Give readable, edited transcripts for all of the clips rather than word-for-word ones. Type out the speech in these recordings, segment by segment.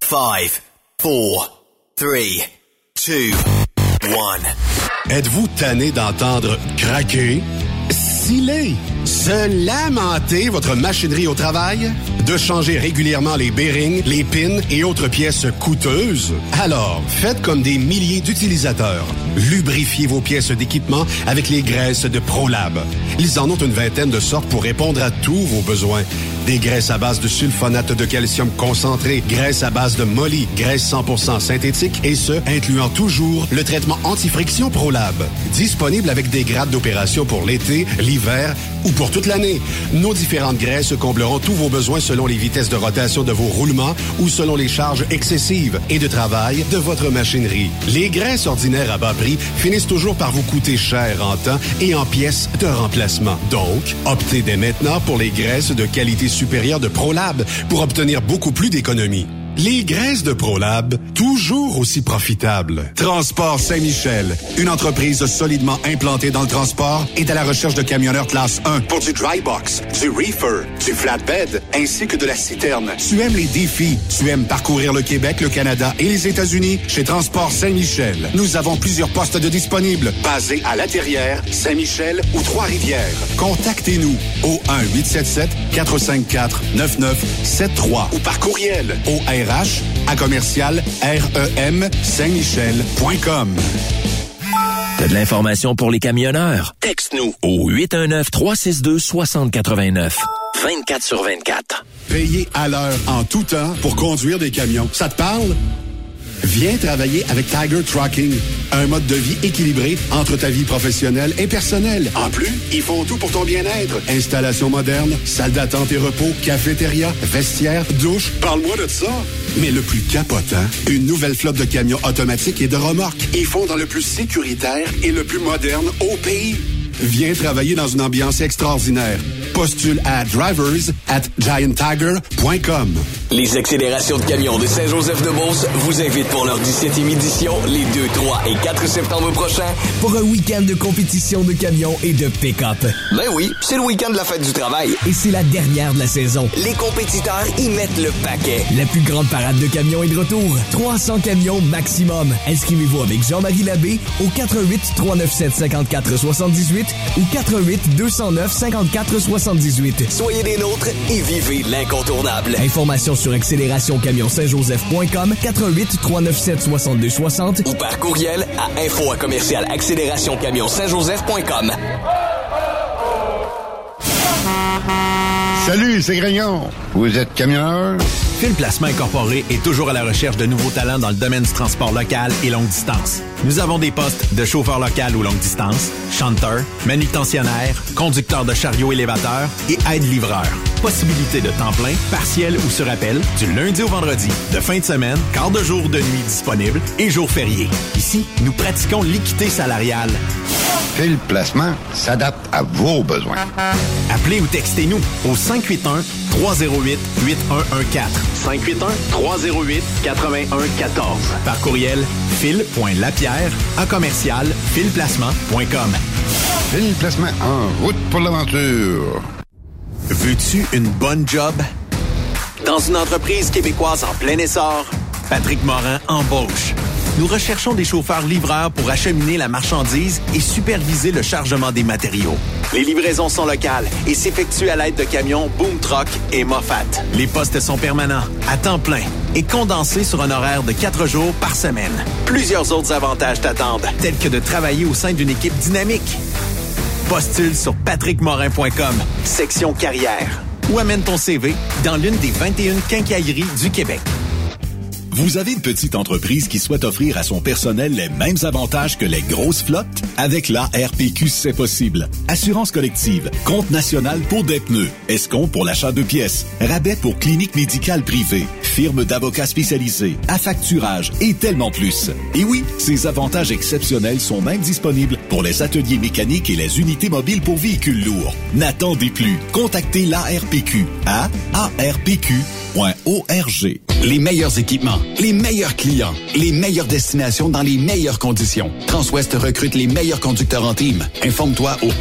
5, 4, 3, 2, 1. Êtes-vous tanné d'entendre craquer, sciller, se lamenter votre machinerie au travail? De changer régulièrement les bearings, les pins et autres pièces coûteuses? Alors, faites comme des milliers d'utilisateurs. Lubrifiez vos pièces d'équipement avec les graisses de ProLab. Ils en ont une vingtaine de sortes pour répondre à tous vos besoins. Des graisses à base de sulfonate de calcium concentré, graisses à base de moly, graisse 100% synthétique et ce, incluant toujours le traitement anti-friction ProLab. Disponible avec des grades d'opération pour l'été, l'hiver ou pour toute l'année. Nos différentes graisses combleront tous vos besoins selon les vitesses de rotation de vos roulements ou selon les charges excessives et de travail de votre machinerie. Les graisses ordinaires à bas prix finissent toujours par vous coûter cher en temps et en pièces de remplacement. Donc, optez dès maintenant pour les graisses de qualité supérieure de ProLab pour obtenir beaucoup plus d'économies. Les graisses de ProLab, toujours aussi profitables. Transport Saint-Michel, une entreprise solidement implantée dans le transport, est à la recherche de camionneurs classe 1 pour du dry box, du reefer, du flatbed, ainsi que de la citerne. Tu aimes les défis, tu aimes parcourir le Québec, le Canada et les États-Unis? Chez Transport Saint-Michel, nous avons plusieurs postes de disponibles, basés à La Terrière, Saint-Michel ou Trois-Rivières. Contactez-nous au 1-877-454-9973 ou par courriel au RH@REM-Saint-Michel.com. T'as de l'information pour les camionneurs? Texte-nous au 819-362-6089. 24/24. Payer à l'heure en tout temps pour conduire des camions. Ça te parle? Viens travailler avec Tiger Trucking. Un mode de vie équilibré entre ta vie professionnelle et personnelle. En plus, ils font tout pour ton bien-être. Installation moderne, salle d'attente et repos, cafétéria, vestiaire, douche. Parle-moi de ça. Mais le plus capotant, une nouvelle flotte de camions automatiques et de remorques. Ils font dans le plus sécuritaire et le plus moderne au pays. Viens travailler dans une ambiance extraordinaire. Postule à drivers@gianttiger.com. Les accélérations de camions de Saint-Joseph-de-Beauce vous invitent pour leur 17e édition les 2, 3 et 4 septembre prochains pour un week-end de compétition de camions et de pick-up. Ben oui, c'est le week-end de la fête du travail. Et c'est la dernière de la saison. Les compétiteurs y mettent le paquet. La plus grande parade de camions est de retour. 300 camions maximum. Inscrivez-vous avec Jean-Marie Labbé au 88-397-5478 ou 88-209-5478. Soyez des nôtres et vivez l'incontournable. Informations sur accélérationcamion-saint-joseph.com 88-397-6260 ou par courriel à info@accélérationcamion-saint-joseph.com. Salut, c'est Grignon. Vous êtes camionneur? Fil Placement Incorporé est toujours à la recherche de nouveaux talents dans le domaine du transport local et longue distance. Nous avons des postes de chauffeur local ou longue distance, chanteur, manutentionnaire, conducteur de chariot élévateur et aide-livreur. Possibilité de temps plein, partiel ou sur appel, du lundi au vendredi, de fin de semaine, quart de jour de nuit disponible et jours fériés. Ici, nous pratiquons l'équité salariale. Fil Placement s'adapte à vos besoins. Appelez ou textez-nous au 581-308-8114. 581-308-8114. Par courriel, fil.lapierre@filplacement.com. Fil Placement en route pour l'aventure. Veux-tu une bonne job? Dans une entreprise québécoise en plein essor, Patrick Morin embauche. Nous recherchons des chauffeurs-livreurs pour acheminer la marchandise et superviser le chargement des matériaux. Les livraisons sont locales et s'effectuent à l'aide de camions Boom Truck et Moffat. Les postes sont permanents, à temps plein et condensés sur un horaire de 4 jours par semaine. Plusieurs autres avantages t'attendent, tels que de travailler au sein d'une équipe dynamique. Postule sur patrickmorin.com, section carrière, ou amène ton CV dans l'une des 21 quincailleries du Québec. Vous avez une petite entreprise qui souhaite offrir à son personnel les mêmes avantages que les grosses flottes? Avec la RPQ, c'est possible. Assurance collective, compte national pour des pneus, escompte pour l'achat de pièces, rabais pour clinique médicale privée, firme d'avocats spécialisés, affacturage et tellement plus. Et oui, ces avantages exceptionnels sont même disponibles pour les ateliers mécaniques et les unités mobiles pour véhicules lourds. N'attendez plus. Contactez l'ARPQ à arpq.org. Les meilleurs équipements, les meilleurs clients, les meilleures destinations dans les meilleures conditions. Transwest recrute les meilleurs conducteurs en team. Informe-toi au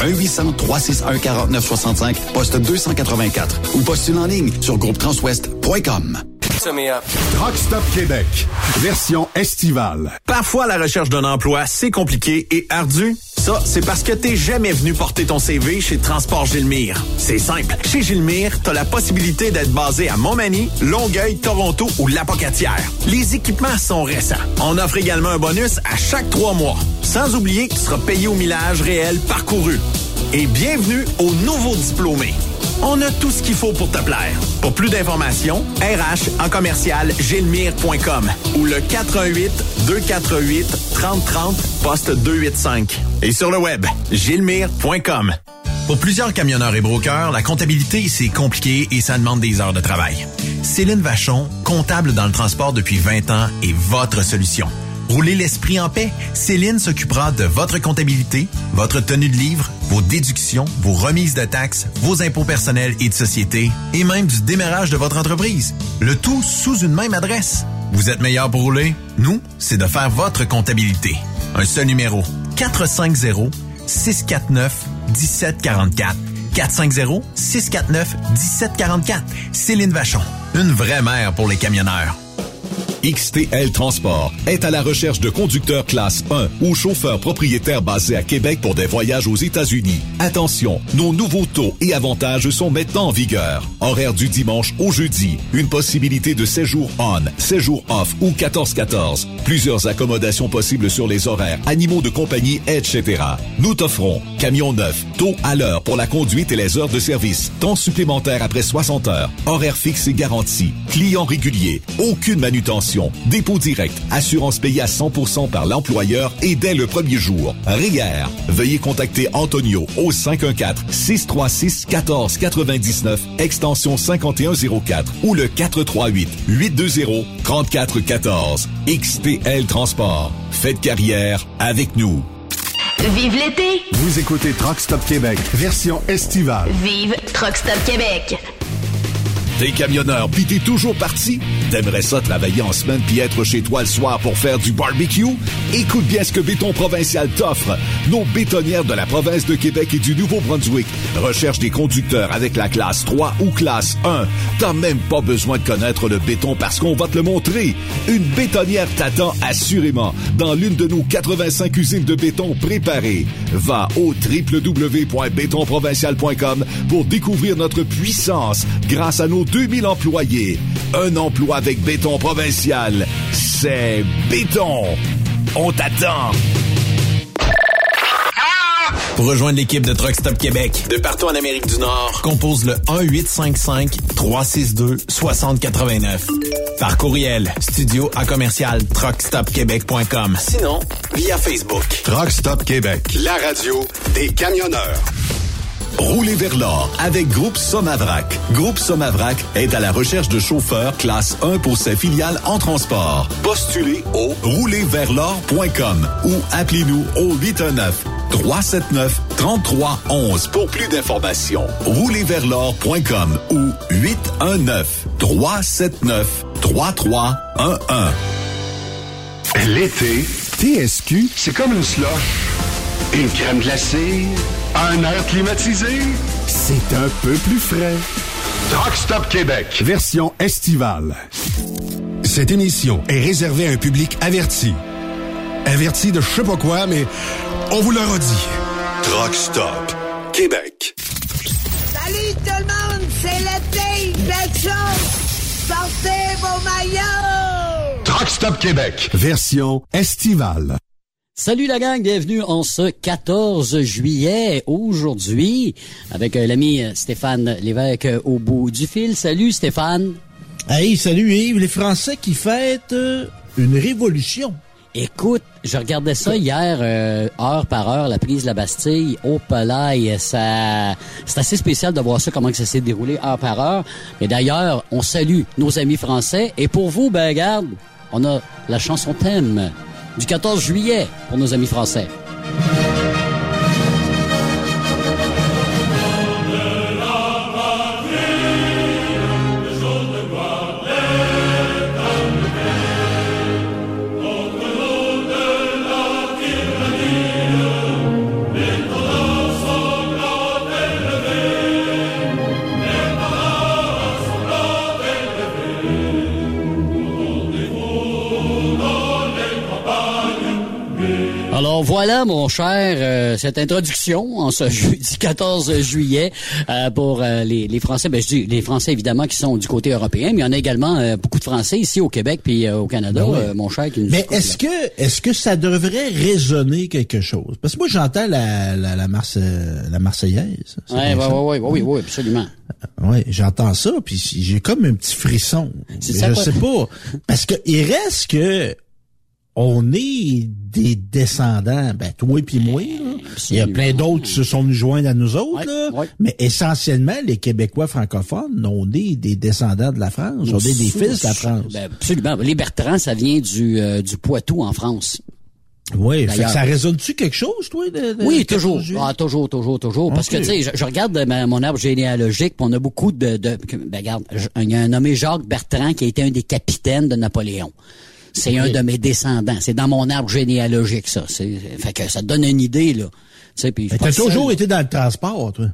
1-800-361-4965, poste 284 ou postule en ligne sur groupetranswest.com. me up. Truck Stop Québec, version estivale. Parfois, la recherche d'un emploi, c'est compliqué et ardu. Ça, c'est parce que t'es jamais venu porter ton CV chez Transport Gilmire. C'est simple. Chez Gilmire, t'as la possibilité d'être basé à Montmagny, Longueuil, Toronto ou Lapocatière. Les équipements sont récents. On offre également un bonus à chaque 3 mois. Sans oublier que tu seras payé au millage réel parcouru. Et bienvenue aux nouveaux diplômés. On a tout ce qu'il faut pour te plaire. Pour plus d'informations, RH en commercial gilmire.com ou le 418-248-3030 poste 285. Et sur le web, gilmire.com. Pour plusieurs camionneurs et brokers, la comptabilité, c'est compliqué et ça demande des heures de travail. Céline Vachon, comptable dans le transport depuis 20 ans, est votre solution. Roulez l'esprit en paix. Céline s'occupera de votre comptabilité, votre tenue de livre, vos déductions, vos remises de taxes, vos impôts personnels et de société, et même du démarrage de votre entreprise. Le tout sous une même adresse. Vous êtes meilleur pour rouler? Nous, c'est de faire votre comptabilité. Un seul numéro. 450-649-1744. 450-649-1744. Céline Vachon. Une vraie mère pour les camionneurs. XTL Transport est à la recherche de conducteurs classe 1 ou chauffeurs propriétaires basés à Québec pour des voyages aux États-Unis. Attention, nos nouveaux taux et avantages sont maintenant en vigueur. Horaire du dimanche au jeudi. Une possibilité de 7 jours on, 7 jours off ou 14-14. Plusieurs accommodations possibles sur les horaires, animaux de compagnie, etc. Nous t'offrons camion neuf, taux à l'heure pour la conduite et les heures de service, temps supplémentaire après 60 heures, horaire fixe et garanti, client régulier, aucune manutention, dépôt direct, assurance payée à 100% par l'employeur et dès le premier jour. RIER. Veuillez contacter Antonio au 514-636-1499, extension 5104 ou le 438-820-3414. XTL Transport. Faites carrière avec nous. Vive l'été! Vous écoutez Truck Stop Québec, version estivale. Vive Truck Stop Québec! T'es camionneur pis t'es toujours parti? T'aimerais ça travailler en semaine pis être chez toi le soir pour faire du barbecue? Écoute bien ce que Béton Provincial t'offre. Nos bétonnières de la province de Québec et du Nouveau-Brunswick recherchent des conducteurs avec la classe 3 ou classe 1. T'as même pas besoin de connaître le béton parce qu'on va te le montrer. Une bétonnière t'attend assurément dans l'une de nos 85 usines de béton préparées. Va au www.bétonprovincial.com pour découvrir notre puissance grâce à nos 2000 employés. Un emploi avec Béton Provincial, c'est béton. On t'attend. Pour rejoindre l'équipe de Truck Stop Québec, de partout en Amérique du Nord, compose le 1-855-362-6089. Par courriel, studio@truckstopquebec.com. Sinon, via Facebook. Truck Stop Québec, la radio des camionneurs. Roulez vers l'or avec Groupe Somavrac. Groupe Somavrac est à la recherche de chauffeurs classe 1 pour ses filiales en transport. Postulez au roulerversl'or.com ou appelez-nous au 819-379-3311 pour plus d'informations. Roulerversl'or.com ou 819-379-3311. L'été, TSQ, c'est comme une slush. Une crème glacée, un air climatisé, c'est un peu plus frais. Truck Stop Québec, version estivale. Cette émission est réservée à un public averti. Averti de je sais pas quoi, mais on vous le redit. Truck Stop Québec. Salut tout le monde, c'est l'été, belle chose. Portez vos maillots. Truck Stop Québec, version estivale. Salut la gang, bienvenue en ce 14 juillet. Aujourd'hui, avec l'ami Stéphane Lévesque au bout du fil. Salut Stéphane. Hey, salut Yves. Les Français qui fêtent une révolution. Écoute, je regardais ça hier, heure par heure, la prise de la Bastille, au Polaï. Ça, c'est assez spécial de voir ça, comment que ça s'est déroulé heure par heure. Mais d'ailleurs, on salue nos amis français. Et pour vous, ben regarde, on a la chanson thème du 14 juillet pour nos amis français. Alors voilà, mon cher, cette introduction en ce jeudi 14 juillet pour les Français. Ben je dis les Français évidemment qui sont du côté européen, mais il y en a également beaucoup de Français ici au Québec puis au Canada, mon cher. Qui nous mais écoute, est-ce que ça devrait résonner quelque chose? Parce que moi j'entends la Marseillaise. Oui, absolument. Oui, j'entends ça, puis j'ai comme un petit frisson. Je sais pas. Parce que il reste que on est des descendants, toi puis moi, là. Il y a plein d'autres qui se sont nous joindre à nous autres, là. Mais essentiellement, les Québécois francophones, on est des descendants de la France. On est des fils de la France. Ben, absolument. Les Bertrand, ça vient du Poitou en France. Oui, fait que ça résonne-tu quelque chose, toi? Oui, toujours. Toujours. Parce que, tu sais, je regarde mon arbre généalogique, puis on a beaucoup regarde, il y a un nommé Jacques Bertrand qui a été un des capitaines de Napoléon. C'est un de mes descendants. C'est dans mon arbre généalogique, ça. Fait que ça te donne une idée, là. Tu sais, t'as toujours été dans le transport, toi.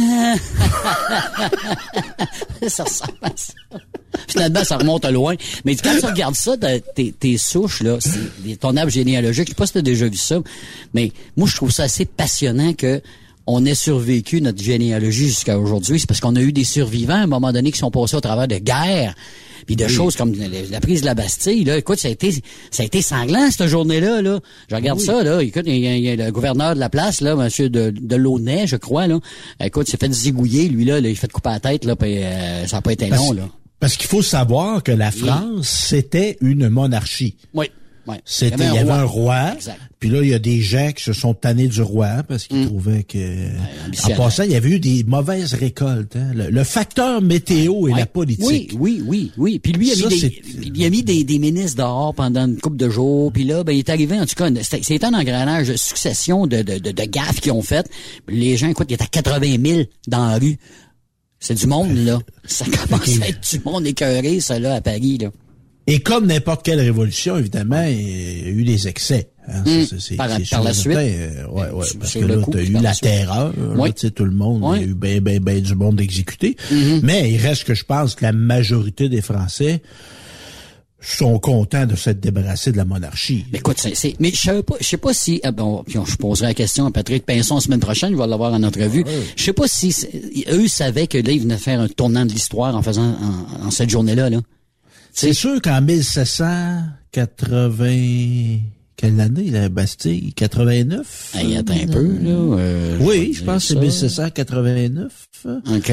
Ça ressemble à ça. Finalement, ça remonte loin. Mais quand tu regardes ça, tes souches, là, ton arbre généalogique, je sais pas si t'as déjà vu ça, mais moi, je trouve ça assez passionnant que on ait survécu notre généalogie jusqu'à aujourd'hui. C'est parce qu'on a eu des survivants, à un moment donné, qui sont passés au travers de guerres, puis de choses comme la prise de la Bastille. Là, écoute, ça a été sanglant, cette journée-là. Là. Je regarde ça, là. Écoute, il y a le gouverneur de la place, là, monsieur de Launay, je crois, là. Écoute, il s'est fait zigouiller, lui, là. Il s'est fait couper la tête, là, puis ça n'a pas été long, là. Parce qu'il faut savoir que la France, c'était une monarchie. Oui. Il y avait un roi. Puis là, il y a des gens qui se sont tannés du roi parce qu'ils trouvaient que... en passant, il y avait eu des mauvaises récoltes. Hein. Le facteur météo et la politique. Oui. Puis lui, il a mis des ministres dehors pendant une couple de jours. Puis là, il est arrivé, en tout cas, c'est un engrenage de succession de gaffes qu'ils ont faites. Les gens, écoute, il y a 80 000 dans la rue. C'est du monde, là. Ça commence à être du monde écœuré, ça, là, à Paris, là. Et comme n'importe quelle révolution, évidemment, il y a eu des excès. Hein. Par la suite. Parce que là, t'as eu la terreur. Là, tout le monde, il y a eu ben du monde exécuté. Mais il reste que je pense que la majorité des Français sont contents de s'être débarrassés de la monarchie. Mais écoute, mais je sais pas si, je poserai la question à Patrick Pinson la semaine prochaine, il va l'avoir en entrevue. Je sais pas si eux savaient que là, ils venaient faire un tournant de l'histoire en faisant, en cette journée-là, là. C'est sûr qu'en 1780... Quelle année, la Bastille? 89? Attends un peu, là. Oui, je pense que c'est 1789. OK.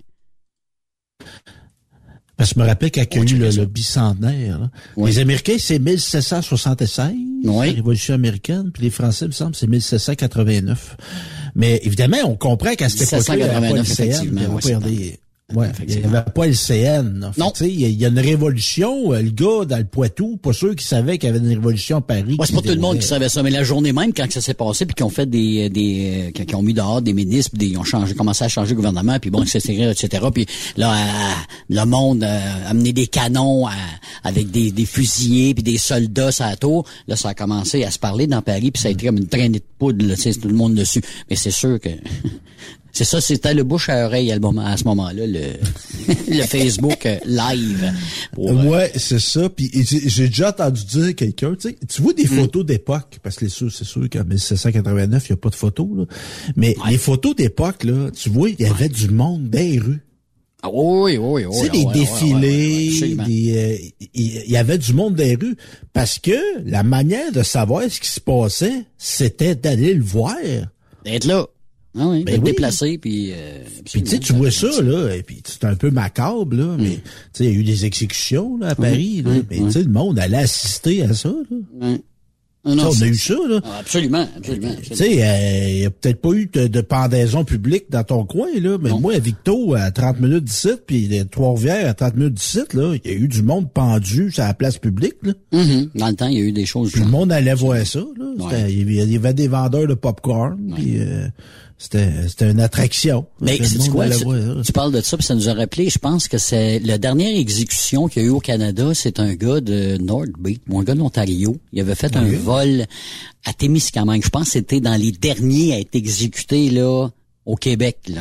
Parce que je me rappelle qu'il y a eu le bicentenaire. Les Américains, c'est 1776, la Révolution américaine, puis les Français, il me semble, c'est 1789. Mais évidemment, on comprend qu'à cette époque-là, il n'y avait pas le CN. Il n'y avait pas le CN. Non. Il y a une révolution, le gars dans le Poitou, pas sûr qu'il savait qu'il y avait une révolution à Paris. C'est pas tout le monde qui savait ça, mais la journée même, quand ça s'est passé, puis qu'ils ont fait qui ont mis dehors des ministres, puis ils ont commencé à changer le gouvernement, puis bon, etc. Puis là, le monde a amené des canons avec des fusillés, puis des soldats sur la tour. Là, ça a commencé à se parler dans Paris, puis ça a été comme une traînée de poudre, là, tout le monde dessus. Mais c'est sûr que... C'est ça, c'était le bouche à oreille à ce moment-là, le Facebook live. Ouais, c'est ça. Puis j'ai déjà entendu dire quelqu'un, tu vois des photos d'époque, parce que c'est sûr qu'en 1789, il n'y a pas de photos, là. Mais les photos d'époque, là, tu vois, il y avait du monde dans les rues. Ah oui. Tu sais, des défilés, il y avait du monde dans les rues. Parce que la manière de savoir ce qui se passait, c'était d'aller le voir. D'être là. Ah oui, déplacé, puis tu sais, tu vois ça, là, et puis c'est un peu macabre, là, mais tu sais, il y a eu des exécutions, là, à Paris, là, mais tu sais, le monde allait assister à ça, là. On a eu ça, là. Absolument. Tu sais, il y a peut-être pas eu de pendaison publique dans ton coin, là, mais moi, à Victo, à 30 minutes d'ici, puis Trois-Rivières, à 30 minutes d'ici, là, il y a eu du monde pendu sur la place publique, là. Dans le temps, il y a eu des choses. Tout le monde allait voir ça, là. Il y avait des vendeurs de popcorn, puis c'était une attraction. Mais c'est quoi? Tu parles de ça, puis ça nous a rappelé, je pense que c'est la dernière exécution qu'il y a eu au Canada, c'est un gars de North Bay, un gars de l'Ontario. Il avait fait un vol à Témiscamingue. Je pense que c'était dans les derniers à être exécutés, là, au Québec, là.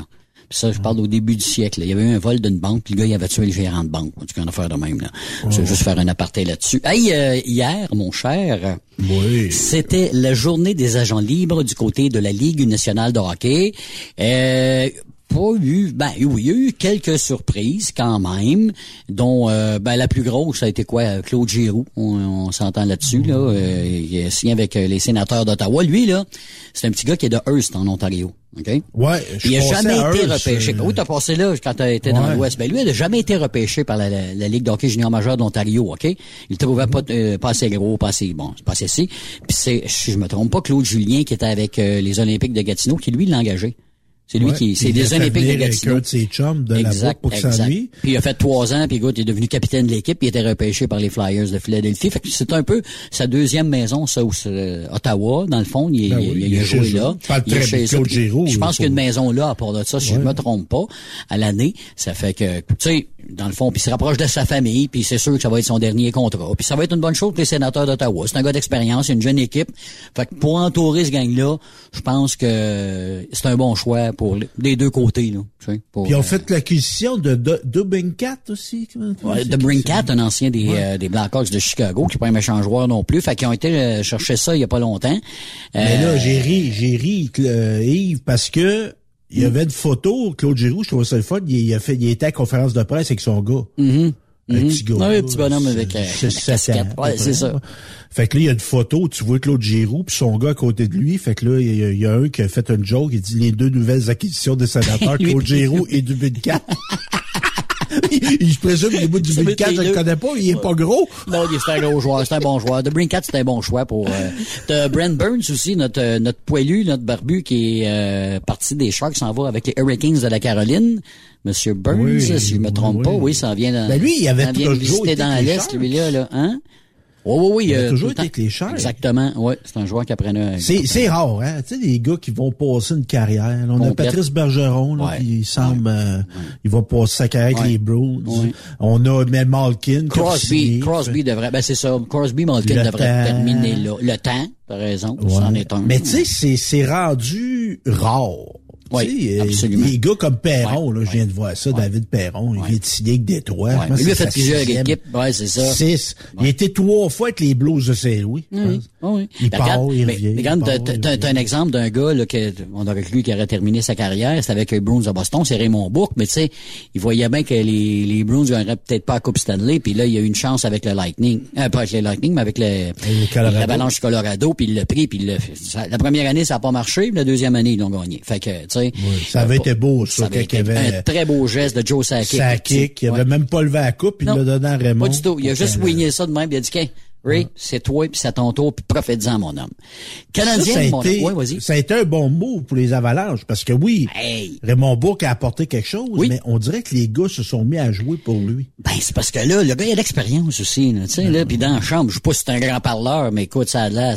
Puis ça, je parle au début du siècle. Là. Il y avait eu un vol d'une banque, puis le gars, il avait tué le gérant de banque. Tu peux en faire de même, là. Je vais juste faire un aparté là-dessus. Hey, hier, mon cher, c'était la journée des agents libres du côté de la Ligue nationale de hockey. Il y a eu quelques surprises quand même, dont la plus grosse, ça a été quoi? Claude Giroux, on s'entend là-dessus, là. Il a signé avec les sénateurs d'Ottawa. Lui, là, c'est un petit gars qui est de Hearst, en Ontario. OK? Ouais, il a jamais été repêché. Oui, t'as passé là quand t'as été dans l'Ouest. Ben, lui, il n'a jamais été repêché par la Ligue de hockey junior majeur d'Ontario, OK? Il le trouvait pas assez gros, pas assez si. Puis c'est, si je me trompe pas, Claude Julien, qui était avec les Olympiques de Gatineau, qui lui l'a engagé. C'est lui c'est des Olympiques de Gatineau. Avec un de ses chums de là-bas pour que ça lui. Puis il a fait 3 ans, puis écoute, il est devenu capitaine de l'équipe, puis il était repêché par les Flyers de Philadelphie. Fait que c'est un peu sa deuxième maison, ça, Ottawa, dans le fond, il a joué là. Il est chez Claude Giroux. Je pense qu'il y a une maison là, à part de ça, si je me trompe pas, à l'année. Ça fait que, tu sais, dans le fond, puis il se rapproche de sa famille, puis c'est sûr que ça va être son dernier contrat. Puis ça va être une bonne chose pour les sénateurs d'Ottawa. C'est un gars d'expérience, il y a une jeune équipe. Fait que pour entourer ce gang-là, je pense que c'est un bon choix pour les deux côtés, là. Puis ils ont fait l'acquisition de DeBrincat aussi. DeBrincat, un ancien des Blackhawks de Chicago, qui n'est pas un méchant joueur non plus. Fait qu'ils ont été chercher ça il y a pas longtemps. Mais là, j'ai ri, Yves, parce que il y avait une photo, Claude Giroux, je trouvais ça le fun, il était à la conférence de presse avec son gars. Un petit gars. Un petit bonhomme avec casquette. Ouais, c'est ça. Fait que là, il y a une photo, tu vois Claude Giroux puis son gars à côté de lui. Fait que là, il y a un qui a fait une joke, il dit les deux nouvelles acquisitions des sénateurs, Claude Giroux et DeBrincat. Je présume que les bouts du DeBrincat, je le connais pas, il est pas gros. Non, c'est un gros joueur, c'est un bon joueur. DeBrincat, c'est un bon choix pour t'as Brent Burns aussi, notre poilu, notre barbu qui est parti des Sharks, s'en va avec les Hurricanes de la Caroline. Monsieur Burns, si je me trompe pas, ça vient dans lui, il avait toujours visiter dans l'Est, lui-là, hein? Oui. Il a toujours été avec les Sharks. Exactement, oui. C'est un joueur qui apprenait. C'est rare, hein. Tu sais, les gars qui vont passer une carrière. Là, on a Patrice Bergeron, là, il semble, il va passer sa carrière avec les Bruins. On a Malkin. Crosby devrait, c'est ça. Crosby, Malkin devrait terminer là. Le temps, t'as raison. C'en est un. Mais tu sais, c'est rendu rare. Oui, absolument. Les gars comme Perron, là, je viens de voir ça, David Perron, il vient de signer avec Détroit. Lui a fait plusieurs équipes, c'est ça. 6. Il a été 3 fois avec les Blues de Saint-Louis. Oui. Il part, il revient. Mais regarde, t'as un exemple d'un gars, là, on aurait cru qu'il aurait terminé sa carrière, c'était avec les Bruins de Boston, c'est Raymond Bourque, mais tu sais, il voyait bien que les Bruins n'auraient peut-être pas la Coupe Stanley, puis là, il a eu une chance avec le Lightning. Pas avec le Lightning, mais avec l'Avalanche du Colorado, puis il l'a pris, puis la première année, ça n'a pas marché, puis la deuxième année, ils l'ont gagné. Fait que, ça avait été beau, ça avait été un très beau geste de Joe Sakic. Il avait même pas levé la coupe, il l'a donné à Raymond. Pas du tout. Il a juste wingé ça de même, il a dit Ray, c'est toi, puis c'est à ton tour, puis profite-en, mon homme. Canadien, vas-y. Ça a été un bon mot pour les Avalanches, parce que Raymond Bourque a apporté quelque chose, mais on dirait que les gars se sont mis à jouer pour lui. C'est parce que là, le gars, il a l'expérience aussi, tu sais, là, puis dans la chambre, je sais pas si c'est un grand parleur, mais écoute, ça a l'air,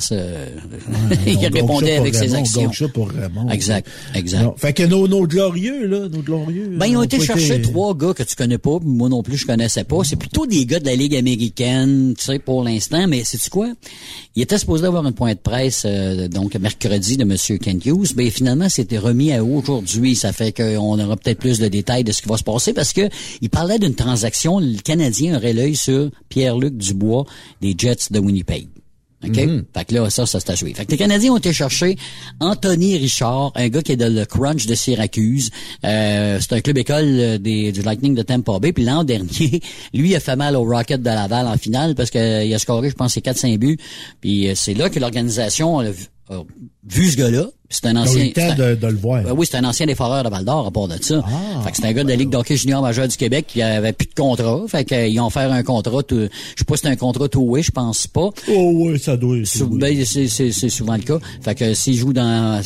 il répondait avec ses actions. On ça pour Raymond. Exact. Non. Fait que nos glorieux. Ils ont été chercher 3 gars que tu connais pas, moi non plus, je connaissais pas. C'est plutôt des gars de la Ligue américaine, tu sais, pour l'instant. Mais sais-tu quoi? Il était supposé avoir un point de presse, donc mercredi, de M. Kent Hughes. Mais finalement, c'était remis à aujourd'hui. Ça fait qu'on aura peut-être plus de détails de ce qui va se passer parce que il parlait d'une transaction. Le Canadien aurait l'œil sur Pierre-Luc Dubois des Jets de Winnipeg. OK? Fait que là, ça c'est à jouer. Fait que les Canadiens ont été chercher Anthony Richard, un gars qui est dans le Crunch de Syracuse. C'est un club école du Lightning de Tampa Bay. Puis l'an dernier, lui, il a fait mal au Rocket de Laval en finale parce qu'il a scoré, je pense, 4-5 buts. Puis c'est là que l'organisation a vu ce gars-là. C'est un ancien. de le voir. Oui, c'est un ancien des Foreurs de Val-d'Or à part de ça. Fait que c'est un gars de la Ligue d'hockey junior majeur du Québec qui avait plus de contrat. Fait qu'ils ont fait un contrat je sais pas si c'est un contrat two-way, je pense pas. Oh oui, ça doit être. C'est souvent le cas. Fait que s'il joue dans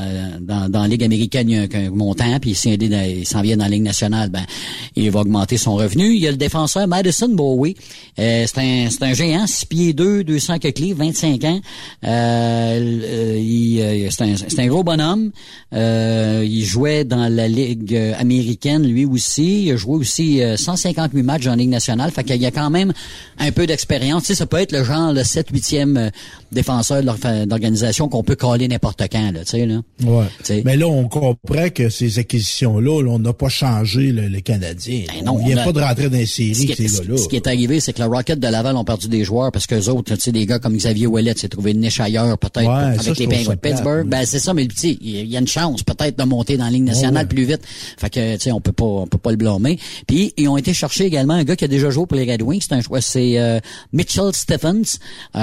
la Ligue américaine, il y a un montant, puis il s'en vient dans la Ligue nationale, il va augmenter son revenu. Il y a le défenseur Madison Bowie. C'est un géant, 6 pieds 2, 200 quelques livres, 25 ans. C'est un gros bonhomme. Il jouait dans la Ligue américaine, lui aussi. Il a joué aussi 158 matchs en Ligue nationale. Fait qu'il y a quand même un peu d'expérience. Tu sais, ça peut être le genre le 7-8e défenseur d'organisation qu'on peut caler n'importe quand, là, tu sais, là. Ouais. T'sais. Mais là, on comprend que ces acquisitions-là, on n'a pas changé le Canadien. Ben non, on vient pas de rentrer dans les séries, ces gars-là. Ce qui est arrivé, c'est que le Rocket de Laval ont perdu des joueurs parce qu'eux autres, tu sais, des gars comme Xavier Ouellet s'est trouvé une niche ailleurs, peut-être, avec les Penguins de Pittsburgh. Ben, c'est ça, mais le petit, il y a une chance, peut-être, de monter dans la Ligue nationale plus vite. Fait que, tu sais, on peut pas le blâmer. Puis, ils ont été chercher également un gars qui a déjà joué pour les Red Wings. C'est un choix, c'est Mitchell Stephens,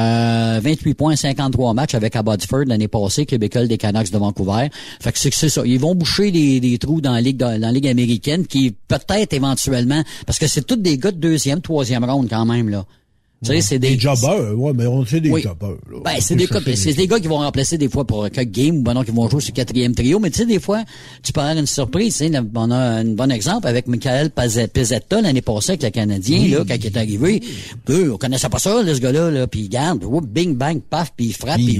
28 points, 53 matchs avec Abbotsford l'année passée, Club École des Canucks de Vancouver. Fait que c'est ça. Ils vont boucher des trous dans la Ligue américaine qui, peut-être, éventuellement, parce que c'est tous des gars de 2e, 3e ronde quand même, là. Tu sais, c'est des jobbers, mais on sait des jobbers, là. Ben, c'est des gars qui vont remplacer des fois pour quelques games, ou ben non, qui vont jouer sur 4e trio, mais tu sais, des fois, tu peux avoir une surprise, tu sais, on a un bon exemple avec Michael Pezzetta l'année passée avec le Canadien, là, quand il est arrivé. On connaissait pas ça, là, ce gars-là, là, puis il garde, bing, bang, paf, puis il frappe, puis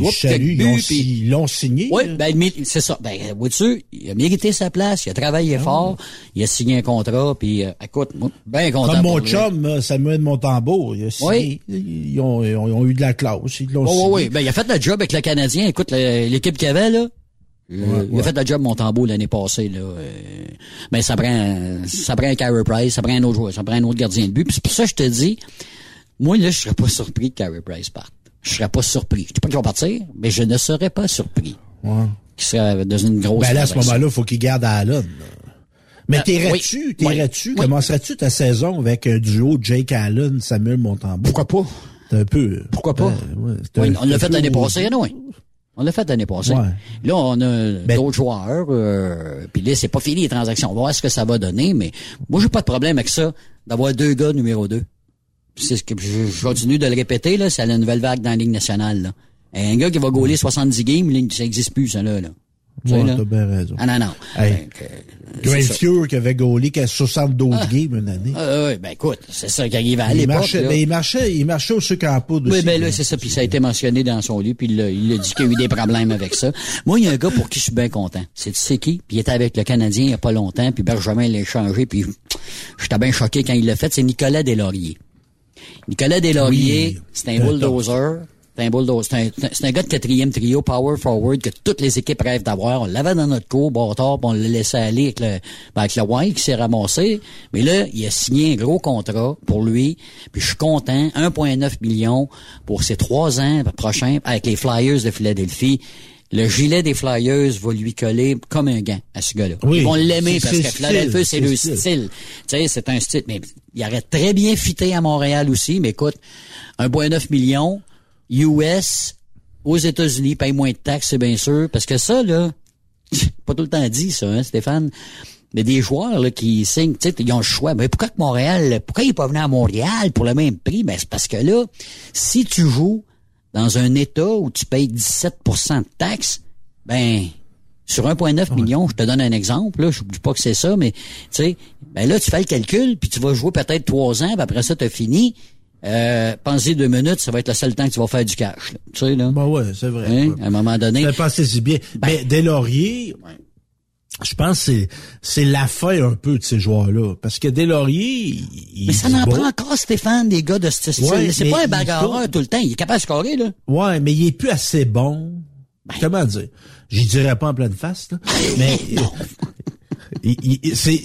ils l'ont signé. Oui, ben, c'est ça. Ben, vois-tu, il a mérité sa place, il a travaillé fort, il a signé un contrat, puis écoute, ben content. Comme mon chum, Samuel Montembeault, il a signé. Ils ont eu de la classe. Ils l'ont signé. Oui. Ben, il a fait le job avec le Canadien. Écoute, l'équipe qu'il y avait, là, il a fait le job Montembeault l'année passée, là. Ben, ça prend un Carey Price, ça prend un autre joueur, ça prend un autre gardien de but. Puis c'est pour ça que je te dis, moi, là, je serais pas surpris que Carey Price parte. Je serais pas surpris. Je dis pas qu'il va partir, mais je ne serais pas surpris. Qu'il serait dans une grosse... Ben là, à ce moment-là, il faut qu'il garde Allen. Mais t'irais-tu, commencerais-tu ta saison avec un duo Jake Allen, Samuel Montembeault? Pourquoi pas? C'est un peu... Pourquoi pas? On l'a fait l'année passée, non? On l'a fait l'année passée. Ouais. Là, on a d'autres joueurs, puis là, c'est pas fini les transactions. On va voir ce que ça va donner, mais moi, j'ai pas de problème avec ça, d'avoir 2 gars numéro 2. C'est ce que je continue de le répéter, là, c'est la nouvelle vague dans la Ligue nationale, là. Un gars qui va gauler 70 games, ça existe plus, ça, là. Ouais, t'as bien raison. Ah, non. Hey, Grant Fuhr qui avait gaulé qu'à 72 games une année. Oui, ben écoute, c'est ça qui arrivait à l'époque. Mais il marchait au sucre en poudre aussi. Oui, ben là, c'est ça, puis ça a été mentionné dans son livre, puis il a dit qu'il y a eu des problèmes avec ça. Moi, il y a un gars pour qui je suis bien content. C'est tu sais qui? Puis il était avec le Canadien il y a pas longtemps, puis Benjamin l'a échangé, puis j'étais bien choqué quand il l'a fait. C'est Nicolas Deslauriers. Nicolas Deslauriers, c'est un bulldozer. C'est un gars de 4e trio, power forward, que toutes les équipes rêvent d'avoir. On l'avait dans notre cours, bâtard, puis on l'a laissé aller avec le Wild qui s'est ramassé. Mais là, il a signé un gros contrat pour lui. Puis je suis content. 1,9 million pour ses 3 ans prochains avec les Flyers de Philadelphie. Le gilet des Flyers va lui coller comme un gant à ce gars-là. Oui, ils vont l'aimer parce que Philadelphie, c'est le style. Tu sais, c'est un style. Mais il aurait très bien fité à Montréal aussi. Mais écoute, 1,9 million... US, aux États-Unis, paye moins de taxes, c'est bien sûr, parce que ça, là, pas tout le temps dit, ça, hein, Stéphane, mais des joueurs, là, qui signent, tu sais, ils ont le choix. Mais pourquoi il est pas venu à Montréal pour le même prix? Ben, c'est parce que là, si tu joues dans un État où tu payes 17% de taxes, ben, sur 1,9 million, je te donne un exemple, là, je dis pas que c'est ça, mais, tu sais, ben là, tu fais le calcul, puis tu vas jouer peut-être 3 ans, puis après ça, t'as fini. Pensez 2 minutes, ça va être le seul temps que tu vas faire du cash, là. Tu sais, là. Ben ouais, c'est vrai. Hein? À un moment donné. Ça passé si bien. Mais Deslauriers, je pense que c'est la fin un peu de ces joueurs-là. Parce que Deslauriers, mais ça n'en prend encore, Stéphane, des gars de ce style. Ouais, c'est pas un bagarreur tout le temps. Il est capable de scorer, là. Ouais, mais il est plus assez bon. Comment dire? J'y dirais pas en pleine face, là. Mais, il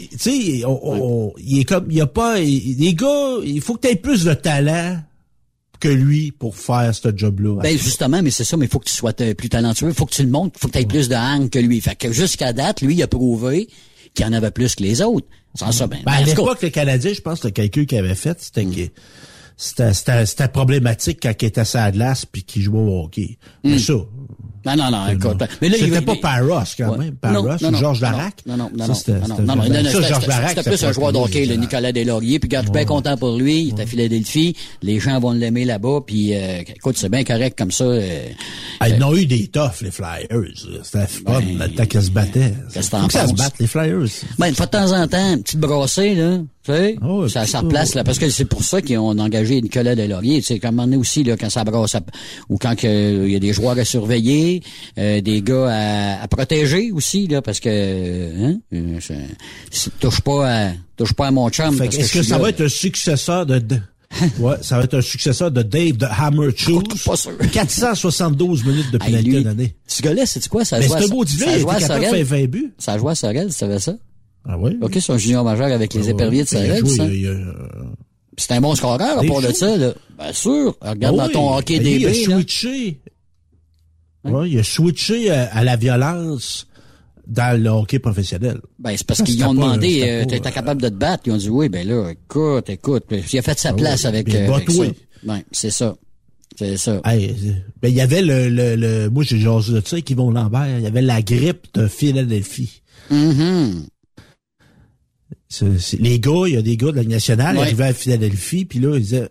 est comme, il y a pas, les gars, il faut que tu aies plus de talent que lui pour faire ce job-là. Ben, justement, mais c'est ça, mais il faut que tu sois plus talentueux, il faut que tu le montres, il faut que tu aies plus de hang que lui. Fait que jusqu'à date, lui, il a prouvé qu'il en avait plus que les autres. Sans ça, à l'époque, le Canadien, je pense que le calcul qu'il avait fait, c'était problématique quand il était à sa glace puis qu'il jouait au hockey. Mais ça. Non, écoute. Mais là, c'était pas Parros, quand même. Parros ou Georges Larac. Non. C'était plus un joueur d'hockey, le Nicolas Deslauriers. Puis, regarde, je suis bien content pour lui. Il est à Philadelphie. Les gens vont l'aimer là-bas. Puis, écoute, c'est bien correct comme ça. Ils ont eu des toughs, les Flyers. C'était fun, le temps qu'ils se battaient. Faut que ça se batte, les Flyers. Ben, une fois de temps en temps, une petite brassée, là. Tu sais, ça replace là, parce que c'est pour ça qu'ils ont engagé Nicolas Deslauriers. Tu sais, comme on est aussi là quand ça brasse ou quand il y a des joueurs à surveiller, des gars à protéger aussi là, parce que touche pas à mon chum. Est-ce que ça va être un successeur de ouais, ça va être un successeur de Dave de Hammer Shoes. Pas sûr. 472 minutes de pénalité d'année. Ce gars-là, c'est quoi? Ça mais c'est un beau divin, il était capable de faire 20 buts. Ça joue à Sorel, tu savais ça? Ah oui? OK, c'est un junior majeur avec les éperviers de Sorel, ça? C'est un bon scoreur à part de ça, là. Bien sûr. Regarde dans ton hockey DB, il a switché. Ouais, il a switché à la violence dans le hockey professionnel. Ben, c'est parce qu'ils ont demandé, t'es capable de te battre. Ils ont dit, oui, ben là, écoute. Il a fait sa place avec ça. Ben, c'est ça. C'est ça. Hey, ben, il y avait moi, j'ai jasé de ça avec Yvon Lambert. Il y avait la grippe de Philadelphie. Mm-hmm. Les gars, il y a des gars de la Ligue nationale, ils arrivaient à Philadelphie, puis là, ils disaient,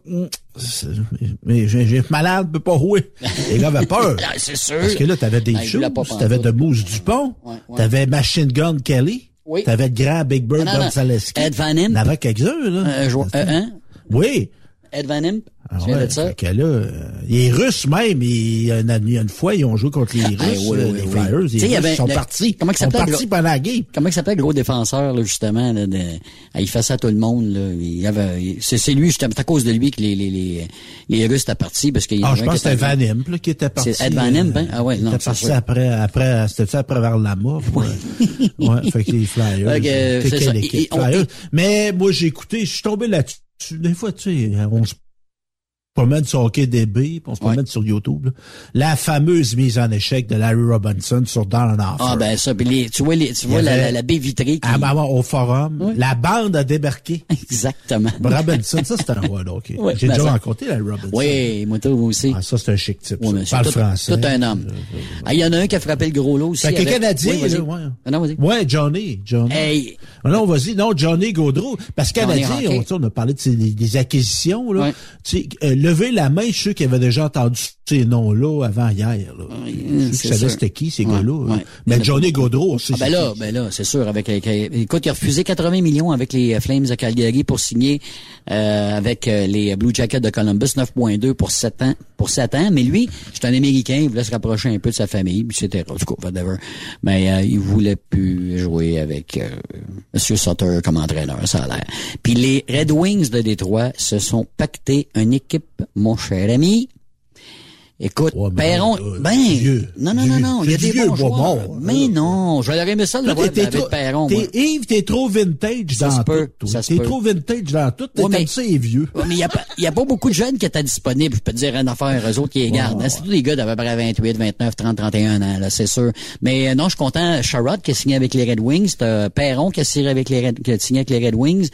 mais j'ai malade, je peux pas jouer. Les gars avaient peur. C'est sûr. Parce que là, t'avais des choses, t'avais de Moose Dupont, t'avais Machine Gun Kelly, t'avais le grand Big Bird Gonzaleski. Ed Van Imp. Il y en avait quelques-uns, là. Oui. Ed Van Imp. Ah ouais, ça. Fait que là, les Russes même, il y a une fois, ils ont joué contre les Russes, les Flyers. Les Russes sont partis. Comment ils sont partis pendant la game. Comment il s'appelle le gros défenseur, là, justement, là, il fait ça à tout le monde, là. C'est lui, justement, c'est à cause de lui que les Russes étaient partis, parce qu'il y je pense que c'était Van Imp, là, qui était parti. C'est Ed Van Imp, hein? Ah ouais, non. Il était parti après, c'était après Varlamov. Ouais, fait que les Flyers. C'est ça. Flyers. Mais moi, j'ai écouté, je suis tombé là-dessus. Des fois, tu sais, on se promène sur Hockey DB, puis on se promène sur YouTube. Là. La fameuse mise en échec de Larry Robinson sur Down and Offer. Ah ben ça, puis tu vois la baie vitrée qui... au forum, la bande a débarqué. Exactement. Robinson, ça c'est un roi OK. J'ai déjà rencontré Larry Robinson. Oui, moi aussi. Ah, ça c'est un chic type. Parle français. Tout un homme. Il y en a un qui a frappé le gros lot aussi. Fait que Canadien, non, vas-y. Ouais, Johnny. Hey. Non, vas-y. Non, Johnny Gaudreau. Parce que Canadien, on a parlé des acquisitions, là. Tu sais, lever la main, ceux qui avaient déjà entendu ces noms-là avant hier. Là. Ceux qui savaient c'était qui, ces gars-là. Mais Johnny Gaudreau aussi. Ben là, c'est sûr. Écoute, il a refusé 80 millions avec les Flames de Calgary pour signer avec les Blue Jackets de Columbus, 9,2 pour 7 ans. Mais lui, c'est un Américain, il voulait se rapprocher un peu de sa famille, etc. En tout cas, whatever. Mais il voulait plus jouer avec M. Sutter comme entraîneur, ça a l'air. Puis les Red Wings de Détroit se sont pactés une équipe, mon cher ami. Écoute, Perron, non, il y a des bons joueurs. Mais non, je leur aimé ça de l'avoir avec Perron. Yves, t'es trop vintage dans tout. T'es trop vintage dans tout, t'es comme ça et vieux. Mais il y a pas beaucoup de jeunes qui étaient disponibles, je peux te dire une affaire, eux autres qui les gardent. C'est tous des gars d'à peu près 28, 29, 30, 31 ans, là, c'est sûr. Mais non, je suis content, Sherrod qui a signé avec les Red Wings, t'as Perron qui a signé avec les Red Wings,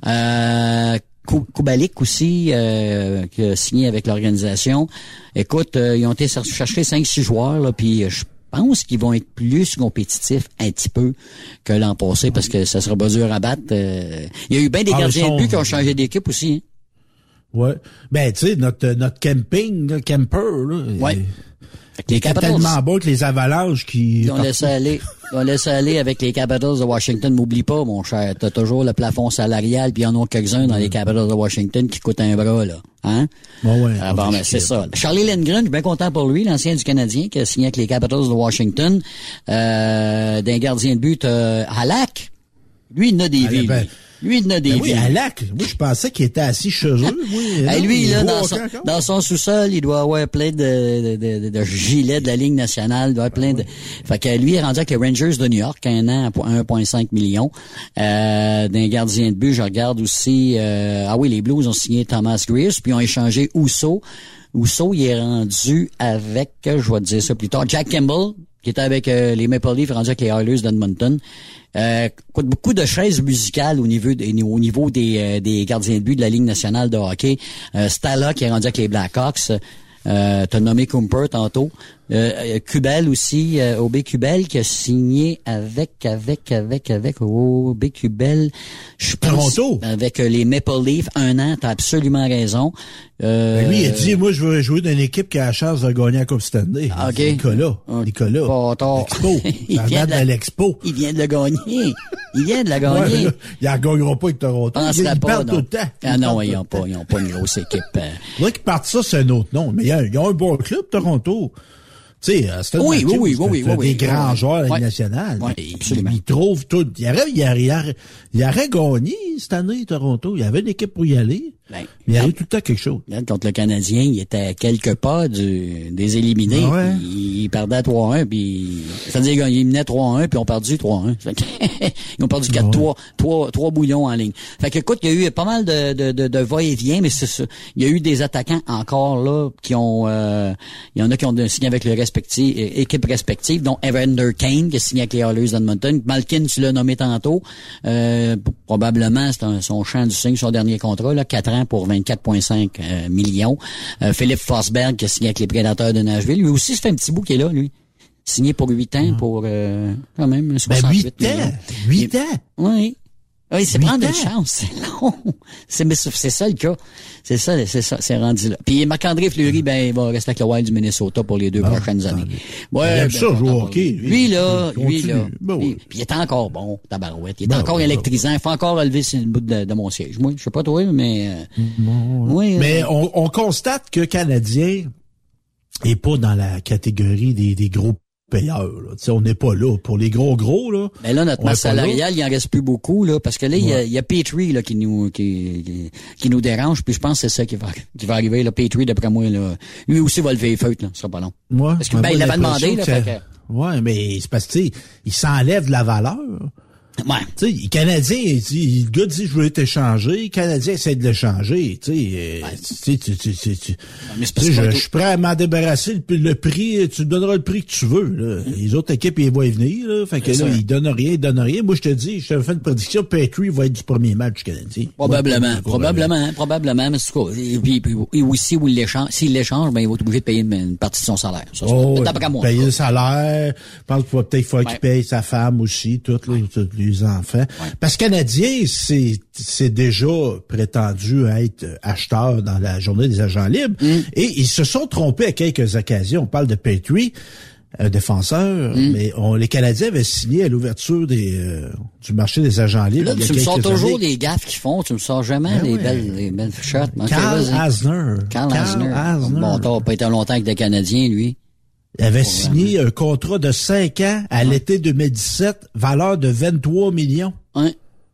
Kubalik aussi, qui a signé avec l'organisation. Écoute, ils ont été chercher 5-6 joueurs, là, puis je pense qu'ils vont être plus compétitifs un petit peu que l'an passé, parce que ça sera pas dur à battre. Il y a eu bien des gardiens de but qui ont changé d'équipe aussi. Hein. Ouais. Ben, tu sais, notre camping, là, camper, là. Ouais. Il est tellement bon que les Avalanches qui... Ils ont laissé aller avec les Capitals de Washington. M'oublie pas, mon cher. T'as toujours le plafond salarial, puis il y en a quelques-uns dans les Capitals de Washington qui coûtent un bras, là. Hein? Ben, c'est ça. Charlie Lindgren, je suis bien content pour lui, l'ancien du Canadien, qui a signé avec les Capitals de Washington. D'un gardien de but, Halak. Lui, il a des vies, Lui, il en a des vies. Oui, à Lac. Moi, je pensais qu'il était assis chez eux. Lui, là, dans son sous-sol, il doit avoir plein de gilets de la Ligue nationale. Il doit avoir plein de... Fait que lui, il est rendu avec les Rangers de New York, un an pour 1,5 million. D'un gardien de but, je regarde aussi... les Blues ont signé Thomas Greiss, puis ils ont échangé Ousso. Ousso, il est rendu avec, je vais te dire ça plus tard, Jack Campbell, qui était avec les Maple Leafs, rendu avec les Oilers d'Edmonton. Beaucoup de chaises musicales au niveau des gardiens de but de la Ligue nationale de hockey. Stala qui est rendu avec les Blackhawks. T'as nommé Cooper tantôt. Kubel aussi, OB Kubel qui a signé avec OB Kubel, je pense, Toronto. avec les Maple Leafs, 1 an, t'as absolument raison. Lui, il a dit, moi, je veux jouer dans une équipe qui a la chance de gagner la Coupe Stanley. OK. Nicolas. L'Expo. Il vient de l'expo. Il vient de le gagner. Il vient de la gagner. Ouais, là, il la gagnera pas avec Toronto. Ils perdent tout le temps. Ah non, ils ont pas une grosse équipe. Là, qu'ils partent ça, c'est un autre nom. Mais ils ont un bon club, Toronto. Tu sais, c'est oui, des grands joueurs de la Ligue nationale. Oui, absolument. Ils trouvent tout. Il aurait gagné cette année, Toronto. Il y avait une équipe pour y aller. Ben, il y avait tout le temps quelque chose. Contre le Canadien, il était à quelques pas des éliminés. Ouais. Il perdait à 3-1, puis c'est-à-dire qu'ils menaient 3-1, puis on perdu 3-1. Ils ont perdu 4-3, trois bouillons en ligne. Fait que, écoute, il y a eu pas mal de va-et-vient, mais c'est ça. Il y a eu des attaquants encore là qui ont, il y en a qui ont signé avec le équipe respective, dont Evander Kane qui a signé avec les Oilers d'Edmonton. Malkin, tu l'as nommé tantôt. Probablement, c'est son champ du signe, son dernier contrat, là, 4 ans pour 24,5 millions. Philippe Forsberg qui a signé avec les Prédateurs de Nashville. Lui aussi, ça fait un petit bout qui est là, lui. Signé pour 8 ans, pour quand même 68 millions. 8 ans? Oui. Oui, c'est prendre une chance, c'est long. C'est ça le cas. C'est ça, c'est rendu là. Puis Marc-André Fleury, il va rester avec le Wild du Minnesota pour les 2 prochaines années. Ouais, il aime ça jouer au hockey. Lui là. Puis il est encore bon, tabarouette. Il est encore électrisant. Il faut encore relever sur le bout de mon siège. Moi, je sais pas toi, mais oui. Mais on constate que Canadien est pas dans la catégorie des gros payeurs, là. Tu sais, on n'est pas là. Pour les gros, là. Mais là, notre masse salariale, il en reste plus beaucoup, là, parce que là, il y a Petrie, là, qui nous dérange, puis je pense que c'est ça qui va arriver, là. Petrie, d'après moi, là. Lui aussi va lever les feutres, là. Ce sera pas long. Ouais. Parce que, il l'avait demandé, là, fait que... Ouais, mais c'est parce que, tu sais, il s'enlève de la valeur. Ouais. Tu sais, le Canadien, le gars dit, je veux t'échanger. Le Canadien essaie de l'échanger. Tu sais, je suis prêt à m'en débarrasser. Le prix, tu donneras le prix que tu veux, là. Les autres équipes, ils vont y venir, là. Fait que là, ils donnent rien. Moi, je te dis, je te fais une prédiction, Petrie va être du premier match du Canadien. Probablement, mais c'est quoi. Et aussi, s'il l'échange, il va être obligé de payer une partie de son salaire. Ça, d'après moi. Payer le salaire. Je pense qu'il faut qu'il paye sa femme aussi, toutes les enfants. Ouais. Parce que Canadien, c'est déjà prétendu être acheteur dans la journée des agents libres. Et ils se sont trompés à quelques occasions. On parle de Petrie, un défenseur, mais les Canadiens avaient signé à l'ouverture du marché des agents libres. Là, tu me sors toujours des gaffes qu'ils font. Tu me sors jamais les belles shots. Carl Asner. Bon, t'as pas été longtemps avec des Canadiens, lui. Il avait signé un contrat de 5 ans à l'été 2017, valeur de 23 millions. On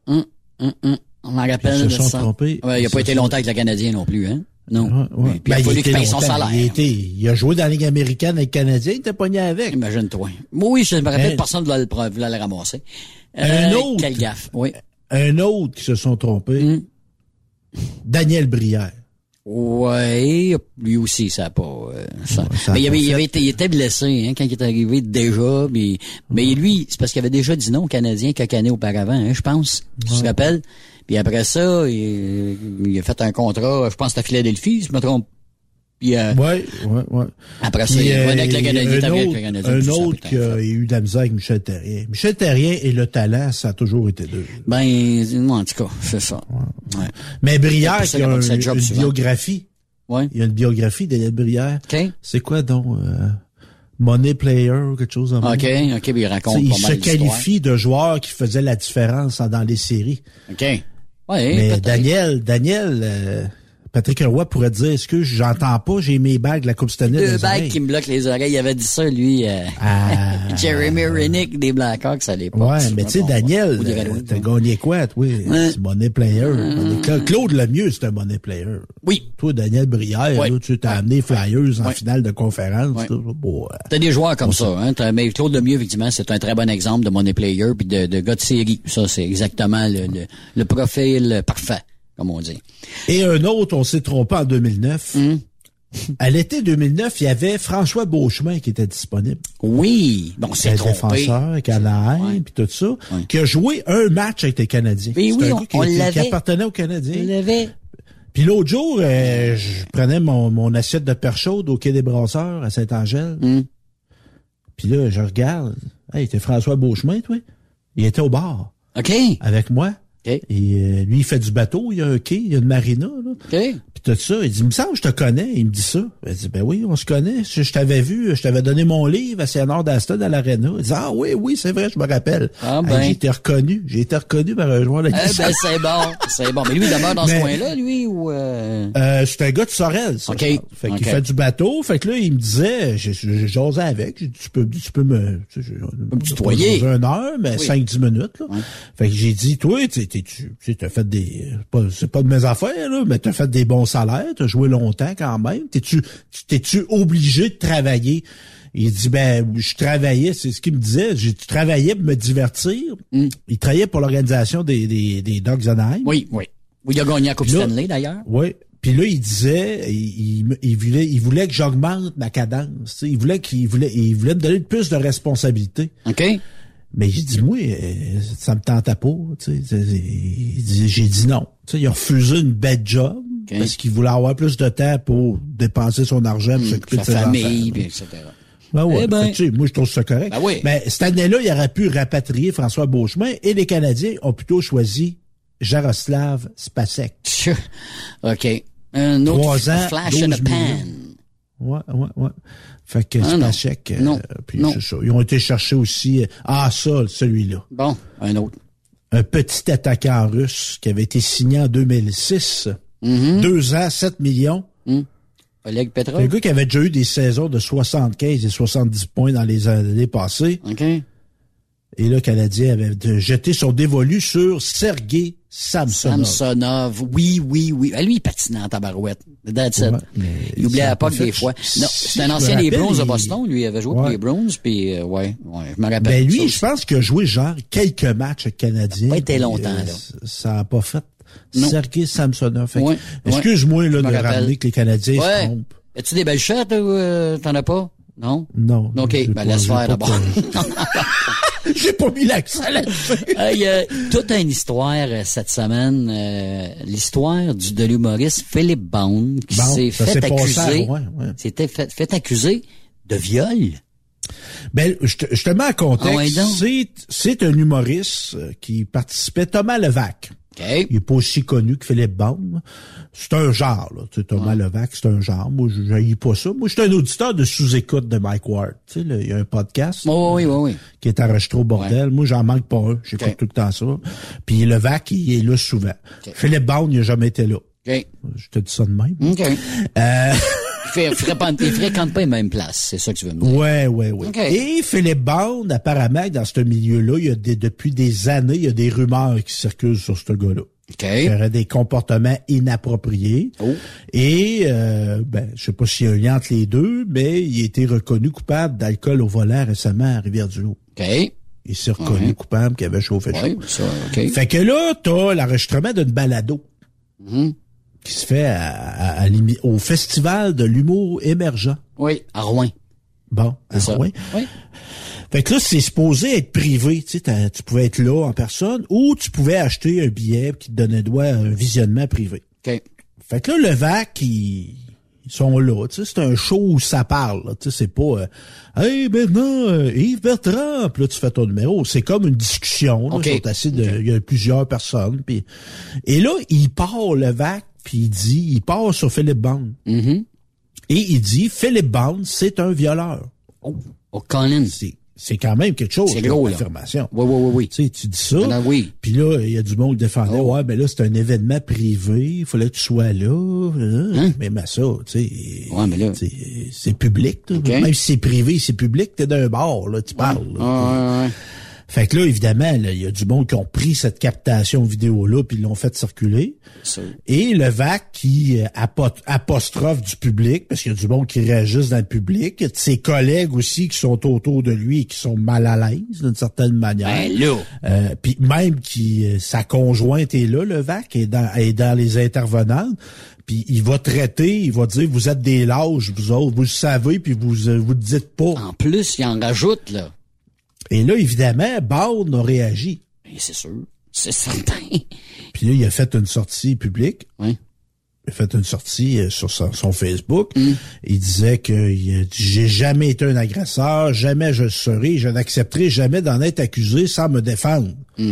en rappelle de ça. Ils se sont trompés. Ouais, il a pas été longtemps avec le Canadien non plus, hein? Non. Ouais. Puis il a fallu qu'il paye son salaire. Il a joué dans la Ligue américaine avec le Canadien, il était pogné avec. Imagine-toi. Oui, je me rappelle, personne ne voulait le ramasser. Quelle gaffe, oui. Un autre qui se sont trompés. Daniel Brière. Ouais, lui aussi, ça a pas, mais il était blessé, hein, quand il est arrivé déjà, mais lui, c'est parce qu'il avait déjà dit non aux Canadiens quelques années auparavant, hein, je pense. Tu te rappelles? Puis après ça, il a fait un contrat, je pense, à Philadelphie, si je me trompe. Puis, ouais. Après ça, il est avec le Canadien. Un autre qui a eu de la misère avec Michel Therrien. Michel Therrien et le talent, ça a toujours été deux. En tout cas, c'est ça. Ouais. Mais Brière, qui a une biographie. Ouais. Il y a une biographie de Brière. OK. C'est quoi donc? Money Player ou quelque chose en OK, puis il raconte pas mal d'histoires. Il se qualifie de joueur qui faisait la différence dans les séries. OK. Ouais, mais Daniel, Patrick Roy pourrait dire, est-ce que j'entends pas, j'ai mes bagues de la Coupe Stanley. 2 bagues qui me bloquent les oreilles. Il avait dit ça, lui, Jeremy Rennick des Blackhawks à l'époque. Ouais, mais tu sais, Daniel, t'as gagné quoi, toi? C'est money player. Claude Lemieux, c'est un money player. Oui. Toi, Daniel Brière, là, tu t'as amené Flyers en finale de conférence. T'as des joueurs comme ça, hein. Mais Claude Lemieux, effectivement, c'est un très bon exemple de money player puis de gars de série. Ça, c'est exactement le profil parfait, comme on dit. Et un autre, on s'est trompé en 2009. À l'été 2009, il y avait François Beauchemin qui était disponible. Oui, bon, on s'est trompé. Défenseur avec Anaheim puis tout ça, qui a joué un match avec les Canadiens. Mais oui, qui appartenait aux Canadiens. On l'avait. Puis l'autre jour, je prenais mon assiette de perche chaude au Quai des Brasseurs à Saint-Angèle. Puis là, je regarde. Hey, t'es François Beauchemin, toi? Il était au bar. OK. Avec moi. OK. Et lui, il fait du bateau. Il y a un quai, il y a une marina, là. OK. Puis tout ça. Il dit, il me semble que je te connais. Il me dit ça. Il dit, ben oui, on se connaît. Je t'avais vu, je t'avais donné mon livre à CNR d'Aston à l'Arena. Il dit, ah oui, c'est vrai, je me rappelle. Ah ben. J'ai été reconnu par un joueur de la ben, c'est bon. Mais lui, il demeure dans ce coin-là, lui, ou c'est un gars de Sorel, ça. OK. Fait qu'il fait du bateau. Fait que là, il me disait, j'osais avec. Tu peux me tutoyer. Une heure, mais 5-10 minutes, là. Ouais. Fait que j'ai dit, toi, t'as fait c'est pas de mes affaires, là, mais t'as fait des bons salaires, t'as joué longtemps quand même. T'es-tu obligé de travailler? Il dit, ben, je travaillais, c'est ce qu'il me disait, tu travaillais pour me divertir. Il travaillait pour l'organisation des Ducks Anaheim. Oui. Il a gagné la Coupe Stanley, d'ailleurs. Oui. Puis là, il disait, il voulait que j'augmente ma cadence. Il voulait me donner plus de responsabilités. OK. Mais j'ai dit, moi, ça me tentait pas. J'ai dit non. Il a refusé une belle job parce qu'il voulait avoir plus de temps pour dépenser son argent pour s'occuper de sa famille, etc. Ben ouais, moi, je trouve ça correct. Ben oui. Mais cette année-là, il aurait pu rapatrier François Beauchemin et les Canadiens ont plutôt choisi Jaroslav Spacek. OK. Un autre 3 ans, flash in the pan. Ouais. Fait que Spacek, puis c'est ça. Ils ont été chercher aussi, celui-là. Bon, un autre. Un petit attaquant russe qui avait été signé en 2006. 2 ans, 7 millions. Oleg Petrov. Un gars qui avait déjà eu des saisons de 75 et 70 points dans les années passées. OK. Et là, le Canadien avait jeté son dévolu sur Sergei Samsonov. Oui. Lui, il patinait en tabarouette. That's it. Il oubliait la POC des fois. Non, c'est un ancien des Bruins de Boston. Lui, il avait joué pour les Bruins, puis je me rappelle. Ben lui, je pense qu'il a joué genre quelques matchs canadiens. Pas été longtemps, là. Ça n'a pas fait. Non. Sergei Samsonov. Excuse-moi là, de ramener que les Canadiens se trompent. As-tu des belles shots ou t'en as pas? Non? Non. OK, laisse faire d'abord. J'ai pas mis l'accent là-dessus. Toute une histoire cette semaine, l'histoire de l'humoriste Philippe Bond qui s'est fait accuser, s'était fait accuser de viol. Ben, je te mets en contexte. C'est un humoriste qui participait, Thomas Levac. Okay. Il est pas aussi connu que Philippe Bond. C'est un genre, là. Tu sais, Thomas Levac, c'est un genre. Moi, je n'haïs pas ça. Moi, je suis un auditeur de sous-écoute de Mike Ward. Tu sais, il y a un podcast. Oui. Qui est enregistré au bordel. Moi, j'en manque pas un. J'écoute tout le temps ça. Puis Levac, il est là souvent. Philippe Bond, il n'a jamais été là. Je te dis ça de même. Il fréquente pas les mêmes places, c'est ça que tu veux me dire. Ouais. Okay. Et Philippe Bond, apparemment, dans ce milieu-là, depuis des années, il y a des rumeurs qui circulent sur ce gars-là. Okay. Il aurait des comportements inappropriés. Et, je sais pas s'il y a un lien entre les deux, mais il a été reconnu coupable d'alcool au volant récemment à Rivière-du-Loup. Il s'est reconnu coupable qu'il avait chauffé chaud. Fait que là, t'as l'enregistrement d'une balado. Qui se fait au Festival de l'humour émergent. Oui, à Rouen. Bon, à Rouen. Oui. Fait que là, c'est supposé être privé. Tu sais, tu pouvais être là en personne ou tu pouvais acheter un billet qui te donnait droit à un visionnement privé. OK. Fait que là, le VAC, ils sont là. Tu sais, c'est un show où ça parle. Tu sais, c'est pas hey, maintenant, Yves Bertrand. Puis là, tu fais ton numéro. C'est comme une discussion. Là. Ils sont assis il y a plusieurs personnes. Puis et là, il part le VAC. Puis il part sur Philippe Bond. Et il dit, Philippe Bond, c'est un violeur. Oh, Colin. C'est quand même quelque chose. C'est gros, l'affirmation. Oui. Tu sais, tu dis ça. Puis là, il y a du monde qui défendait, mais là, c'est un événement privé. Il fallait que tu sois là. Mais ça, tu sais. Ouais, mais là. C'est public, là. Même si c'est privé, c'est public, t'es d'un bar, là, tu parles. Ouais. Fait que là, évidemment, il y a du monde qui ont pris cette captation vidéo-là puis ils l'ont fait circuler. Et le VAC qui apostrophe du public, parce qu'il y a du monde qui réagisse dans le public, ses collègues aussi qui sont autour de lui et qui sont mal à l'aise d'une certaine manière. Puis même sa conjointe est là, le VAC, est dans les intervenantes. Puis il va dire, vous êtes des lâches, vous autres, vous le savez, puis vous le dites pas. En plus, il en rajoute, là. Et là, évidemment, Bond a réagi. C'est sûr. C'est certain. Puis là, il a fait une sortie publique. Oui. a fait une sortie sur son Facebook. Il disait que j'ai jamais été un agresseur, jamais je le serai, je n'accepterai jamais d'en être accusé sans me défendre.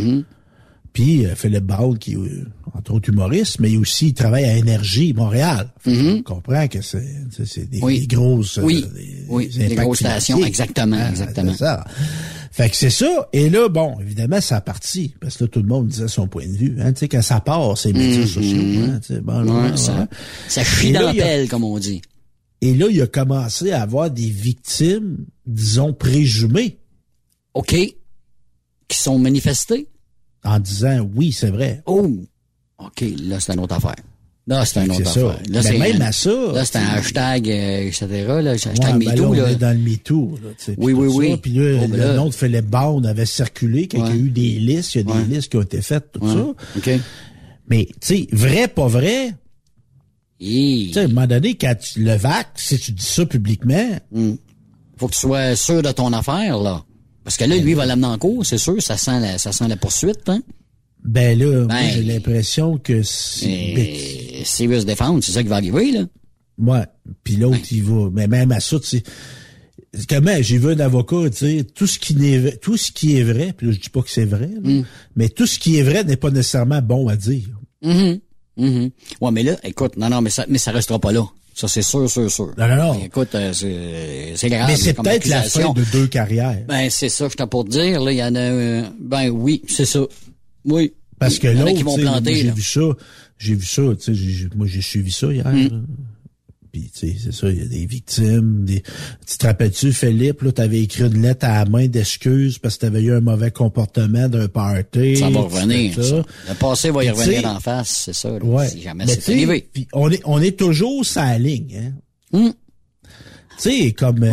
Puis Philippe Ball, qui est entre autres humoriste, mais aussi il travaille à Énergie Montréal. On comprend que c'est des grosses des grosses stations, exactement. C'est ça. Fait que c'est ça. Et là, bon, évidemment, ça a parti. Parce que là, tout le monde disait son point de vue. Hein, tu sais, quand ça part, c'est médias sociaux. Hein, bon, ça chie dans la pelle, comme on dit. Et là, il a commencé à avoir des victimes, disons, présumées. OK. Qui sont manifestées? En disant, oui, c'est vrai. Oh! OK, là, c'est une autre affaire. Là, c'est une autre affaire. Là, c'est même à ça. Là, c'est un hashtag, etc. Là, hashtag MeToo. Là, on est dans le MeToo. Oui. Puis là, le nom de Philippe Bond avait circulé quand il y a eu des listes. Il y a des listes qui ont été faites, tout ça. OK. Mais, tu sais, vrai, pas vrai. Tu sais, à un moment donné, quand le VAC, si tu dis ça publiquement. Faut que tu sois sûr de ton affaire, là. Parce que là, lui, il va l'amener en cours, c'est sûr. Ça sent la poursuite, hein. Ben là, moi, j'ai l'impression que serious defense, c'est ça qui va arriver, là. Ouais. Puis l'autre, il va. Mais même à ça, tu sais. Comment j'ai vu un avocat dire tout ce qui est vrai, puis là, je dis pas que c'est vrai, là, mais tout ce qui est vrai n'est pas nécessairement bon à dire. Ouais, mais là, écoute, non, mais ça restera pas là. Ça, c'est sûr. Non. Écoute, c'est grave. Mais c'est peut-être la fin de 2 carrières. Ben, c'est ça que je t'ai pour te dire. Là, il y en a ben oui, c'est ça. Oui. Parce que l'autre, qui vont planter, j'ai vu ça, tu sais, moi, j'ai suivi ça hier. Puis, tu sais, c'est ça, il y a des victimes, tu te rappelles-tu, Philippe, là, t'avais écrit une lettre à la main d'excuses parce que t'avais eu un mauvais comportement d'un party. Ça va revenir, ça. Le passé va y revenir en face, c'est ça, là, ouais. Si jamais c'est arrivé. Puis on est toujours sur la ligne, hein. Tu sais, comme,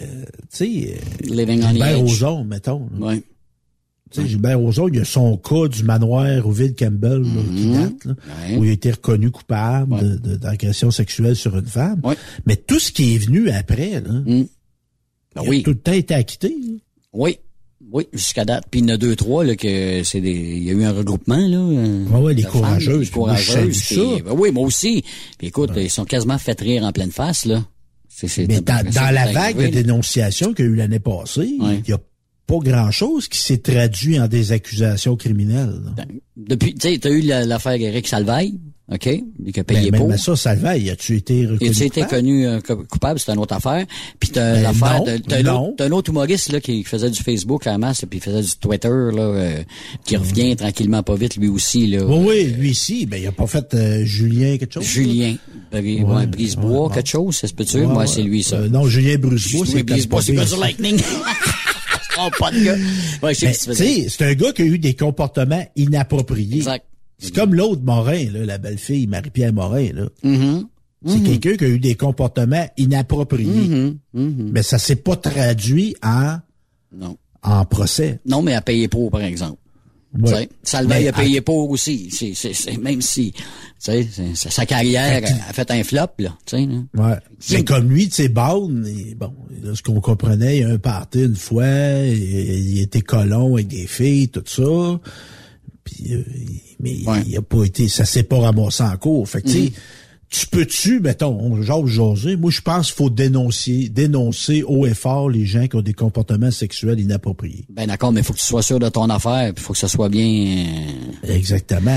Gilbert Rozon, mettons. Ouais. Tu sais, Gilbert Rozon, il y a son cas du manoir Ouville Campbell, là, qui date, là, où il a été reconnu coupable d'agression sexuelle sur une femme. Ouais. Mais tout ce qui est venu après, là, il a tout le temps été acquitté. Là. Oui, jusqu'à date. Puis il y en a 2-3, là, que il y a eu un regroupement, là. Ouais, les courageuses. Les courageuses. Oui, moi aussi. Puis écoute, ils sont quasiment fait rire en pleine face, là. Mais dans la vague de dénonciation qu'il y a eu l'année passée, il y a pas grand-chose qui s'est traduit en des accusations criminelles. Là. Depuis, tu sais, t'as eu l'affaire Éric Salvaille, OK? Il a payé pour. Mais ça, Salvaille, as-tu été reconnu coupable? Il a été connu coupable, c'est une autre affaire. Puis t'as l'affaire t'as un autre humoriste, là, qui faisait du Facebook à la masse, puis il faisait du Twitter, là, qui revient tranquillement pas vite, lui aussi, là. Oui, lui ici, ben, il a pas fait Julien quelque chose? Julien. Brisebois, quelque chose, ça se peut-tu? Moi, c'est lui, ça. Non, Julien Brisebois, c'est Brisebois, c'est pas du Lightning. Oh, pas de gars. Ouais, c'est un gars qui a eu des comportements inappropriés. Exact. C'est comme l'autre Morin, là, la belle-fille Marie-Pierre Morin, là. C'est quelqu'un qui a eu des comportements inappropriés. Mais ça s'est pas traduit en procès. Non, mais à payer pour, par exemple. Ouais. Salvaille a payé pour aussi. C'est même si, tu sais, sa carrière a fait un flop, là, tu sais. Ouais. C'est comme lui, tu sais, Bond, bon, là, ce qu'on comprenait, il y a un party une fois, il était colon avec des filles, tout ça. Puis, mais il a pas été, ça s'est pas ramassé en cours. Fait que, tu sais, tu peux-tu, mettons, on jase jaser. Moi, je pense qu'il faut dénoncer haut et fort les gens qui ont des comportements sexuels inappropriés. Ben d'accord, mais il faut que tu sois sûr de ton affaire, puis il faut que ça soit bien... Exactement.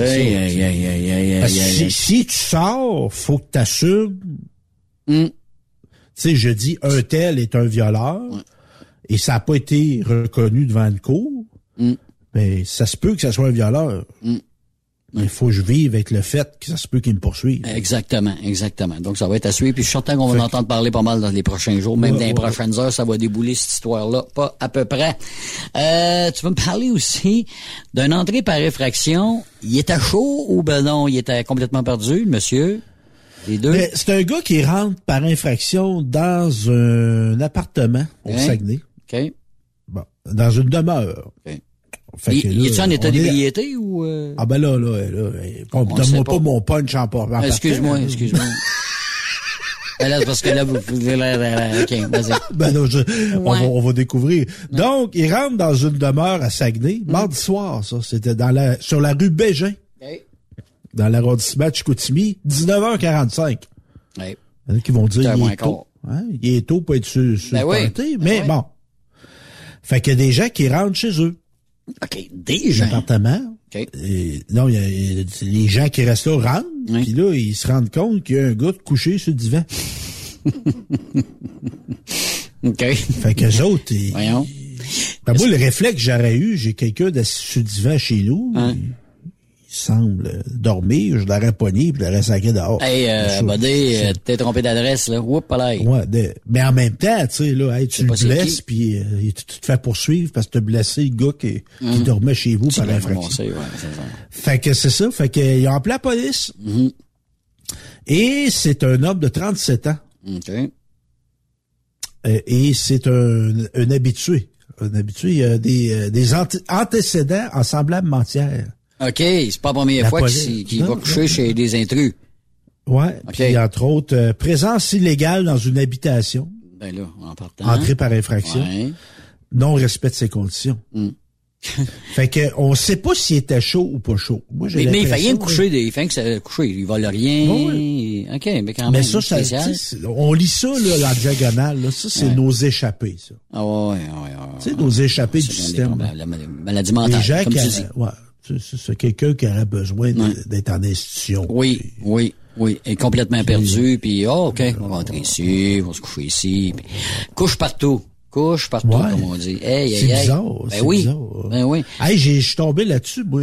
Si tu sors, faut que tu assumes. Tu sais, je dis, un tel est un violeur, et ça n'a pas été reconnu devant le cour, ben, ça se peut que ça soit un violeur. Il faut que je vive avec le fait que ça se peut qu'il me poursuive. Exactement. Donc, ça va être à suivre. Puis, je suis certain qu'on va en entendre parler pas mal dans les prochains jours. Même dans les prochaines heures, ça va débouler cette histoire-là. Pas à peu près. Tu vas me parler aussi d'une entrée par effraction. Il était chaud ou ben non, il était complètement perdu, le monsieur? Les deux? Mais c'est un gars qui rentre par infraction dans un appartement au Saguenay. OK. Bon, dans une demeure. OK. Il est-tu en état d'ébriété ou... Ah ben là, donne-moi pas mon punch en partant. Excuse-moi. Ben là, parce que là, vous... OK, vas-y. Ben là, on va découvrir. Donc, il rentre dans une demeure à Saguenay, mardi soir, ça. C'était sur la rue Bégin. dans l'arrondissement de Chicoutimi, 19h45. Ouais. Il y en a qui vont dire il est tôt. Hein? Il est tôt pour être sur le party, mais bon. Fait qu'il y a des gens qui rentrent chez eux. OK, des gens. Appartement. OK. Non, il y a les gens qui restent là rentrent, puis là, ils se rendent compte qu'il y a un gars couché sur le divan. OK. Fait qu'eux autres, moi, le réflexe que j'aurais eu, j'ai quelqu'un assis sur le divan chez nous, il semble dormir, je l'aurais pogné, puis je l'aurais sacré dehors. Hey, Buddy, t'es trompé d'adresse, là. Oups, là. Ouais, mais en même temps, tu sais, là, tu le blesses, puis tu te fais poursuivre parce que t'as blessé le gars qui dormait chez vous par l'infraction. Fait que c'est ça. Fait qu'ils ont appelé la police. Et c'est un homme de 37 ans. OK. Et c'est un habitué. Un habitué, il a des antécédents en semblable matière. OK, c'est pas la première fois qu'il va coucher chez des intrus. Ouais, okay. Puis entre autres, présence illégale dans une habitation. Ben là, en partant. Entrée par infraction. Ouais. Non-respect de ses conditions. Fait que on sait pas s'il était chaud ou pas chaud. Moi, mais il fait rien de coucher, il fait que ça coucher, il vole rien. Oui. OK, mais quand même. Mais ça on lit ça là dans la diagonale, là, ça c'est nos échappés ça. Ah ouais. Tu sais nos échappés du système. La maladie mentale, gens comme tu dis. Ouais, c'est quelqu'un qui aurait besoin d'être en institution. Oui, et complètement perdu, puis OK, on va rentrer ici, on va se coucher ici, puis couche partout, comme on dit. C'est bizarre. Ben oui. Hey, je suis tombé là-dessus, moi.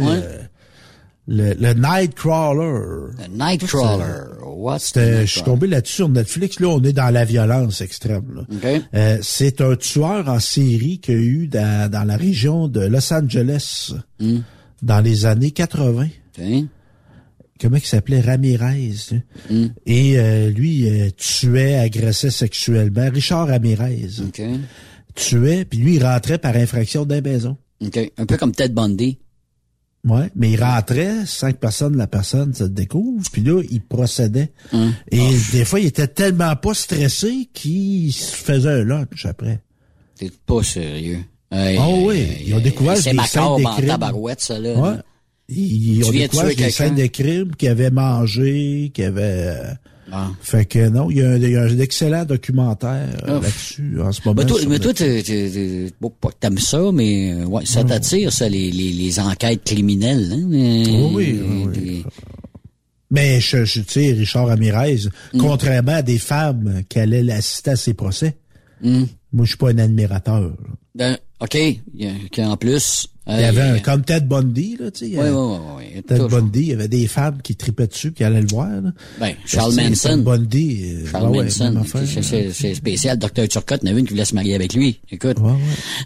Le Nightcrawler. Le Nightcrawler. Je suis tombé là-dessus sur Netflix. Là, on est dans la violence extrême. Là. Okay. C'est un tueur en série qu'il y a eu dans la région de Los Angeles dans les années 80. Okay. Comment il s'appelait? Ramirez. Et lui, tuait, agressait sexuellement. Richard Ramirez. Okay. Tuait, puis lui, il rentrait par infraction d'un maison. Okay. Un peu comme Ted Bundy. Ouais, mais il rentrait sans que la personne se découvre, puis là, il procédait. Et des fois, il était tellement pas stressé qu'il se faisait un lunch après. T'es pas sérieux. Oui, ils ont découvert des scènes de crime. Tabarouette, ça, là. Ouais. Ils ont découvert des scènes de crime qu'il avait mangé, qu'il avait... Fait que non, il y a un excellent documentaire là-dessus en ce moment. Mais toi, t'aimes ça, mais ça t'attire, ça, les enquêtes criminelles. Hein? Oui. Mais je tu sais, Richard Ramirez, contrairement à des femmes qui allaient l'assister à ses procès, moi, je suis pas un admirateur. OK, en plus... Il y avait comme Ted Bundy, là, tu sais. Oui. Ted Bundy, il y avait des femmes qui tripaient dessus, qui allaient le voir, là. Charles Manson. Ted Bundy. Charles Manson. C'est spécial. Dr. Turcotte, il y en a une qui voulait se marier avec lui. Écoute. Dans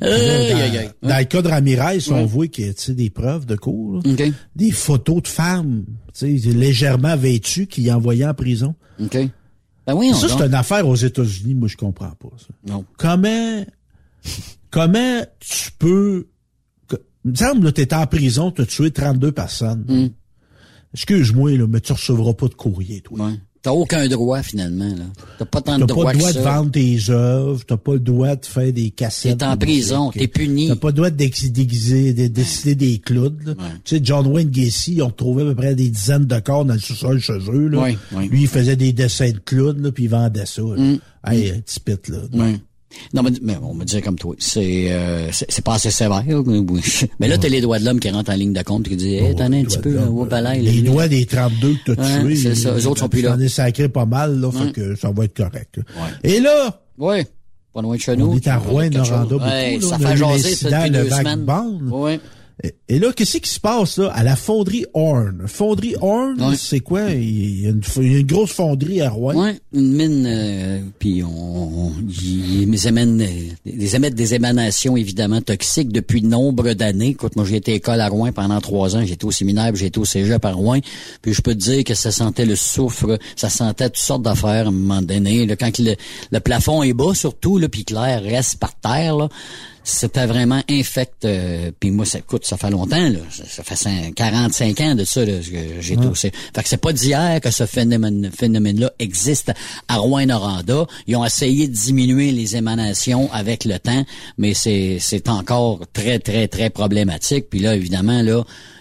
le cas de Ramirez, on voit qu'il y a, des preuves de cours, là. Okay. Des photos de femmes, tu sais, légèrement vêtues qu'il envoyait en prison. OK. Ça, c'est une affaire aux États-Unis, moi, je comprends pas, ça. Non. Comment tu peux... Il me semble, là, t'es en prison, t'as tué 32 personnes. Excuse-moi, là, mais tu recevras pas de courrier, toi. Ouais. T'as aucun droit, finalement, là. T'as pas tant de droit que ça. T'as pas le droit de vendre tes œuvres, t'as pas le droit de faire des cassettes. T'es en prison, t'es puni. T'as pas le droit de décider des clowns, là. Tu sais, John Wayne Gacy, ils ont trouvé à peu près des dizaines de corps dans le sous-sol chez eux, là. Lui, il faisait des dessins de clowns, là, puis il vendait ça, là. Hey, un petit pit, là. Non, mais on me disait comme toi, c'est pas assez sévère. Mais là, t'as les doigts de l'homme qui rentrent en ligne de compte et qui disent, t'en as un petit peu, les doigts des 32 que t'as tués. C'est ça, eux autres sont plus là. J'en ai sacré pas mal, là, fait que ça va être correct, là. Et là, pas loin de chez nous. On est à Rouen-Noranda beaucoup, ça fait jaser ça depuis 2 semaines. Et là, qu'est-ce qui se passe, là, à la fonderie Horn? Fonderie Horn, c'est quoi? Il y a une grosse fonderie à Rouen. Oui, une mine, puis ils émettent des émanations, évidemment, toxiques depuis nombre d'années. Écoute, moi, j'ai été à l'école à Rouen pendant 3 ans. J'ai été au séminaire, puis j'ai été au cégep à Rouen. Puis je peux te dire que ça sentait le soufre, ça sentait toutes sortes d'affaires à un moment donné. Là, quand le plafond est bas, surtout, là, puis que l'air reste par terre, là, c'était vraiment infect. Puis moi, ça fait longtemps, là. Ça fait 45 ans de ça, là, que j'ai toussé. Fait que c'est pas d'hier que ce phénomène-là existe à Rouen-Noranda. Ils ont essayé de diminuer les émanations avec le temps, mais c'est encore très, très, très problématique. Puis là, évidemment, là,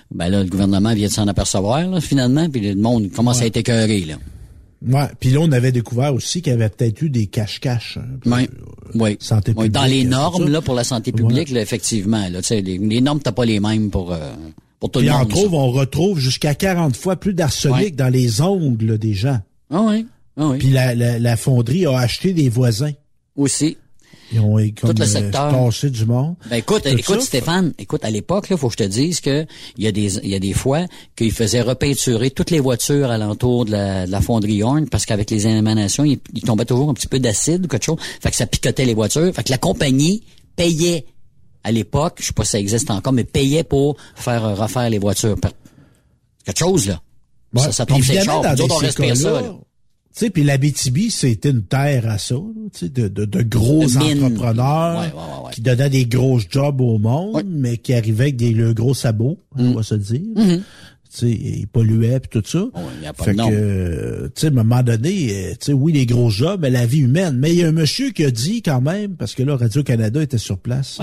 Ben là, le gouvernement vient de s'en apercevoir, là, finalement, puis le monde commence à être écœuré, là. Ouais, puis là, on avait découvert aussi qu'il y avait peut-être eu des cache-cache. Oui. Santé publique. Dans les normes, là, pour la santé publique, là, effectivement, là, tu sais, les normes, t'as pas les mêmes pour tout le monde. Puis on retrouve jusqu'à 40 fois plus d'arsenic dans les ongles des gens. Ah oui. Puis la fonderie a acheté des voisins. Aussi. Ils ont tout le secteur tassé du monde. Ben écoute Stéphane, à l'époque là, faut que je te dise que il y a des fois qu'ils faisaient repeinturer toutes les voitures alentour de la fonderie Horn parce qu'avec les émanations, il tombait toujours un petit peu d'acide ou quelque chose, fait que ça picotait les voitures, fait que la compagnie payait à l'époque, je sais pas si ça existe encore, mais payait pour faire refaire les voitures. Quelque chose là. Ouais. Ça tombe ses chars, nous autres on respire ça là. Tu sais, puis l'Abitibi, c'était une terre à ça, tu sais, de gros entrepreneurs qui donnaient des gros jobs au monde, mais qui arrivaient avec le gros sabot, on va se le dire. Tu sais, ils polluaient puis tout ça. Fait que, tu sais, à un moment donné, tu sais, oui, les gros jobs, mais la vie humaine. Mais il y a un monsieur qui a dit quand même, parce que là, Radio-Canada était sur place.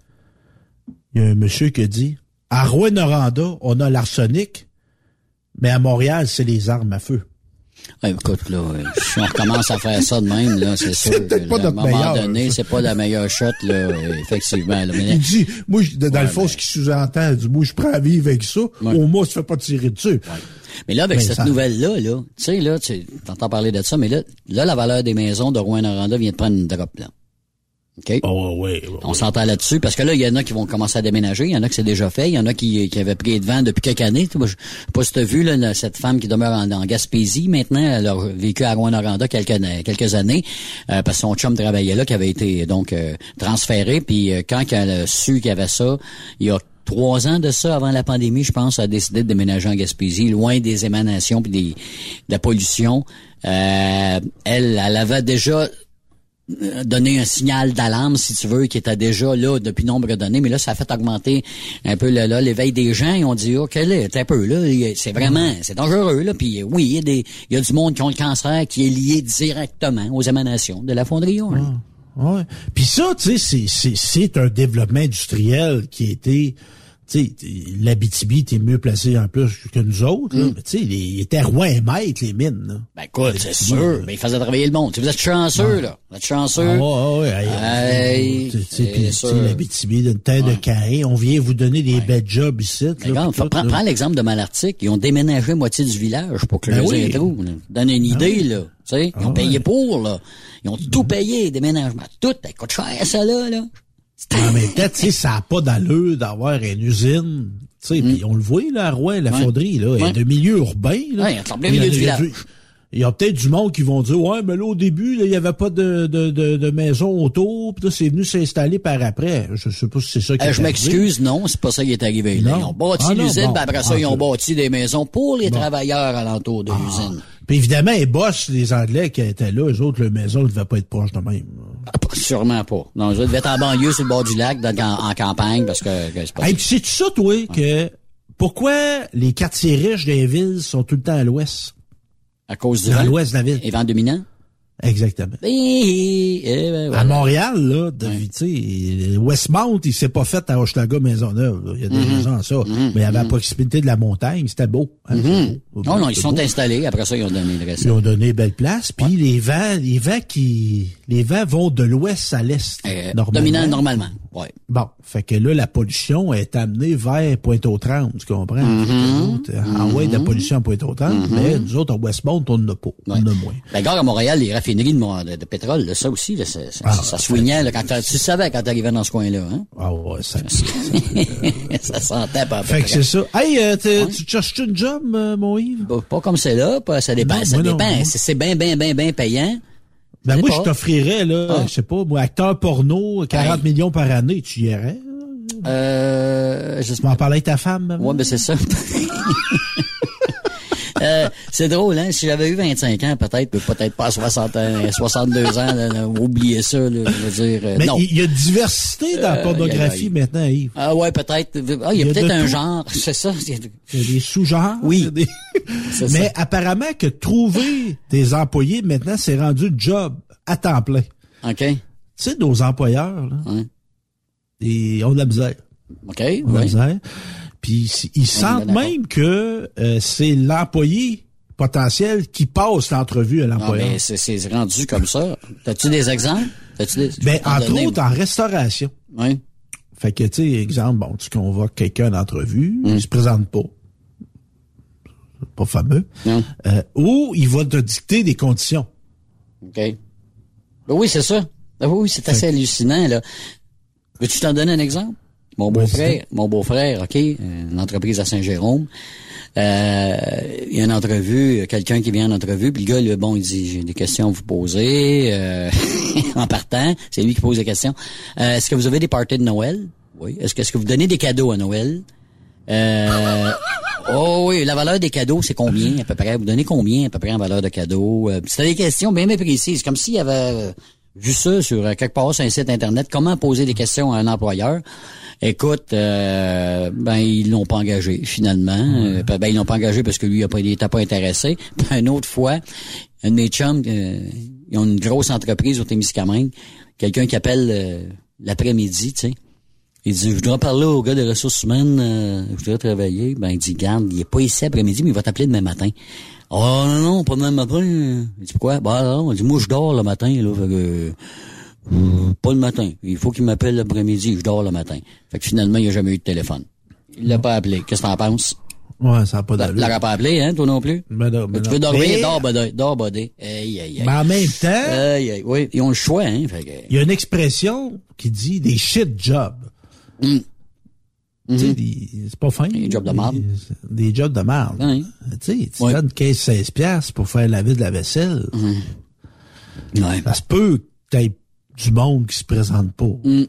Il y a un monsieur qui a dit, à Rouyn-Noranda, on a l'arsenic, mais à Montréal, c'est les armes à feu. Écoute, là, si on recommence à faire ça de même, là, c'est sûr. Peut-être pas notre meilleur. À un moment donné, c'est pas la meilleure shot, là, effectivement. Là, mais... Il dit, moi, dans le fond, ce qu'il sous-entend, il dit, moi, je prends à vivre avec ça. Au moins, tu fais pas tirer dessus. Mais là, avec cette nouvelle-là, là, tu sais, là, tu t'entends parler de ça, mais là, la valeur des maisons de Rouyn-Noranda vient de prendre une drop, là. OK? On s'entend là-dessus, parce que là, il y en a qui vont commencer à déménager, il y en a que c'est déjà fait, il y en a qui avaient pris de vent depuis quelques années. Moi, je sais pas si t'as vu, là, cette femme qui demeure en Gaspésie, maintenant, elle a vécu à Rouyn-Noranda quelques années, parce que son chum travaillait là, qui avait été, donc, transféré, puis quand elle a su qu'il y avait ça, il y a 3 ans de ça, avant la pandémie, je pense, elle a décidé de déménager en Gaspésie, loin des émanations puis de la pollution. Elle avait déjà donner un signal d'alarme, si tu veux, qui était déjà là depuis nombre d'années, mais là, ça a fait augmenter un peu l'éveil des gens. Ils ont dit, OK, là, t'es un peu, là, c'est vraiment, c'est dangereux, là, puis oui, il y a du monde qui ont le cancer qui est lié directement aux émanations de la fonderie. Ouais. Puis ça, tu sais, c'est un développement industriel qui a été... Tu sais, l'Abitibi était mieux placé en plus que nous autres, là. Mais tu sais, ils étaient rois et maîtres, les mines, là. Ben écoute, c'est sûr, mais ils faisaient travailler le monde. Vous êtes chanceux, là. Vous êtes chanceux. Tu sais, l'Abitibi, d'une terre de Caïn, on vient vous donner des belles jobs ici. Prends l'exemple de Malartic. Ils ont déménagé moitié du village pour creuser un trou. Donne une idée, là. Tu sais, ils ont payé pour, là. Ils ont tout payé, déménagement. Tout, ça coûte cher, ça, là. En même temps, tu sais, ça n'a pas d'allure d'avoir une usine. Tu sais, puis on le voit, là, à Rouen, la fonderie, là, elle est de milieu urbain, là. Milieu du village. Il y a peut-être du monde qui vont dire, ouais, mais là, au début, là, il y avait pas de maison autour, puis là, c'est venu s'installer par après. Je sais pas si c'est ça qui est Je m'excuse, non, c'est pas ça qui est arrivé, là. Ils ont bâti l'usine, puis après ça, ils ont bâti des maisons pour les travailleurs alentour de l'usine. Puis évidemment, les boss, les Anglais qui étaient là, eux autres, leur maison ne devait pas être proche de même. Sûrement pas. Non, eux autres devaient être en banlieue, sur le bord du lac, en campagne, parce que c'est pas... Et puis c'est tout ça, toi, que pourquoi les quartiers riches des villes sont tout le temps à l'ouest? À cause du vent? Dans l'ouest de la ville. Et vent dominant? Exactement. Voilà. À Montréal, là, tu sais, Westmount, il s'est pas fait à Hochelaga Maisonneuve. Là. Il y a des raisons à ça. Mais à la proximité de la montagne, c'était beau. Hein, beau. Non, ils sont installés. Après ça, ils ont donné le reste. Ils ont donné belle place. Puis les vents vont de l'ouest à l'est. Dominant normalement. Ouais. Bon. Fait que là, la pollution est amenée vers Pointe-aux-Trembles, tu comprends? De la pollution à Pointe-aux-Trembles, mais nous autres, à Westmount, on n'en a pas. On en a moins. La gare à Montréal, les raffineries de pétrole, là, ça aussi, là, ça soignait, là, tu savais quand t'arrivais dans ce coin-là, hein? Ah ouais, ça ça sentait pas. Fait que c'est ça. Hey, tu cherches une job, mon Yves? Pas comme c'est là, ça dépend, c'est bien payant. Ben moi, je t'offrirais, là, je sais pas, moi, acteur porno, 40 millions par année, tu y irais? Tu m'en parlais avec ta femme? Ouais, ben c'est ça. C'est drôle, hein? Si j'avais eu 25 ans, peut-être pas 62 ans, là, oubliez ça, là, je veux dire. Mais non. Il y a diversité dans la pornographie maintenant, Yves. Ah ouais, peut-être. Il y a peut-être un genre, c'est ça. Il y a des sous-genres. Oui. Mais apparemment que trouver des employés, maintenant, c'est rendu le job à temps plein. OK. Tu sais, nos employeurs, là, ils ont de la misère. OK, de la misère. Puis ils sentent même que c'est l'employé potentiel qui passe l'entrevue à l'employeur. Non, mais c'est rendu comme ça. T'as-tu des exemples? Entre autres, en restauration. Oui. Fait que, tu sais, exemple, bon, tu convoques quelqu'un en entrevue, il se présente pas. C'est pas fameux. Ou il va te dicter des conditions. OK. Ben oui, c'est ça. Ben oui, c'est assez hallucinant, là. Veux-tu t'en donner un exemple? Mon beau-frère, OK, une entreprise à Saint-Jérôme. Il y a une entrevue, quelqu'un qui vient en entrevue, puis le gars, il dit, j'ai des questions à vous poser, en partant, c'est lui qui pose les questions. Est-ce que vous avez des parties de Noël? Oui. Est-ce que vous donnez des cadeaux à Noël? Oh oui, la valeur des cadeaux, c'est combien à peu près? Vous donnez combien à peu près en valeur de cadeaux? C'était des questions bien précises, comme s'il y avait vu ça sur quelque part sur un site internet, comment poser des questions à un employeur. Écoute, ils l'ont pas engagé finalement. Ils l'ont pas engagé parce que lui il était pas intéressé. Puis une autre fois, un de mes chums, ils ont une grosse entreprise au Témiscamingue, quelqu'un qui appelle l'après-midi, tu sais. Il dit, je voudrais parler au gars des ressources humaines, je voudrais travailler. Il dit, garde, il est pas ici après-midi, mais il va t'appeler demain matin. Oh non, pas demain matin. Il dit, pourquoi? Non, il dit, moi je dors le matin, là, fait que pas le matin. Il faut qu'il m'appelle l'après-midi, je dors le matin. Fait que finalement, il a jamais eu de téléphone. Il l'a pas appelé. Qu'est-ce que t'en penses? Ouais, ça n'a pas d'allure. Tu l'aurais pas appelé, hein, toi non plus? Mais tu veux dormir, dors bodé. Mais en même temps... oui, ils ont le choix, hein. Fait que... Il y a une expression qui dit des shit jobs. Tu sais, c'est pas fin. Des jobs de merde. Des jobs de merde. Oui. Tu donnes 15-16$ pour faire laver de la vaisselle. Ouais. Ça se peut que t'aies du monde qui se présente pas.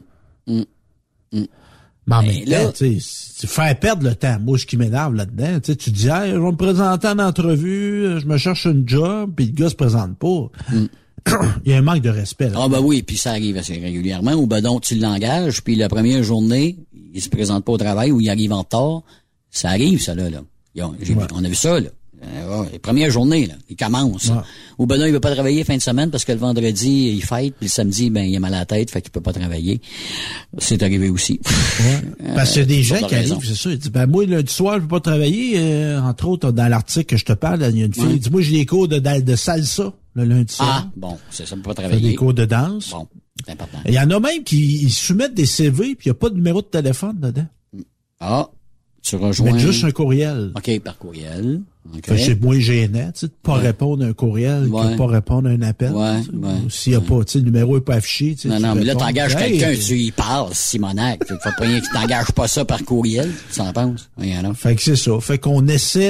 Mais en même temps, tu faire perdre le temps. Moi, ce qui m'énerve là-dedans, tu dis, hey, je vais me présenter en entrevue, je me cherche une job, puis le gars se présente pas. Il y a un manque de respect. Là. Ah ben oui, puis ça arrive assez régulièrement. Ou ben donc tu l'engages, puis la première journée, il se présente pas au travail ou il arrive en retard. Ça arrive, ça là. On a vu ça, là. Les premières journées, là, il commence. Ouais. Ou ben non, il veut pas travailler fin de semaine parce que le vendredi, il fête, puis le samedi, il a mal à la tête, fait qu'il peut pas travailler. C'est arrivé aussi. Ouais. Parce qu'il y a des gens qui arrivent, c'est ça. Ils disent, moi, lundi soir, je peux pas travailler. Entre autres, dans l'article que je te parle, il y a une fille qui dit, moi, j'ai des cours de salsa le lundi soir. Ah, bon, ça peut pas travailler. Des cours de danse. Bon, c'est important. Il y en a même qui soumettent des CV, puis il n'y a pas de numéro de téléphone dedans. Ah, tu rejoins... Mais juste un courriel. OK, par courriel. Okay. C'est moins gênant, tu sais, de pas répondre à un courriel que de pas répondre à un appel. S'il y a pas, tu sais, le numéro est pas affiché, tu sais. Non, mais là, t'engages quelqu'un, tu y parles, Simonac. Faut pas rien que t'engages pas ça par courriel, tu en penses? Fait que c'est ça. Fait qu'on essaie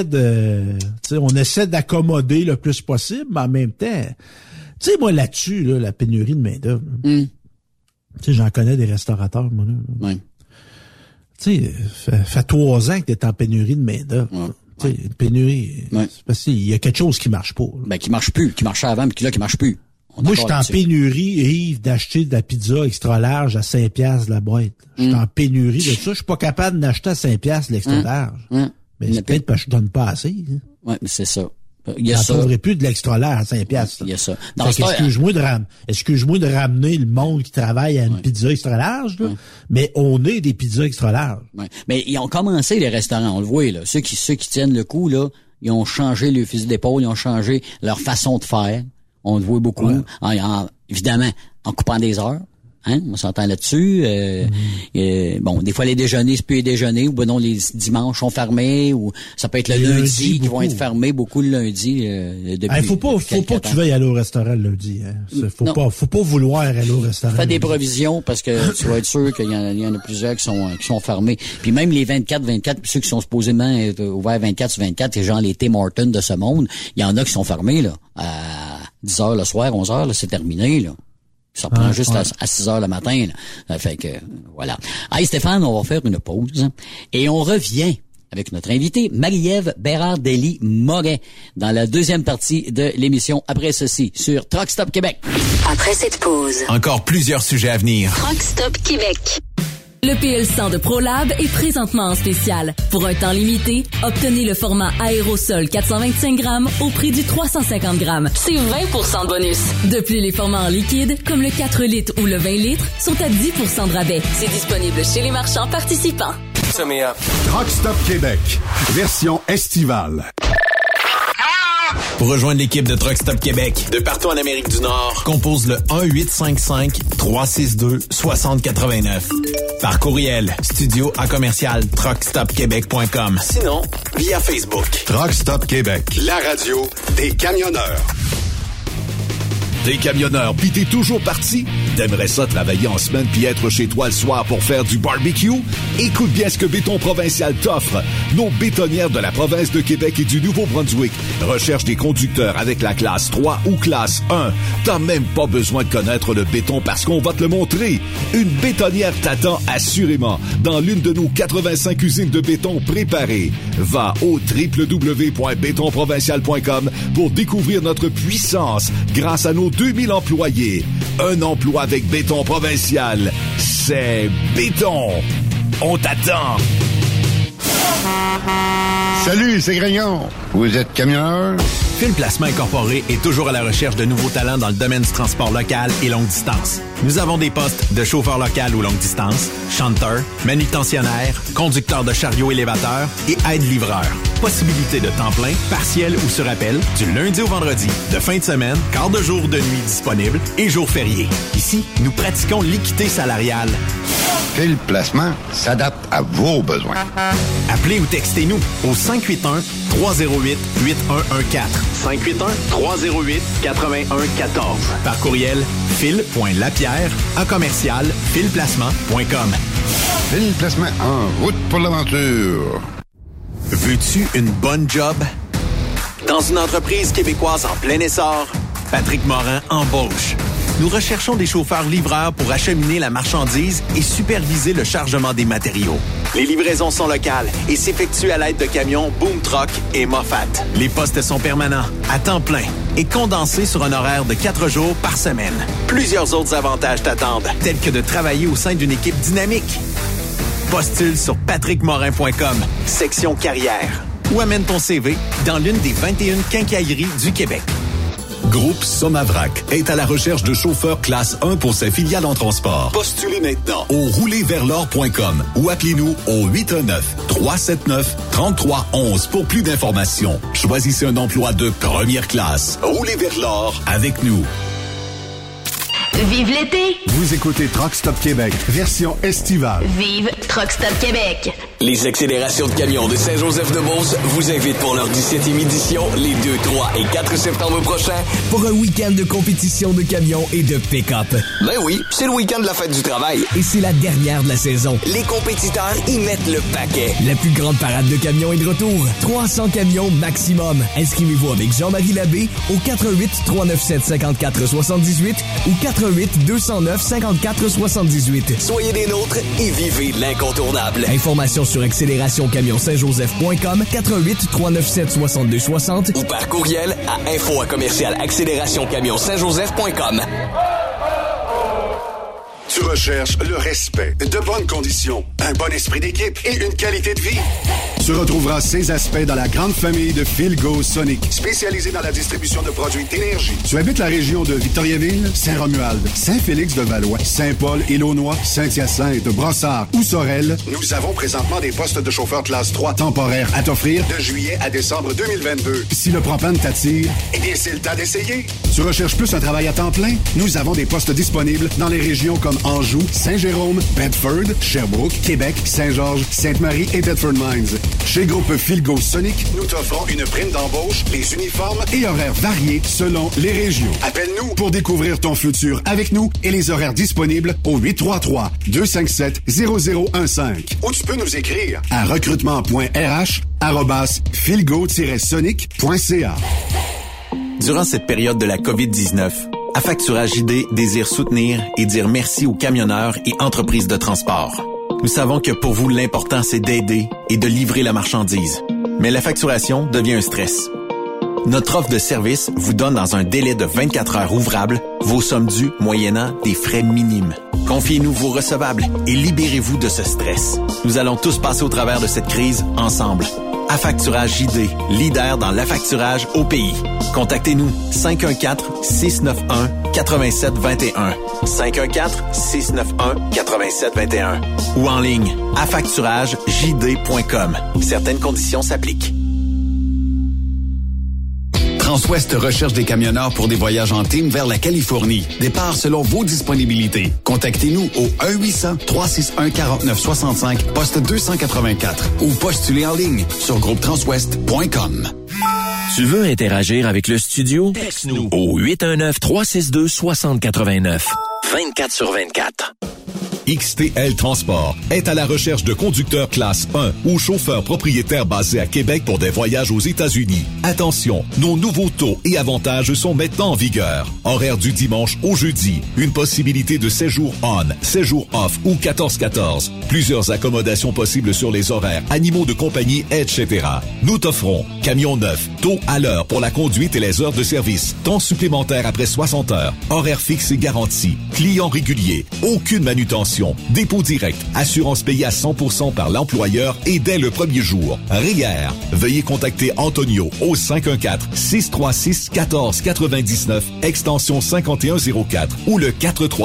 d'accommoder le plus possible, mais en même temps, tu sais, moi, là-dessus, là, la pénurie de main-d'œuvre. Tu sais, j'en connais des restaurateurs, moi, là. Oui. Tu sais, fait 3 ans que t'es en pénurie de main-d'œuvre. Tu sais, pénurie. C'est parce qu'il y a quelque chose qui marche pas. Là. Ben, qui marche plus, qui marchait avant, mais qui marche plus. Moi, je suis en pénurie, Yves, d'acheter de la pizza extra large à 5$ la boîte. Je suis en pénurie de ça. Je suis pas capable d'acheter à 5$ l'extra large. Mais c'est peut-être parce que je donne pas assez. Hein. Ouais, mais c'est ça. Il y a ça. Je trouverai plus de l'extra large à 5$. Il y a ça. Excuse-moi de ramener le monde qui travaille à une pizza extra large, là, mais on est des pizzas extra larges. Ouais. Mais ils ont commencé les restaurants, on le voit, là. Ceux qui tiennent le coup, là, ils ont changé le fusil d'épaule, ils ont changé leur façon de faire. On le voit beaucoup. Évidemment, en coupant des heures. Hein? On s'entend là-dessus. Bon, des fois, les déjeuners, c'est plus les déjeuners, ou ben non, les dimanches sont fermés, ou ça peut être le lundi qui vont être fermés, beaucoup le lundi. Faut pas que tu veuilles aller au restaurant le lundi. Hein? Faut pas vouloir aller au restaurant. Fais des provisions parce que tu vas être sûr qu'il y en a plusieurs qui sont fermés. Puis même les 24, ceux qui sont supposément être ouverts 24/24, les gens les Tim Hortons de ce monde, il y en a qui sont fermés là à 10h le soir, 11h, là, c'est terminé là. Ça prend juste à 6h le matin. Là. Fait que, voilà. Hey Stéphane, on va faire une pause. Et on revient avec notre invité, Marie-Ève Bérard-Dely-Moret, dans la deuxième partie de l'émission Après ceci, sur Truck Stop Québec. Après cette pause, encore plusieurs sujets à venir. Truck Stop Québec. Le PL100 de ProLab est présentement en spécial. Pour un temps limité, obtenez le format aérosol 425 grammes au prix du 350 grammes. C'est 20% de bonus. De plus, les formats en liquide, comme le 4 litres ou le 20 litres, sont à 10% de rabais. C'est disponible chez les marchands participants. ça, mais... Truck Stop Québec, version estivale. Pour rejoindre l'équipe de Truck Stop Québec, de partout en Amérique du Nord, compose le 1-855-362-6089. Par courriel, studio@truckstopquebec.com. Sinon, via Facebook. Truck Stop Québec, la radio des camionneurs. T'es camionneur pis t'es toujours parti? T'aimerais ça travailler en semaine puis être chez toi le soir pour faire du barbecue? Écoute bien ce que Béton Provincial t'offre. Nos bétonnières de la province de Québec et du Nouveau-Brunswick recherchent des conducteurs avec la classe 3 ou classe 1. T'as même pas besoin de connaître le béton parce qu'on va te le montrer. Une bétonnière t'attend assurément dans l'une de nos 85 usines de béton préparées. Va au www.bétonprovincial.com pour découvrir notre puissance grâce à nos 2000 employés. Un emploi avec Béton Provincial, c'est béton. On t'attend. Salut, c'est Grignon. Vous êtes camionneur? Fil Placement Incorporé est toujours à la recherche de nouveaux talents dans le domaine du transport local et longue distance. Nous avons des postes de chauffeur local ou longue distance, chanteur, manutentionnaire, conducteur de chariot élévateur et aide-livreur. Possibilité de temps plein, partiel ou sur appel, du lundi au vendredi, de fin de semaine, quart de jour de nuit disponible et jours fériés. Ici, nous pratiquons l'équité salariale. Fil Placement s'adapte à vos besoins. Appelez ou textez-nous au 581-308-8114. 581-308-8114. Par courriel, fil.lapierre@filplacement.com. Fil Placement en route pour l'aventure. Veux-tu une bonne job? Dans une entreprise québécoise en plein essor, Patrick Morin embauche. Nous recherchons des chauffeurs-livreurs pour acheminer la marchandise et superviser le chargement des matériaux. Les livraisons sont locales et s'effectuent à l'aide de camions Boom Truck et Moffat. Les postes sont permanents, à temps plein et condensés sur un horaire de 4 jours par semaine. Plusieurs autres avantages t'attendent, tels que de travailler au sein d'une équipe dynamique. Postule sur patrickmorin.com, section carrière, ou amène ton CV dans l'une des 21 quincailleries du Québec. Groupe Somavrac est à la recherche de chauffeurs classe 1 pour ses filiales en transport. Postulez maintenant au roulerversl'or.com ou appelez-nous au 819-379-3311 pour plus d'informations. Choisissez un emploi de première classe. Roulez vers l'or avec nous. Vive l'été! Vous écoutez Truck Stop Québec, version estivale. Vive Truck Stop Québec! Les accélérations de camions de Saint-Joseph-de-Beauce vous invitent pour leur 17e édition les 2, 3 et 4 septembre prochains pour un week-end de compétition de camions et de pick-up. Ben oui, c'est le week-end de la fête du travail. Et c'est la dernière de la saison. Les compétiteurs y mettent le paquet. La plus grande parade de camions est de retour. 300 camions maximum. Inscrivez-vous avec Jean-Marie Labbé au 418-397-5478 ou 418-209-5478. Soyez des nôtres et vivez l'incontournable. Informations sur accélérationcamion-saint-joseph.com 418-397-6260 ou par courriel à info@accélérationcamion-saint-joseph.com. Tu recherches le respect, de bonnes conditions, un bon esprit d'équipe et une qualité de vie. Tu retrouveras ces aspects dans la grande famille de Philgo Sonic, spécialisée dans la distribution de produits d'énergie. Tu habites la région de Victoriaville, Saint-Romuald, Saint-Félix-de-Valois, Saint-Paul, Île-aux-Noix, Saint-Hyacinthe, Brossard ou Sorel. Nous avons présentement des postes de chauffeur classe 3 temporaires à t'offrir de juillet à décembre 2022. Si le propane t'attire, eh bien, c'est le temps d'essayer. Tu recherches plus un travail à temps plein? Nous avons des postes disponibles dans les régions comme Anjou, Saint-Jérôme, Bedford, Sherbrooke, Québec, Saint-Georges, Sainte-Marie et Bedford Mines. Chez Groupe Philgo Sonic, nous t'offrons une prime d'embauche, les uniformes et horaires variés selon les régions. Appelle-nous pour découvrir ton futur avec nous et les horaires disponibles au 833-257-0015. Ou tu peux nous écrire à recrutement.rh@philgo-sonic.ca. Durant cette période de la COVID-19, Affacturage ID désire soutenir et dire merci aux camionneurs et entreprises de transport. Nous savons que pour vous, l'important, c'est d'aider et de livrer la marchandise. Mais la facturation devient un stress. Notre offre de service vous donne dans un délai de 24 heures ouvrables vos sommes dues moyennant des frais minimes. Confiez-nous vos recevables et libérez-vous de ce stress. Nous allons tous passer au travers de cette crise ensemble. Affacturage JD, leader dans l'affacturage au pays. Contactez-nous 514-691-8721. 514-691-8721. Ou en ligne, affacturagejd.com. Certaines conditions s'appliquent. Transwest recherche des camionneurs pour des voyages en team vers la Californie. Départ selon vos disponibilités. Contactez-nous au 1-800-361-4965, poste 284 ou postulez en ligne sur groupetranswest.com. Tu veux interagir avec le studio? Texte-nous au 819-362-6089. 24/24. XTL Transport est à la recherche de conducteurs classe 1 ou chauffeurs propriétaires basés à Québec pour des voyages aux États-Unis. Attention, nos nouveaux taux et avantages sont maintenant en vigueur. Horaire du dimanche au jeudi. Une possibilité de séjour on, séjour off ou 14-14. Plusieurs accommodations possibles sur les horaires, animaux de compagnie, etc. Nous t'offrons camion neuf, taux à l'heure pour la conduite et les heures de service, temps supplémentaire après 60 heures, horaire fixe et garanti, client régulier, aucune manutention, dépôt direct, assurance payée à 100% par l'employeur et dès le premier jour. REER. Veuillez contacter Antonio au 514-636-1499, extension 5104 ou le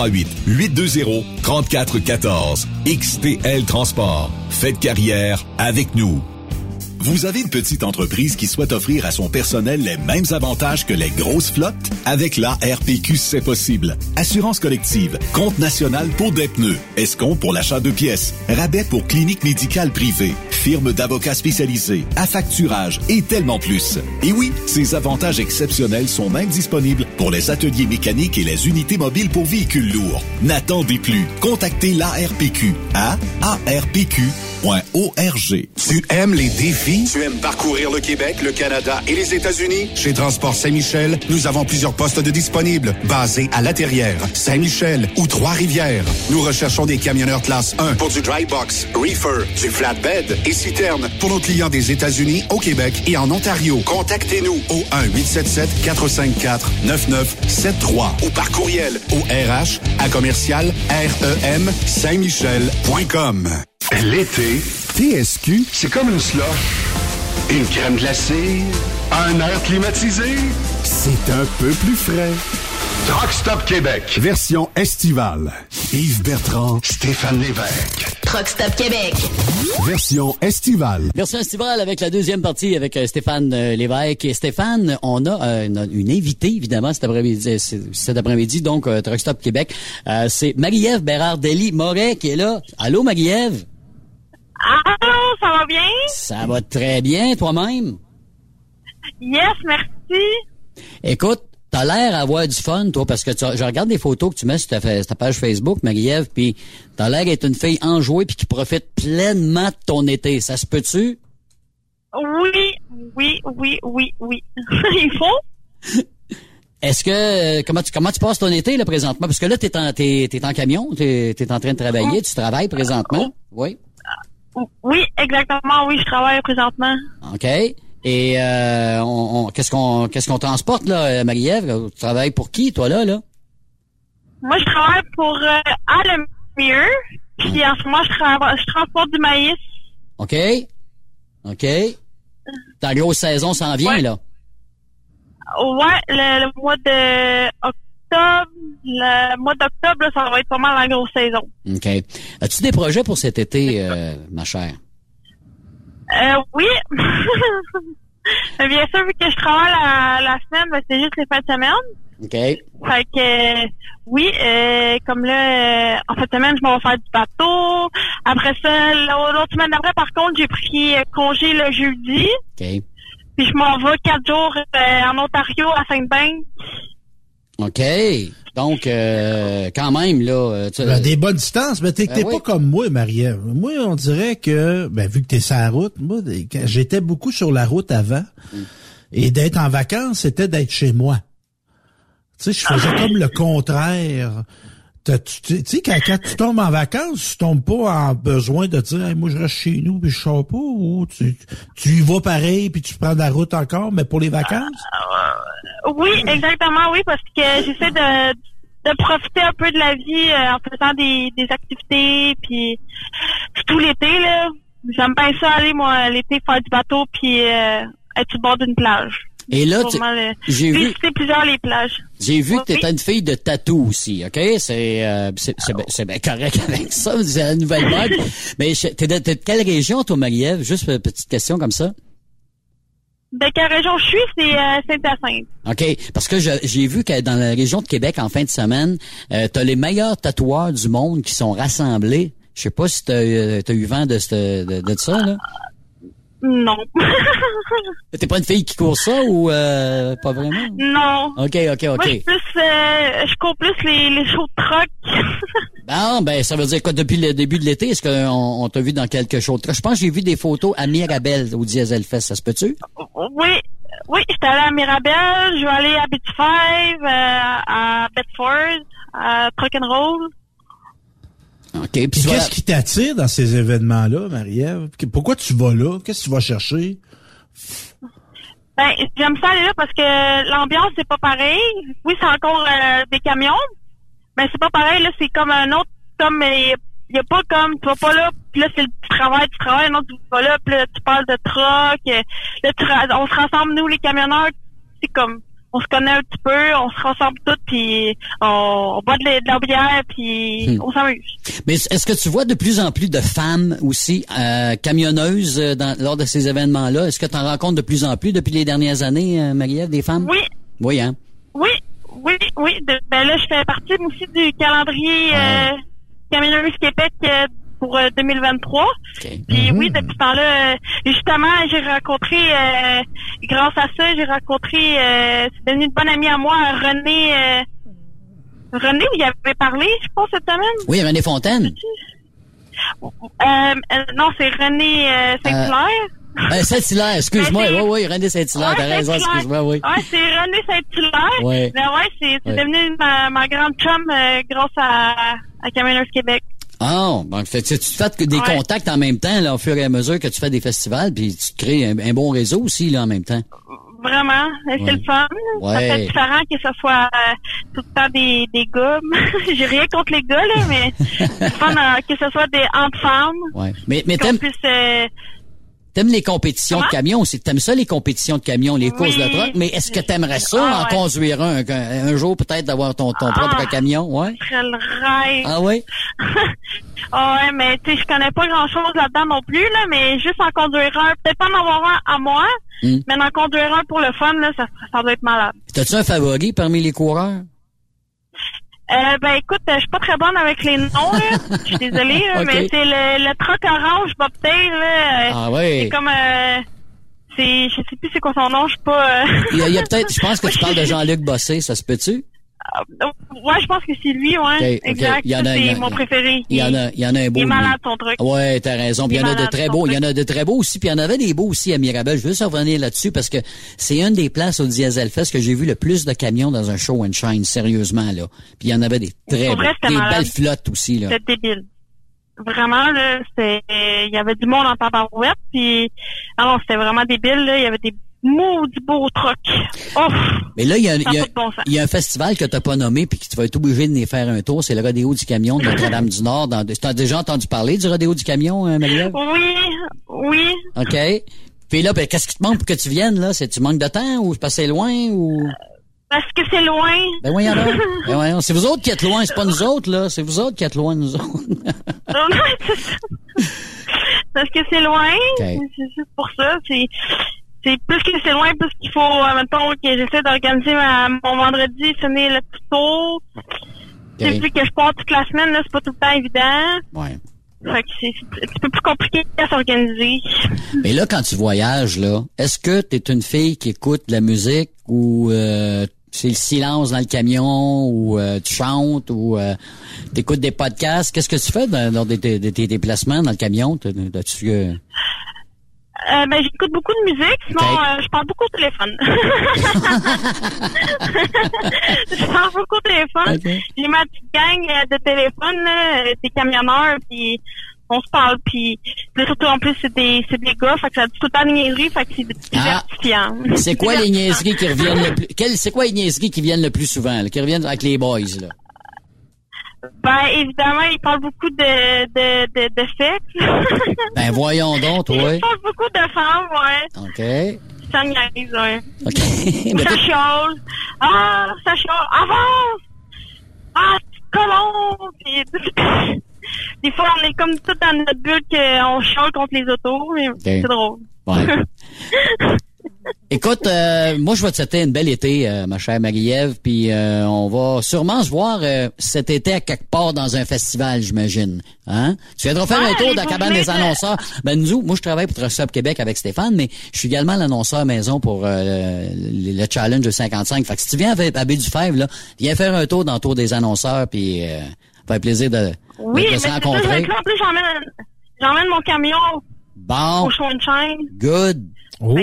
438-820-3414. XTL Transport. Faites carrière avec nous. Vous avez une petite entreprise qui souhaite offrir à son personnel les mêmes avantages que les grosses flottes? Avec la RPQ, c'est possible. Assurance collective, compte national pour des pneus, escompte pour l'achat de pièces, rabais pour clinique médicale privée, firme d'avocats spécialisés, affacturage et tellement plus. Et oui, ces avantages exceptionnels sont même disponibles pour les ateliers mécaniques et les unités mobiles pour véhicules lourds. N'attendez plus. Contactez l'ARPQ à arpq.org. Tu aimes les défis? Tu aimes parcourir le Québec, le Canada et les États-Unis? Chez Transport Saint-Michel, nous avons plusieurs postes de disponibles, basés à La Terrière, Saint-Michel ou Trois-Rivières. Nous recherchons des camionneurs classe 1 pour du dry box, reefer, du flatbed et citerne pour nos clients des États-Unis, au Québec et en Ontario. Contactez-nous au 1-877-454-9973 ou par courriel au RH@remsaint-michel.com. L'été, TSQ, c'est comme une slush. Une crème glacée, un air climatisé. C'est un peu plus frais. Truck Stop Québec, version estivale. Yves Bertrand, Stéphane Lévesque. Truck Stop Québec. Version estivale. Version estivale avec la deuxième partie avec Stéphane Lévesque. Et Stéphane, on a une invitée, évidemment, cet après-midi, donc Truck Stop Québec. C'est Marie-Ève Bérard-Dely-Moret qui est là. Allô, Marie-Ève? Allô, ça va bien? Ça va très bien, toi-même? Yes, merci. Écoute, t'as l'air d'avoir du fun, toi, parce que je regarde des photos que tu mets sur ta page Facebook, Marie-Ève, puis t'as l'air d'être une fille enjouée puis qui profite pleinement de ton été. Ça se peut-tu? Oui. Il faut? Est-ce que comment tu passes ton été là présentement? Parce que là, t'es en camion, t'es en train de travailler, tu travailles présentement? Oui. Oui, exactement, oui, je travaille présentement. OK. Et qu'est-ce qu'on transporte là, Marie-Ève? Tu travailles pour qui, toi là? Moi, je travaille pour Alemieux, puis en ce moment, je transporte du maïs. OK. Ta grosse saison s'en vient, là? Ouais, le mois d'octobre, là, ça va être pas mal la grosse saison. OK. As-tu des projets pour cet été, ma chère? Oui. Bien sûr, vu que je travaille la semaine, ben, c'est juste les fins de semaine. OK. Fait que, oui, comme là, en fin de semaine, je m'en vais faire du bateau. Après ça, l'autre semaine d'après, par contre, j'ai pris congé le jeudi. OK. Puis je m'en vais 4 jours en Ontario, à Sainte-Bain. OK. Donc, quand même, là... des bonnes distances, mais t'es pas comme moi, Marie-Ève. Moi, on dirait que, vu que t'es sur la route, moi, j'étais beaucoup sur la route avant, et d'être en vacances, c'était d'être chez moi. Tu sais, je faisais comme le contraire. Tu sais, quand tu tombes en vacances, tu tombes pas en besoin de dire hey, « moi, je reste chez nous, puis je sors pas », ou tu y vas pareil, puis tu prends la route encore, mais pour les vacances? Oui, exactement, oui, parce que j'essaie de profiter un peu de la vie en faisant des activités, puis tout l'été, là, J'aime bien ça aller, moi, l'été, faire du bateau puis être sur le bord d'une plage. Et là, j'ai vu plusieurs les plages. J'ai vu que t'étais une fille de tatou aussi, OK? C'est bien correct avec ça, c'est la nouvelle mode. Mais t'es de quelle région, toi, Marie-Ève? Juste une petite question comme ça. De quelle région je suis? C'est Saint-Hyacinthe. OK. Parce que j'ai vu que dans la région de Québec, en fin de semaine, t'as les meilleurs tatoueurs du monde qui sont rassemblés. Je sais pas si t'as eu vent de ça, là. Non. T'es pas une fille qui court ça ou pas vraiment? Non. OK. Moi, je cours plus les shows de truck. Ben, ça veut dire quoi, depuis le début de l'été, est-ce qu'on t'a vu dans quelque chose de truck? Je pense que j'ai vu des photos à Mirabel au Diesel Fest, ça se peut-tu? Oui, j'étais allée à Mirabel, je vais aller à Beach 5, à Bedford, à Truck and Roll. OK. Puis qu'est-ce qui t'attire dans ces événements-là, Marie-Ève? Pourquoi tu vas là? Qu'est-ce que tu vas chercher? Ben, j'aime ça aller là parce que l'ambiance, c'est pas pareil. Oui, c'est encore des camions, mais c'est pas pareil. Là, c'est comme un autre, comme il y a pas comme, tu vas pas là, puis là, c'est tu travailles, non, tu vas là, puis là, tu parles de truck, là, on se rassemble, nous, les camionneurs, c'est comme, on se connaît un petit peu, on se rassemble tous, puis on boit de la bière, puis on s'amuse. Mais est-ce que tu vois de plus en plus de femmes aussi camionneuses lors de ces événements-là? Est-ce que tu en rencontres de plus en plus depuis les dernières années, Marie-Ève, des femmes? Oui. Oui, hein? Oui. Ben là, je fais partie aussi du calendrier Camionneuse Québec pour 2023. Okay. Puis oui, depuis ce temps-là, justement, j'ai rencontré, grâce à ça, c'est devenu une bonne amie à moi, René, vous y avez parlé, je pense, cette semaine? Oui, René Fontaine. Non, c'est René Saint-Hilaire. Saint-Hilaire, excuse-moi. Oui, René Saint-Hilaire, t'as raison, excuse-moi, oui. Ouais, c'est René Saint-Hilaire. Ouais. Mais c'est devenu ma grande chum grâce à Camionneuse Québec. Ah, bon, tu fais des contacts en même temps, là, au fur et à mesure que tu fais des festivals, puis tu crées un bon réseau aussi, là, en même temps. Vraiment, c'est le fun. Ouais. Ça fait différent que ce soit tout le temps des gars. J'ai rien contre les gars, là, mais c'est fun que ce soit des entre femmes. Ouais. Mais t'aimes les compétitions de camions aussi. T'aimes ça, les compétitions de camions, les courses de truck. Mais est-ce que t'aimerais ça, conduire un jour, peut-être, d'avoir ton propre camion? Ouais. Ce serait le rêve. Ah oui? Ouais, mais tu sais, je connais pas grand-chose là-dedans non plus, là, mais juste en conduire un, peut-être pas en avoir un à moi, mais en conduire un pour le fun, là, ça doit être malade. T'as-tu un favori parmi les coureurs? Ben écoute, je suis pas très bonne avec les noms, là. Je suis désolée, là, mais c'est le truck orange Bobtail, là. Ah oui. C'est comme je sais plus c'est quoi son nom, je suis pas Il y a peut-être, je pense que tu parles de Jean-Luc Bossé, ça se peut-tu? Ouais, je pense que c'est lui, ouais. Okay, exact. C'est mon préféré. Il y en a un beau. Il est malade, son truc. Ouais, t'as raison. Puis il y en a de très beaux. Il y en a de très beaux aussi. Puis il y en avait des beaux aussi à Mirabel. Je veux juste revenir là-dessus parce que c'est une des places au Diesel Fest que j'ai vu le plus de camions dans un show and shine, sérieusement, là. Puis il y en avait des très beaux. Des belles flottes aussi, là. C'était débile. Vraiment, là, il y avait du monde en tabarouette. Puis, alors, c'était vraiment débile, là. Il y avait des maudits beaux trucs. Oh, mais là, il y a un festival que t'as pas nommé puis que tu vas être obligé de venir faire un tour. C'est le Rodéo du Camion de Notre-Dame-du-Nord. T'as déjà entendu parler du Rodéo du Camion, Marie-Ève? Oui. OK. Puis là, qu'est-ce qui te manque pour que tu viennes, là? Tu manques de temps ou c'est passé loin ou? Parce que c'est loin. Ben oui, alors. Ben oui, c'est vous autres qui êtes loin, c'est pas nous autres, là. C'est vous autres qui êtes loin, nous autres. Non, c'est ça. Parce que c'est loin. Okay. C'est juste pour ça. C'est plus que c'est loin, plus qu'il faut, mettons, que j'essaie d'organiser mon vendredi, sonner le plus tôt. Okay. Vu que je pars toute la semaine, là, c'est pas tout le temps évident. Ouais. Fait que c'est un petit peu plus compliqué à s'organiser. Mais là, quand tu voyages, là, est-ce que t'es une fille qui écoute de la musique ou c'est le silence dans le camion ou tu chantes ou t'écoutes des podcasts? Qu'est-ce que tu fais lors de tes déplacements dans le camion? T'as-tu... Ben, j'écoute beaucoup de musique, sinon je parle beaucoup au téléphone. Je parle beaucoup au téléphone. Okay. J'ai ma petite gang de téléphone, là, des camionneurs, puis on se parle, puis surtout en plus c'est des gars, fait que ça dit tout le temps de niaiseries, fait que c'est divertissant. C'est quoi les niaiseries qui reviennent le plus? C'est quoi les niaiseries qui viennent le plus souvent, là, qui reviennent avec les boys, là? Ben, évidemment, il parle beaucoup de sexe. Ben, voyons donc, toi. Il parle beaucoup de femmes, ouais. OK. Ça me niaise, ouais. OK. Ça chiale. Ah, ça chiale. Avance! Ah, colon! Puis, des fois, on est comme tout dans notre bulle qu'on chiale contre les autos, mais c'est drôle. Ouais. Écoute, moi, je vais te souhaiter une belle été, ma chère Marie-Ève, puis on va sûrement se voir cet été à quelque part dans un festival, j'imagine. Hein? Tu viendras faire un tour de la cabane des annonceurs. Ben, moi, je travaille pour Truck Québec avec Stéphane, mais je suis également l'annonceur maison pour le challenge de 55. Fait que si tu viens à Baie-du-Fèvre, là, viens faire un tour dans le tour des annonceurs, puis ça fait plaisir de se rencontrer. Oui, mais en plus, j'emmène mon camion bon. au show de chaîne. Good. Oh!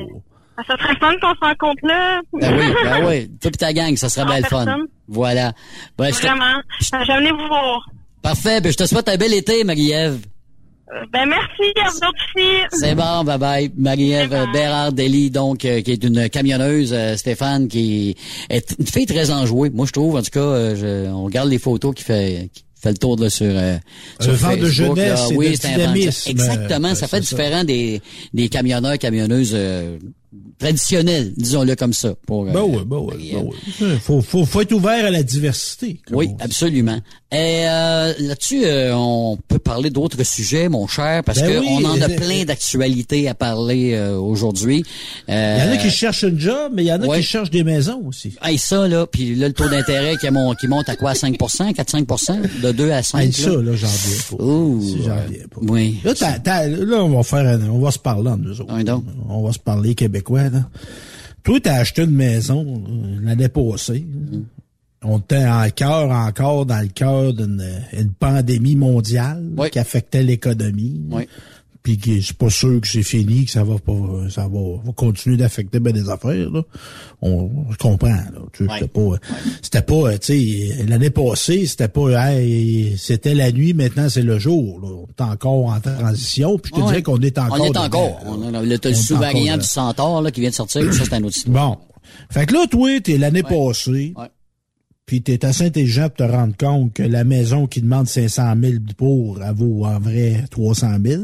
Ça serait fun qu'on se rencontre là. Ben oui. Toi pis ta gang, ça serait belle fun. Voilà. Ben, vraiment. Je vais venir vous voir. Parfait. Ben, je te souhaite un bel été, Marie-Ève. Ben, merci. À vous aussi. C'est bon. Bye-bye. Marie-Ève Bérard-Dely, donc, qui est une camionneuse, Stéphane, qui est une fille très enjouée. Moi, je trouve, en tout cas, on regarde les photos qui fait le tour là, sur vent de jeunesse, oui, de c'est un dynamisme. Exactement, ça fait différent des camionneurs, camionneuses traditionnels, disons-le comme ça. Pour, oui. Faut être ouvert à la diversité. Oui, absolument. Et là-dessus, on peut parler d'autres sujets, mon cher, parce que on en a plein d'actualités à parler aujourd'hui. Il y en a qui cherchent un job, mais il y en a qui cherchent des maisons aussi. Hey, ça, là, puis là, le taux d'intérêt qui monte à quoi? 5%? 4-5%? De 2 à 5? Hey, ça, là, j'en viens pas. J'en viens pas. Oui. Là, on va se parler entre nous autres. Oui, donc. On va se parler québécois, là. Toi, t'as acheté une maison l'année passée. On était encore dans le cœur d'une pandémie mondiale qui affectait l'économie. Oui. Puis je suis pas sûr que c'est fini, que ça va continuer d'affecter ben des affaires, là. On comprend, là. C'était pas, tu sais, l'année passée, c'était pas, c'était la nuit, maintenant c'est le jour, là. On est encore en transition, puis je te dirais qu'on est encore. On est encore. On a le sous-variant du Centaure, là, qui vient de sortir, ça, c'est un autre histoire. Bon. Fait que là, toi, t'es l'année passée. Ouais. Puis t'es assez intelligent pour te rendre compte que la maison qui demande 500 000 pour, elle vaut en vrai 300 000.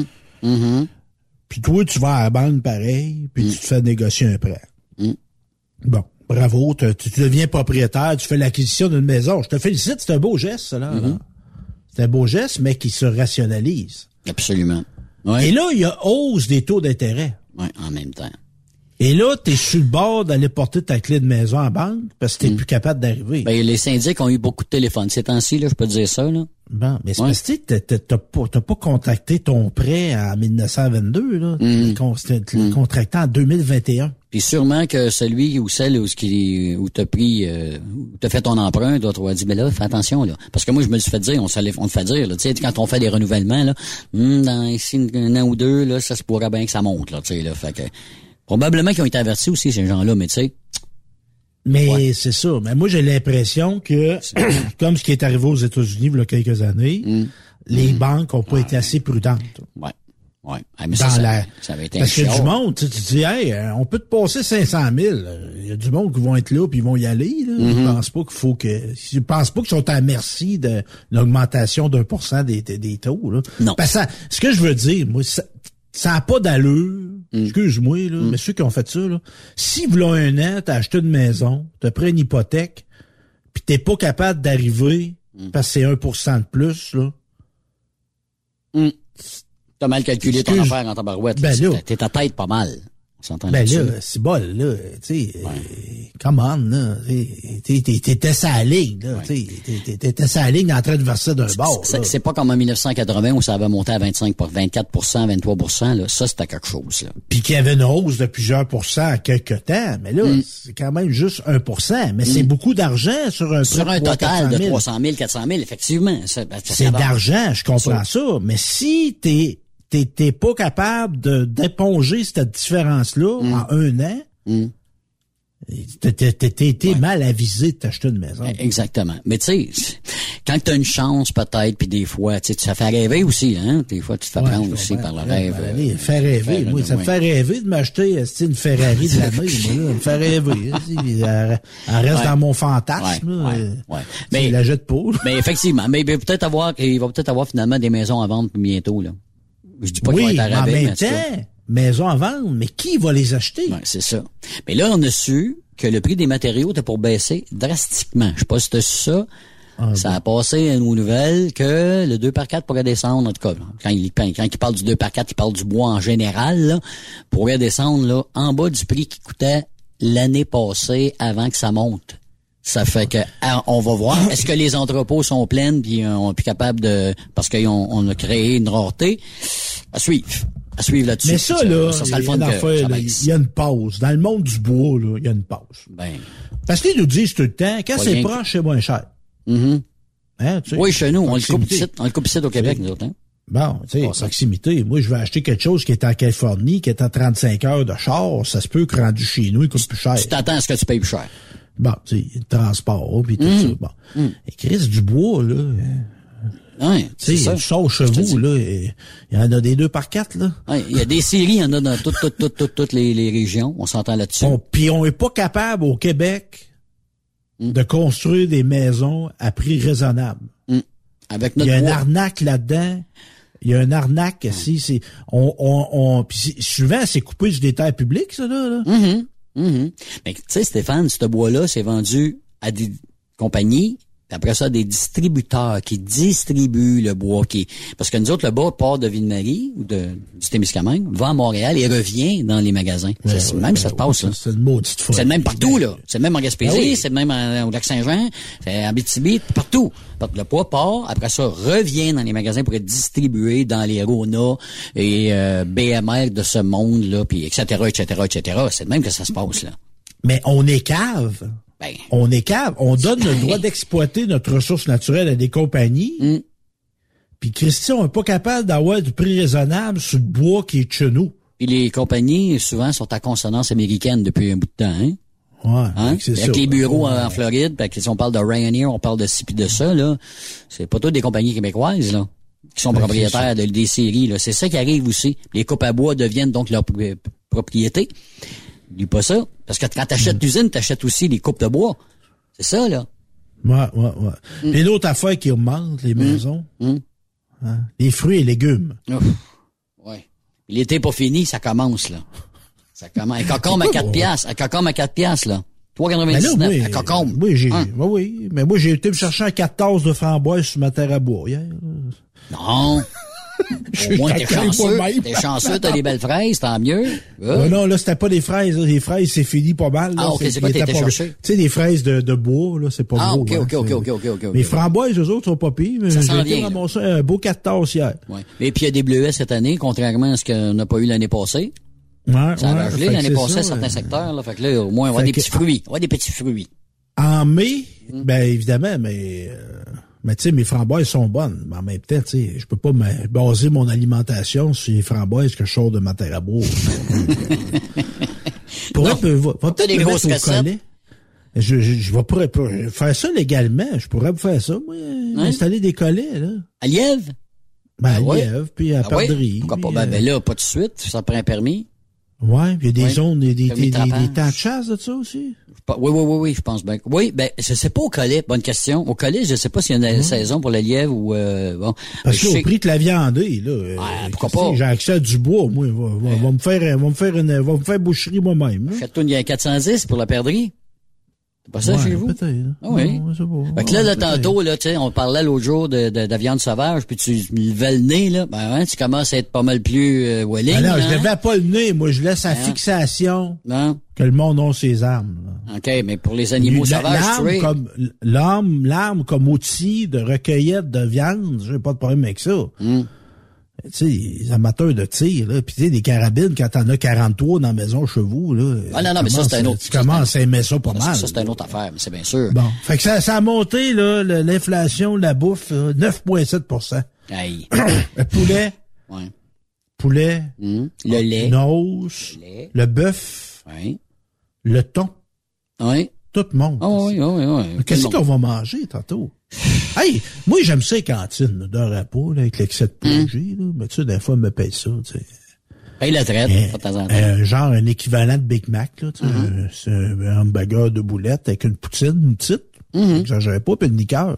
Puis toi, tu vas à la banque pareil, puis tu te fais négocier un prêt. Bon, bravo, tu deviens propriétaire, tu fais l'acquisition d'une maison. Je te félicite, c'est un beau geste, ça, là. C'est un beau geste, mais qui se rationalise. Absolument. Ouais. Et là, il y a hausse des taux d'intérêt. Oui, en même temps. Et là, t'es sur le bord d'aller porter ta clé de maison en banque parce que t'es plus capable d'arriver. Ben, les syndics ont eu beaucoup de téléphones ces temps-ci, là, je peux te dire ça, là. Bon, mais c'est parce que t'as pas contracté ton prêt en 1922, là. T'as contracté en 2021. Puis sûrement que celui ou celle où t'as pris, où t'as fait ton emprunt, doit te dire, ben là, fais attention, là. Parce que moi, je me le fait dire, on te fait dire, là, tu sais, quand on fait des renouvellements, là, dans ici un an ou deux, là, ça se pourrait bien que ça monte, là, tu sais, là. Fait que, probablement qu'ils ont été avertis aussi, ces gens-là, mais tu sais. Mais c'est ça. Mais moi, j'ai l'impression que, comme ce qui est arrivé aux États-Unis il y a quelques années, les banques ont pas été assez prudentes. Ouais. Mais ça avait été parce qu'il y a du monde, tu dis, hey, on peut te passer 500 000. Il y a du monde qui vont être là puis ils vont y aller, là. Je pense pas je pense pas qu'ils sont à merci de l'augmentation d'1% des taux, là. Non. Parce que ce que je veux dire, moi, ça a pas d'allure. Excuse-moi, là, mais ceux qui ont fait ça, là, si vous un an, t'as acheté une maison, t'as pris une hypothèque, pis t'es pas capable d'arriver parce que c'est 1% de plus, là. T'as mal calculé ton affaire en tabarouette. Ben là, t'es ta tête pas mal. Ben là, c'est bol, là, tu sais, come on, là, t'étais sur la ligne, là, t'étais sur la ligne en train de verser d'un bord. C'est pas comme en 1980 où ça avait monté à 24%, 23%, là. Ça, c'était quelque chose, là. Puis qu'il y avait une hausse de plusieurs pourcents à quelques temps, mais là, c'est quand même juste 1%, mais c'est beaucoup d'argent sur un total de 300 000, 400 000, effectivement. C'est d'argent, je comprends ça, mais si t'es pas capable d'éponger cette différence-là en un an, t'es mal avisé de t'acheter une maison. Exactement. Mais tu sais, quand t'as une chance, peut-être, puis des fois, tu sais, ça fait rêver aussi, hein. Des fois, tu te fais prendre aussi par le rêve. Allez, fait rêver. Moi, ça me fait rêver de m'acheter, une Ferrari de l'année, moi, là. Me fait rêver. Elle reste dans mon fantasme, mais il la jette pas. Mais effectivement, mais il va peut-être avoir finalement des maisons à vendre bientôt, là. Je dis pas qu'il va être à rabais, en même temps, maisons à vendre, mais qui va les acheter? Ouais, c'est ça. Mais là, on a su que le prix des matériaux était pour baisser drastiquement. Je sais pas si c'était ça. Ça a passé à nos nouvelles que le 2x4 pourrait descendre, en tout cas. Quand il parle du 2x4, il parle du bois en général, là, pourrait descendre là en bas du prix qui coûtait l'année passée avant que ça monte. Ça fait que on va voir. Est-ce que les entrepôts sont pleins puis on est plus capable de parce qu'on a créé une rareté à suivre là-dessus. Mais ça là, il y a une pause dans le monde du bois là, il y a une pause. Parce qu'ils nous disent tout le temps quand c'est proche c'est moins cher. Mm-hmm. Hein, tu sais, oui, chez nous, on le coupe ici au Québec, nous autres. Hein? Bon, tu sais, proximité. Moi, je vais acheter quelque chose qui est en Californie, qui est à 35 heures de char. Ça se peut que rendu chez nous, il coûte plus cher. Tu t'attends à ce que tu payes plus cher. Bon, tu sais, le transport, puis tout ça. Bon. Et Chris, du bois, là. Ouais, tu sais, du char aux chevaux, là. Il y en a des 2x4, là. Ouais, il y a des séries, il y en a dans toutes les régions. On s'entend là-dessus. Puis on est pas capable au Québec de construire des maisons à prix raisonnable. Avec notre il y a une arnaque là-dedans. Il y a une arnaque. Puis souvent, c'est coupé sur des terres publiques, ça, là. Mais tu sais, Stéphane, ce bois-là, c'est vendu à des compagnies. Après ça, des distributeurs qui distribuent le bois parce que nous autres, le bois part de Ville-Marie ou du Témiscamingue, va à Montréal et revient dans les magasins. C'est même ça se passe, là. C'est une maudite folie. C'est le même partout, là. C'est le même en Gaspésie, c'est le même au Lac-Saint-Jean, c'est en Abitibi, partout. Le bois part, après ça, revient dans les magasins pour être distribué dans les Rona et BMR de ce monde-là, puis etc. C'est le même que ça se passe, là. Mais on est cave. On est cave. On donne le droit d'exploiter notre ressource naturelle à des compagnies. Puis Christian, on n'est pas capable d'avoir du prix raisonnable sur le bois qui est de chez nous. Puis les compagnies, souvent, sont à consonance américaine depuis un bout de temps, hein? Ouais, c'est ça. Avec les bureaux en Floride, puis si on parle de Ryanair, on parle de ci puis de ça, là. C'est pas toutes des compagnies québécoises, là, qui sont propriétaires des séries, là. C'est ça qui arrive aussi. Les coupes à bois deviennent donc leur propriété. Dis pas ça. Parce que quand t'achètes l'usine, t'achètes aussi les coupes de bois. C'est ça, là. Ouais. Puis l'autre affaire qui augmente, les maisons. Hein? Les fruits et légumes. Ouais. L'été pas fini, ça commence, là. Ça commence. Un cocombe à 4 piastres. Un cocombe à 4 piastres, là. 3,99. Un cocombe. Oui, mais moi, j'ai été me chercher un 4 tasses de framboises sur ma terre à bois hier. Non. Au moins, t'es chanceux. T'es chanceux, t'as des belles fraises, tant mieux. Non, là, c'était pas des fraises. Les fraises, c'est fini pas mal. Là. OK, c'est quoi t'étais cherché? Tu sais, des fraises de bois, là, c'est pas gros. OK. Les framboises, eux autres, sont pas pires. Mais ça j'ai été ramasser un beau 4 tasses hier. Ouais. Et puis, il y a des bleuets cette année, contrairement à ce qu'on n'a pas eu l'année passée. Ça a gelé l'année passée, certains secteurs, là. Fait que là, au moins, on va des petits fruits. On va des petits fruits. En mai, ben, évidemment, mais tu sais, mes framboises sont bonnes. Mais en même temps, tu sais, je peux pas baser mon alimentation sur les framboises que je sors de ma terre à bois. Va peut-être des grosses recettes. Je vais faire ça légalement. Je pourrais vous faire ça, moi. Installer des collets, là. À Lièvre? À Lièvre, puis à Perdrix. Pourquoi pas? Ben là, pas tout de suite. Ça prend un permis. Ouais, puis il y a des zones, des temps de chasse de ça aussi. Oui, je pense bien. Oui, ben, je sais pas au collet, bonne question. Au collet, je sais pas s'il y a une saison pour la lièvre ou, bon. Parce que au prix de la viandée, là. Pourquoi pas? J'ai accès à du bois, moi. Va me faire boucherie moi-même, là. Faites-toi, il y a un 410 pour la perdrix. C'est pas ça chez vous? Peut-être. Ah oui. Fait que là, tantôt, là, tu sais, on parlait l'autre jour de la viande sauvage, puis tu levais le nez, là. Ben, tu commences à être pas mal plus, welling. Non, je levais pas le nez. Moi, je laisse la fixation que le monde a ses armes, là. OK, mais pour les animaux sauvages, l'arme comme outil de recueillette de viande, j'ai pas de problème avec ça. Tu sais, les amateurs de tir, là, pis tu sais, des carabines, quand t'en as 43 dans la maison chez vous, là. Ah non, mais ça, c'est un autre. Tu commences à aimer ça pas mal. Ça, c'est une autre affaire, mais c'est bien sûr. Bon. Fait que ça a monté, là, l'inflation, la bouffe, 9,7%. Aïe. Le poulet. Ouais. Poulet. Le lait. L'os. Le bœuf. Oui. Le thon. Oui. Tout le monde. Oui. Qu'est-ce qu'on va manger tantôt? Hey, moi, j'aime ça les cantines, là, d'un rapport, là, avec l'excès de plongée, là. Mais tu sais, des fois, me paye ça, tu sais. Paye la traite, de temps en temps. Genre un équivalent de Big Mac, là, tu sais. C'est un hamburger de boulettes avec une poutine, une petite. J'exagère pas, puis une liqueur.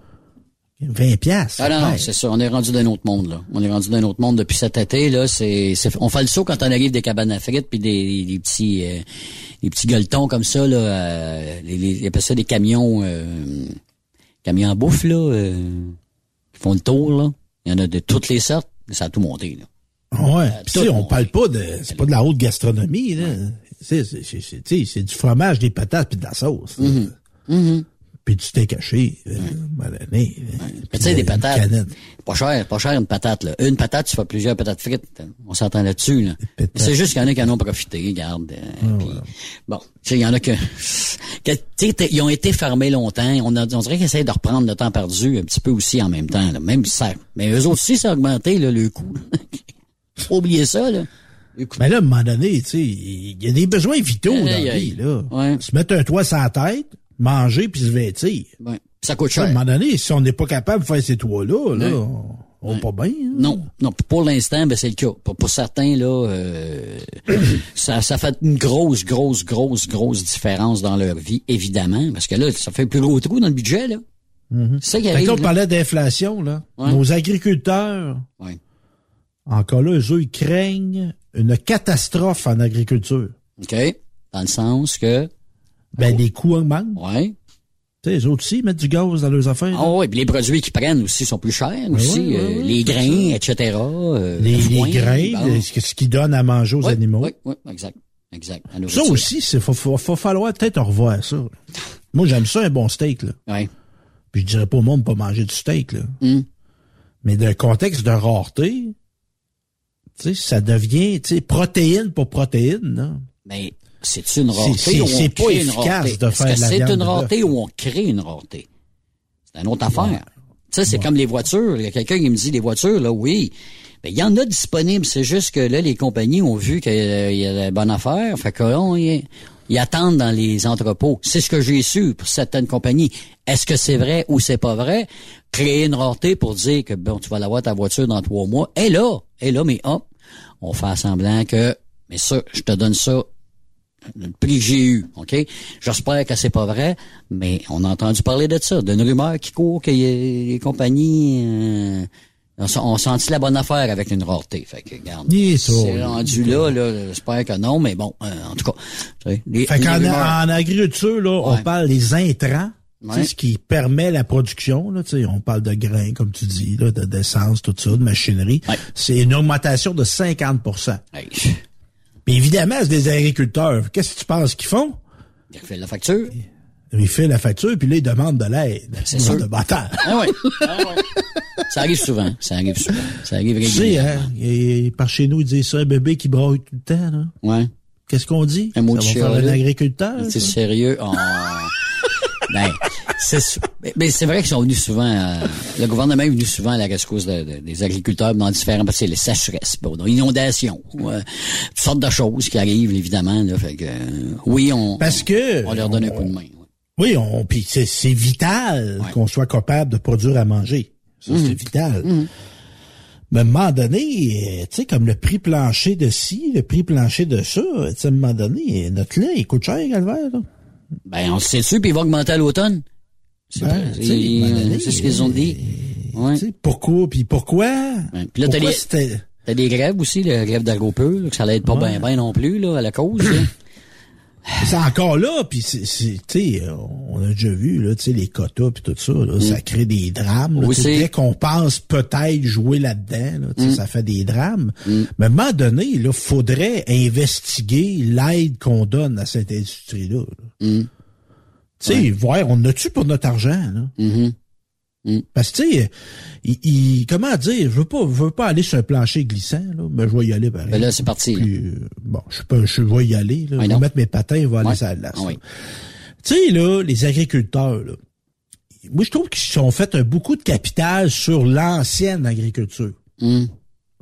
20 piastres. Ah non, c'est ça. On est rendu d'un autre monde, là. On est rendu d'un autre monde depuis cet été, là. On fait le saut quand on arrive des cabanes à frites puis des petits gueuletons comme ça, là. Ils appellent ça des camions à bouffe, là, qui font le tour, là. Il y en a de toutes les sortes. Ça a tout monté, là. Ouais. Puis tu sais, on parle pas c'est pas de la haute gastronomie, là. C'est du fromage, des patates puis de la sauce. Puis du steak haché, tu sais, des patates. Pas cher une patate, là. Une patate, tu fais plusieurs patates frites. On s'entend là-dessus, là. C'est juste qu'il y en a qui en ont profité, regarde. Bon, tu sais, il y en a ils ont été fermés longtemps. On dirait qu'ils essayent de reprendre le temps perdu un petit peu aussi en même temps, là. Même ça. Mais eux autres aussi, ça a augmenté, là, le coût. Faut oublier ça, là. Mais là, à un moment donné, tu sais, il y a des besoins vitaux dans la vie, là. Ouais. Se mettre un toit sur la tête, manger puis se vêtir. Ouais. Ça coûte cher. À un moment donné, si on n'est pas capable de faire ces toits-là, là, on va pas bien. Hein? Non. Pour l'instant, ben c'est le cas. Pour certains, là, ça fait une grosse différence dans leur vie, évidemment, parce que là, ça fait un plus gros trou dans le budget, là. C'est ça qui arrive. Quand on parlait d'inflation, là, nos agriculteurs, encore là, eux, ils craignent une catastrophe en agriculture. OK. Dans le sens que... les coûts augmentent. Ouais. Tu sais, les autres aussi mettent du gaz dans leurs affaires. Ah oui, puis les produits qu'ils prennent aussi sont plus chers aussi. Les grains, etc. Les grains, ce qu'ils donnent à manger aux animaux. Oui, exact. Ça aussi, faut falloir peut-être revoir ça. Moi, j'aime ça, un bon steak, là. Ouais. Puis je dirais pas au monde pas manger du steak, là. Mais d'un contexte de rareté, tu sais, ça devient, tu sais, protéine pour protéine, là. Mais c'est une rareté ou on crée une rareté? Est-ce que c'est une rareté ou on crée une rareté? C'est une autre affaire. Tu sais, c'est comme les voitures. Il y a quelqu'un qui me dit, les voitures, là, oui. Ben, il y en a disponibles. C'est juste que là, les compagnies ont vu qu'il y a la bonne affaire. Fait ils attendent dans les entrepôts. C'est ce que j'ai su pour certaines compagnies. Est-ce que c'est vrai ou c'est pas vrai? Créer une rareté pour dire que, bon, tu vas l'avoir ta voiture dans 3 mois. Et là, mais hop, on fait semblant que, mais ça, je te donne ça, le prix que j'ai eu, OK? J'espère que c'est pas vrai, mais on a entendu parler de ça, d'une rumeur qui court que les compagnies ont senti la bonne affaire avec une rareté. Fait que, regarde, c'est rendu là, j'espère que non, mais bon, en tout cas. Fait qu'en agriculture, là, on parle des intrants. Ouais. Ce qui permet la production, là, on parle de grains, comme tu dis, là, d'essence, tout ça, de machinerie. Ouais. C'est une augmentation de 50%. Ouais. Puis évidemment, c'est des agriculteurs. Qu'est-ce que tu penses qu'ils font? Ils refilent la facture. Ils refilent la facture, puis là, ils demandent de l'aide. C'est sûr. De bâtard. Ah oui. Ça arrive souvent. Ça arrive régulièrement. Tu sais, hein, et par chez nous, ils disent ça, un bébé qui braille tout le temps, là. Ouais. Qu'est-ce qu'on dit? Un mot de chien. Ça va faire un agriculteur. C'est sérieux. Oh. Ben, c'est vrai qu'ils sont venus souvent, le gouvernement est venu souvent à la rescousse des agriculteurs dans différents, parce que c'est les sécheresses, inondations, toutes sortes de choses qui arrivent, évidemment, là, fait que, oui, on leur donne un coup de main. Oui, puis c'est vital qu'on soit capable de produire à manger. Ça, c'est vital. Mais à un moment donné, tu sais, comme le prix plancher de ci, le prix plancher de ça, tu sais, à un moment donné, notre lait, il coûte cher, Calvaire, là. Ben, on le sait dessus, puis il va augmenter à l'automne. C'est ce qu'ils ont dit. Ouais. Pourquoi? Ouais. Puis là, t'as des grèves aussi, la grève d'agropur, que ça l'aide pas bien non plus, là, à la cause. C'est encore là, puis tu sais, on a déjà vu, là, tu sais, les quotas puis tout ça, là, ça crée des drames. Là, dès qu'on pense peut-être jouer là-dedans, là, ça fait des drames. Mais à un moment donné, là, faudrait investiguer l'aide qu'on donne à cette industrie-là. Tu sais, voir, on a-tu pour notre argent, là? Parce que, tu sais, comment dire, je veux pas aller sur un plancher glissant, là, mais je vais y aller pareil. Ben là, c'est parti. Puis, bon, je vais y aller, là. Je vais mettre mes patins, je vais aller sur la glace. Tu sais, là, les agriculteurs, là, moi, je trouve qu'ils ont fait beaucoup de capital sur l'ancienne agriculture. Tu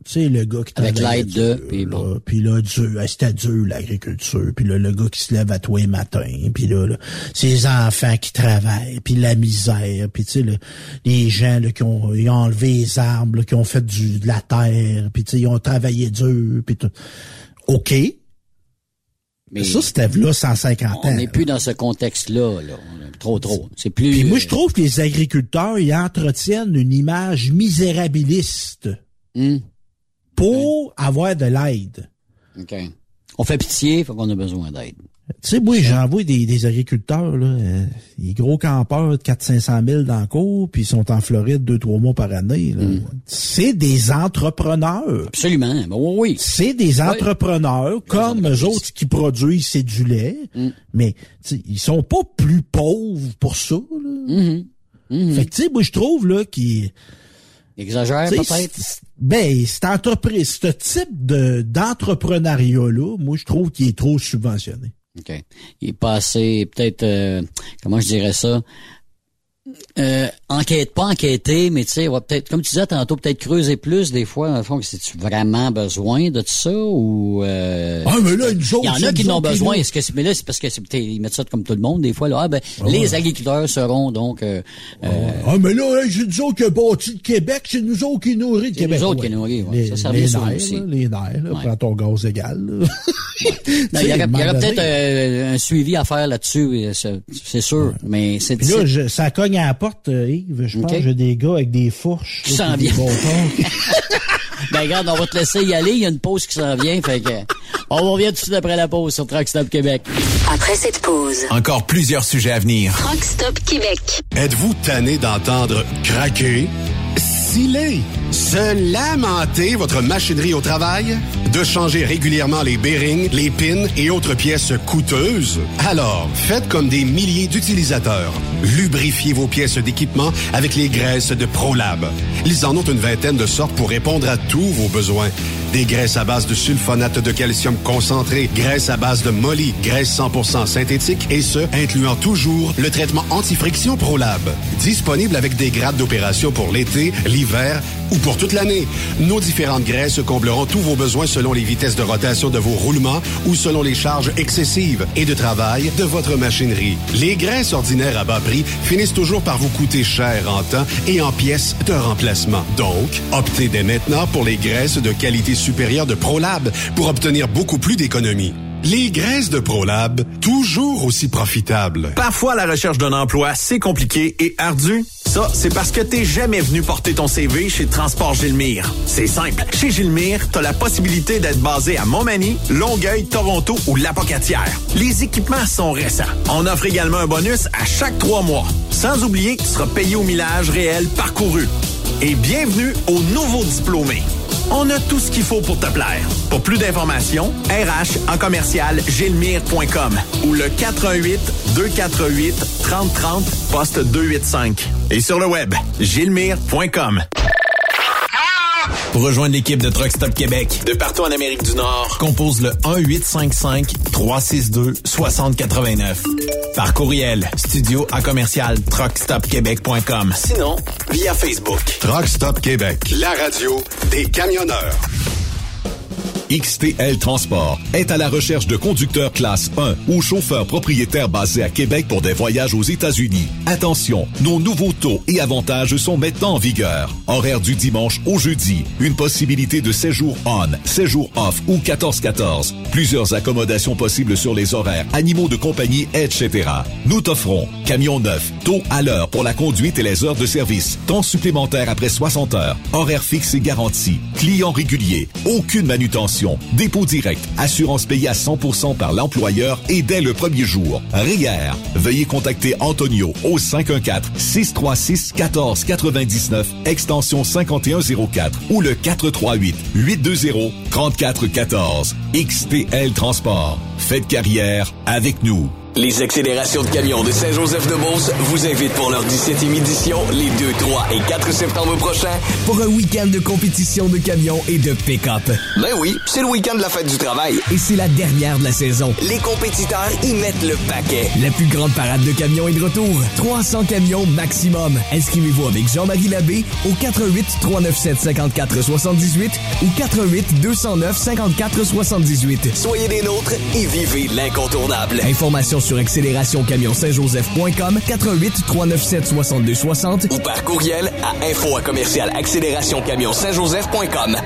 Tu sais, le gars qui avec l'aide de... Puis là, c'était dur, l'agriculture. Puis là, le gars qui se lève à tous les matins. Puis là, ces enfants qui travaillent. Puis la misère. Puis tu sais, les gens là, ils ont enlevé les arbres, là, qui ont fait de la terre. Puis tu sais, ils ont travaillé dur. Puis tout. OK. Mais ça, c'était là 150 ans. On n'est plus dans ce contexte-là. Là. Trop. C'est plus... Puis moi, je trouve que les agriculteurs, ils entretiennent une image misérabiliste pour avoir de l'aide. OK. On fait pitié, faut qu'on a besoin d'aide. Tu sais, moi, j'en vois des agriculteurs, là, des gros campeurs de 400-500 000 dans le cours, puis ils sont en Floride 2-3 mois par année. Là. C'est des entrepreneurs. Absolument. Ben, oui. C'est des entrepreneurs, comme eux autres qui produisent, c'est du lait, mais ils sont pas plus pauvres pour ça. Là. Fait que, tu sais, moi, je trouve là qu'ils... Exagère peut-être? Cette entreprise, ce type d'entrepreneuriat-là, moi, je trouve qu'il est trop subventionné. OK. Il est pas assez, peut-être, comment je dirais ça, pas enquêter, mais tu sais, va peut-être, comme tu disais tantôt, peut-être creuser plus des fois, dans le fond, c'est-tu vraiment besoin de tout ça ou mais là, il y en a qui n'ont besoin. Est-ce que mais là, c'est parce que ils mettent ça comme tout le monde, des fois, là. Les agriculteurs seront donc mais là, c'est nous autres qui a bâti le Québec, c'est nous autres qui nourrit le Québec. C'est nous autres qui nourrit, ça servait ça aussi. Les nerfs, là, prends ton gaz égal, là. Non, il y aurait peut-être un suivi à faire là-dessus, c'est sûr, mais c'est... Puis là, ça cogne à la porte, Yves, je pense que j'ai des gars avec des fourches. Qui s'en viennent. Ben regarde, on va te laisser y aller, il y a une pause qui s'en vient, fait que on revient tout de suite après la pause sur Truck Stop Québec. Après cette pause, encore plusieurs sujets à venir. Truck Stop Québec. Êtes-vous tanné d'entendre craquer, sciller, se lamenter votre machinerie au travail? De changer régulièrement les bearings, les pins et autres pièces coûteuses? Alors, faites comme des milliers d'utilisateurs. Lubrifiez vos pièces d'équipement avec les graisses de ProLab. Ils en ont une vingtaine de sortes pour répondre à tous vos besoins. Des graisses à base de sulfonate de calcium concentré, graisses à base de molly, graisse 100% synthétique et ce, incluant toujours le traitement anti-friction ProLab. Disponible avec des grades d'opération pour l'été, l'hiver ou pour toute l'année. Nos différentes graisses combleront tous vos besoins selon les vitesses de rotation de vos roulements ou selon les charges excessives et de travail de votre machinerie. Les graisses ordinaires à bas prix finissent toujours par vous coûter cher en temps et en pièces de remplacement. Donc, optez dès maintenant pour les graisses de qualité supérieure de ProLab pour obtenir beaucoup plus d'économies. Les graisses de ProLab, toujours aussi profitables. Parfois, la recherche d'un emploi, c'est compliqué et ardu. Ça, c'est parce que t'es jamais venu porter ton CV chez Transport Gilmire. C'est simple. Chez Gilmire, t'as la possibilité d'être basé à Montmagny, Longueuil, Toronto ou Lapocatière. Les équipements sont récents. On offre également un bonus à chaque 3 mois. Sans oublier que tu seras payé au millage réel parcouru. Et bienvenue aux nouveaux diplômés. On a tout ce qu'il faut pour te plaire. Pour plus d'informations, RH en commercial gilmire.com ou le 418-248-3030 poste 285. Et sur le web, gilmire.com. Pour rejoindre l'équipe de Truck Stop Québec, de partout en Amérique du Nord, compose le 1-855-362-6089. Par courriel, studio@truckstopquebec.com. Sinon, via Facebook. Truck Stop Québec, la radio des camionneurs. XTL Transport est à la recherche de conducteurs classe 1 ou chauffeurs propriétaires basés à Québec pour des voyages aux États-Unis. Attention, nos nouveaux taux et avantages sont maintenant en vigueur. Horaire du dimanche au jeudi. Une possibilité de séjour on, séjour off ou 14-14. Plusieurs accommodations possibles sur les horaires, animaux de compagnie, etc. Nous t'offrons camion neuf, taux à l'heure pour la conduite et les heures de service, temps supplémentaire après 60 heures, horaire fixe et garanti, client régulier, aucune manutention, dépôt direct, assurance payée à 100% par l'employeur et dès le premier jour. REER. Veuillez contacter Antonio au 514-636-1499, extension 5104 ou le 438-820-3414. XTL Transport. Faites carrière avec nous. Les accélérations de camions de Saint-Joseph-de-Beauce vous invitent pour leur 17e édition les 2, 3 et 4 septembre prochains pour un week-end de compétition de camions et de pick-up. Ben oui, c'est le week-end de la fête du travail. Et c'est la dernière de la saison. Les compétiteurs y mettent le paquet. La plus grande parade de camions est de retour. 300 camions maximum. Inscrivez-vous avec Jean-Marie Labbé au 88 397 54 78 ou 88 209 54 78. Soyez des nôtres et vivez l'incontournable. Informations sur accélérationcamionsaintjoseph.com 88 397 62 60 ou par courriel à info@accélérationcamionsaintjoseph.com.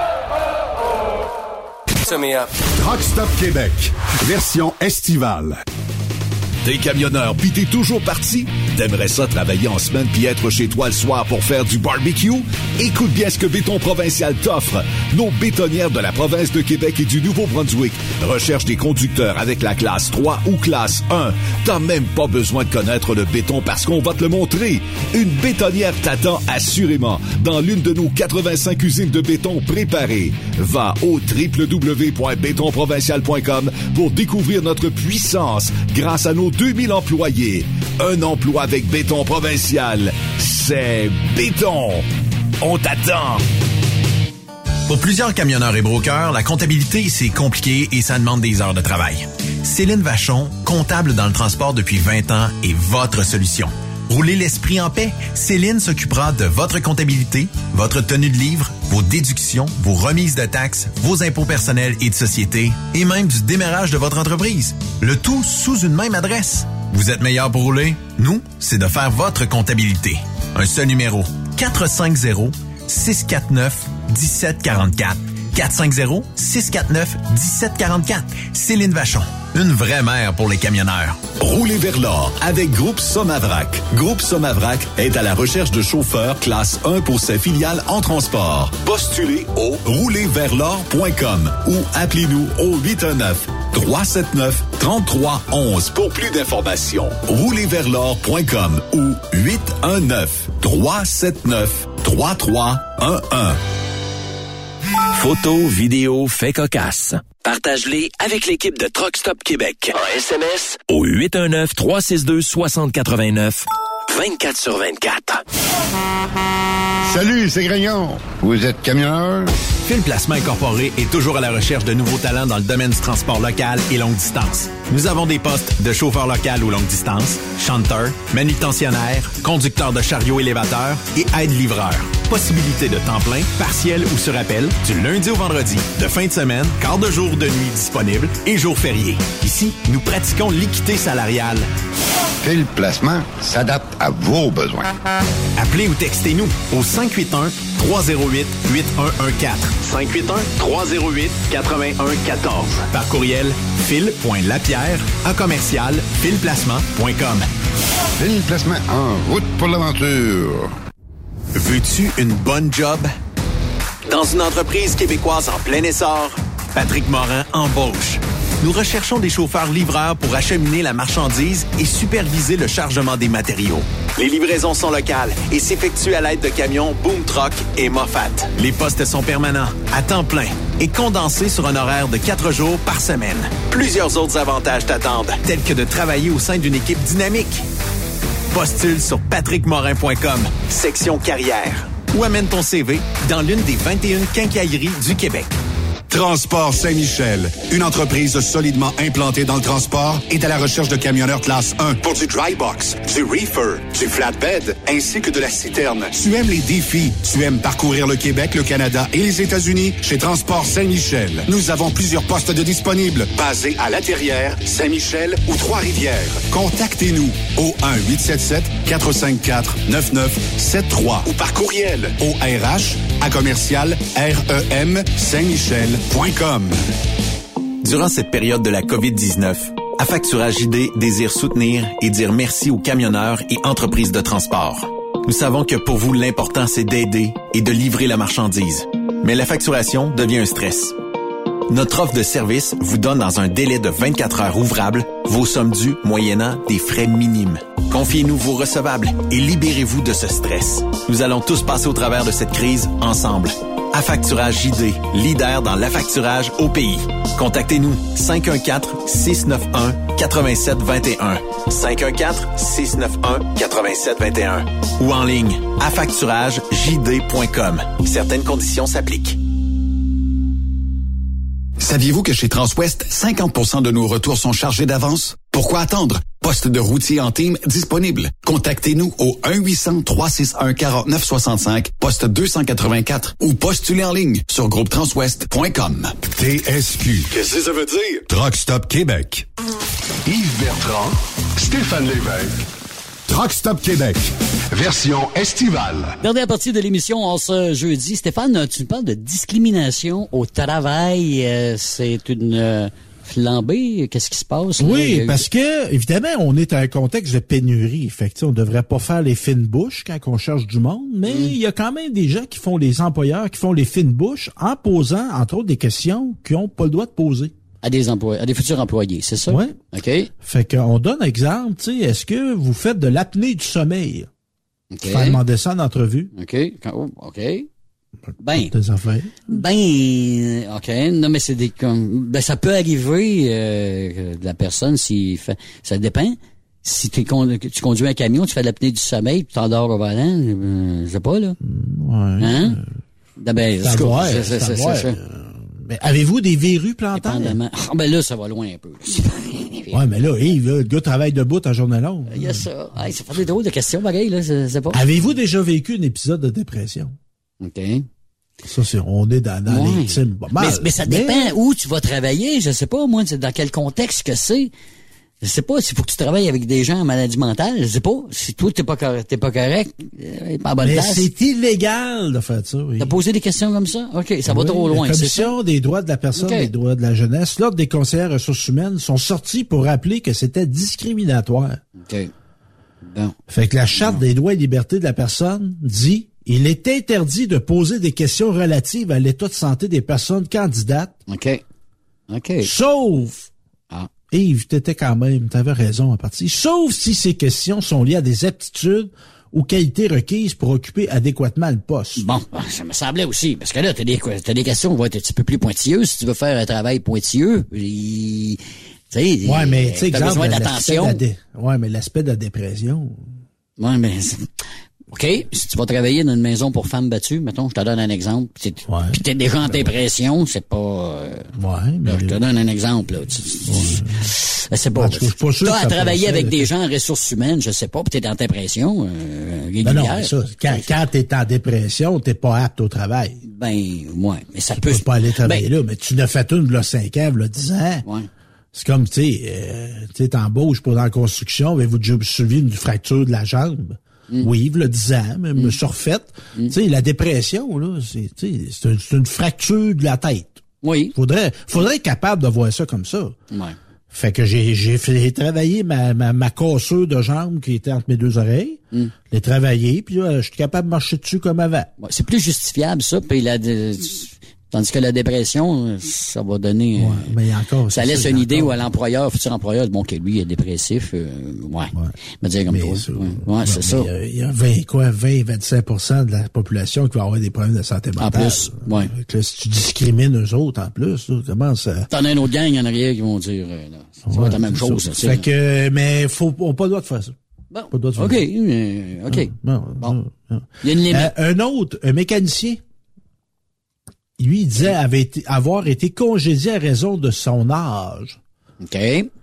Truck Stop Québec, version estivale. T'es camionneur pis t'es toujours parti? T'aimerais ça travailler en semaine pis être chez toi le soir pour faire du barbecue? Écoute bien ce que Béton Provincial t'offre. Nos bétonnières de la province de Québec et du Nouveau-Brunswick recherchent des conducteurs avec la classe 3 ou classe 1. T'as même pas besoin de connaître le béton parce qu'on va te le montrer. Une bétonnière t'attend assurément dans l'une de nos 85 usines de béton préparées. Va au www.bétonprovincial.com pour découvrir notre puissance grâce à nos 2000 employés. Un emploi avec Béton Provincial, c'est béton. On t'attend. Pour plusieurs camionneurs et brokers, la comptabilité, c'est compliqué et ça demande des heures de travail. Céline Vachon, comptable dans le transport depuis 20 ans, est votre solution. Roulez l'esprit en paix. Céline s'occupera de votre comptabilité, votre tenue de livre, vos déductions, vos remises de taxes, vos impôts personnels et de société, et même du démarrage de votre entreprise. Le tout sous une même adresse. Vous êtes meilleur pour rouler? Nous, c'est de faire votre comptabilité. Un seul numéro. 450-649-1744. 450-649-1744. Céline Vachon. Une vraie mère pour les camionneurs. Roulez vers l'or avec Groupe Somavrac. Groupe Somavrac est à la recherche de chauffeurs classe 1 pour ses filiales en transport. Postulez au roulerversl'or.com ou appelez-nous au 819-379-3311 pour plus d'informations. Roulerversl'or.com ou 819-379-3311. Photos, vidéos, faits cocasses. Partage-les avec l'équipe de Truck Stop Québec. En SMS au 819-362-6089. 24/24. Salut, c'est Grignon. Vous êtes camionneur? Fil Placement Incorporé est toujours à la recherche de nouveaux talents dans le domaine du transport local et longue distance. Nous avons des postes de chauffeur local ou longue distance, chanteur, manutentionnaire, conducteur de chariot élévateur et aide-livreur. Possibilité de temps plein, partiel ou sur appel, du lundi au vendredi, de fin de semaine, quart de jour de nuit disponible et jours fériés. Ici, nous pratiquons l'équité salariale. Fil Placement s'adapte à vos besoins. Appelez ou textez-nous au 581-308-8114. 581-308-8114. Par courriel, fil.lapierre@filplacement.com. Fil Placement en route pour l'aventure. Veux-tu une bonne job? Dans une entreprise québécoise en plein essor, Patrick Morin embauche. Nous recherchons des chauffeurs-livreurs pour acheminer la marchandise et superviser le chargement des matériaux. Les livraisons sont locales et s'effectuent à l'aide de camions Boom Truck et Moffat. Les postes sont permanents, à temps plein et condensés sur un horaire de 4 jours par semaine. Plusieurs autres avantages t'attendent, tels que de travailler au sein d'une équipe dynamique. Postule sur patrickmorin.com, section carrière, ou amène ton CV dans l'une des 21 quincailleries du Québec. Transport Saint-Michel, une entreprise solidement implantée dans le transport, est à la recherche de camionneurs classe 1 pour du dry box, du reefer, du flatbed, ainsi que de la citerne. Tu aimes les défis, tu aimes parcourir le Québec, le Canada et les États-Unis? Chez Transport Saint-Michel, nous avons plusieurs postes de disponibles, basés à La Terrière, Saint-Michel ou Trois-Rivières. Contactez-nous au 1-877-454-9973 ou par courriel au RH@REM-Saint-Michel.com. Durant cette période de la COVID-19, Affacturage ID désire soutenir et dire merci aux camionneurs et entreprises de transport. Nous savons que pour vous, l'important, c'est d'aider et de livrer la marchandise. Mais la facturation devient un stress. Notre offre de service vous donne dans un délai de 24 heures ouvrables vos sommes dues moyennant des frais minimes. Confiez-nous vos recevables et libérez-vous de ce stress. Nous allons tous passer au travers de cette crise ensemble. Affacturage JD, leader dans l'affacturage au pays. Contactez-nous 514-691-8721. 514-691-8721. Ou en ligne, affacturagejd.com. Certaines conditions s'appliquent. Saviez-vous que chez Transwest, 50% de nos retours sont chargés d'avance? Pourquoi attendre? Poste de routier en team disponible. Contactez-nous au 1-800-361-4965, poste 284 ou postulez en ligne sur groupetranswest.com. TSQ. Qu'est-ce que ça veut dire? Truck Stop Québec. Yves Bertrand, Stéphane Lévesque. Truck Stop Québec. Version estivale. Dernière partie de l'émission en ce jeudi. Stéphane, tu nous parles de discrimination au travail. C'est une flambée. Qu'est-ce qui se passe? Oui, parce que, évidemment, on est dans un contexte de pénurie. Fait que, on devrait pas faire les fines bouches quand on cherche du monde, mais il y a quand même des gens qui font les employeurs, qui font les fines bouches en posant, entre autres, des questions qu'ils n'ont pas le droit de poser. À des futurs employés, c'est ça? Oui. OK. Fait qu'on donne exemple, tu sais, est-ce que vous faites de l'apnée du sommeil? OK. Faire demander ça en entrevue. OK. OK. Ben. Des affaires. Ben, OK. Non, mais c'est ça peut arriver, la personne, s'il fait, ça dépend. Si tu conduis un camion, tu fais de l'apnée du sommeil, puis t'endors au volant, je sais pas, là. Ouais. Hein? Ben, c'est ça. Mais avez-vous des verrues plantaires? Ah, ben là, ça va loin un peu. Ouais, mais là, Yves, le gars travaille debout en journée longue. Il y a ça. Hey, ça fait des drôles de questions, pareil, là, c'est pas. Avez-vous déjà vécu un épisode de dépression? OK. Ça, on est dans l'intime pas mal. Mais ça dépend où tu vas travailler. Je sais pas, moi, dans quel contexte que c'est. Je sais pas, s'il faut que tu travailles avec des gens en maladie mentale, je sais pas. Si toi, t'es pas correct, pas en bonne place. Mais c'est illégal de faire ça, oui. T'as posé des questions comme ça? OK, ça va trop loin, la Commission des droits de la personne, des droits de la jeunesse, l'Ordre des conseillères ressources humaines sont sortis pour rappeler que c'était discriminatoire. OK. Bon. Fait que la Charte des droits et libertés de la personne dit « Il est interdit de poser des questions relatives à l'état de santé des personnes candidates. » OK. Sauf... Yves, t'avais raison en partie. Sauf si ces questions sont liées à des aptitudes ou qualités requises pour occuper adéquatement le poste. Bon, ça me semblait aussi. Parce que là, t'as des questions qui vont être un petit peu plus pointilleuses. Si tu veux faire un travail pointilleux, mais t'as besoin d'attention. Mais l'aspect de la dépression. Ouais, mais... OK, si tu vas travailler dans une maison pour femmes battues, mettons, je te donne un exemple, puis t'es déjà en dépression, c'est pas... mais... je te donne un exemple, là. C'est pas... Toi, à travailler avec des gens en ressources humaines, je sais pas, puis t'es en dépression régulière. Non, mais ça, quand t'es en dépression, t'es pas apte au travail. Ben, ouais, mais ça peut... Tu peux pas aller travailler là, mais tu n'as fait une, là, 5 ans, là, 10 ans. Ouais. C'est comme, tu sais, t'embauches pour dans la construction, avez-vous déjà suivi une fracture de la jambe? Oui, il y a 10 ans, mais je me suis refaite. Tu sais, la dépression, là, c'est une fracture de la tête. Oui. Faudrait être capable de voir ça comme ça. Ouais. Fait que j'ai travaillé ma cassure de jambe qui était entre mes deux oreilles. Je l'ai travaillé, puis là, je suis capable de marcher dessus comme avant. Ouais, c'est plus justifiable, ça, puis tandis que la dépression, ça va donner... mais encore, ça laisse une idée à l'employeur, futur employeur, bon, que lui, il est dépressif. Me dire comme toi. C'est ça. Il y a 20-25% de la population qui va avoir des problèmes de santé mentale. En plus, oui. Là, si tu discrimines eux autres, en plus, là, comment ça... T'en as une autre gang en arrière qui vont dire... ça va être la même chose. Ça, fait que, mais on n'a pas le droit de faire ça. Bon. Pas le droit de faire ça. OK. Bon. Il y a une limite. Un mécanicien, lui, il disait avoir été congédié à raison de son âge. OK.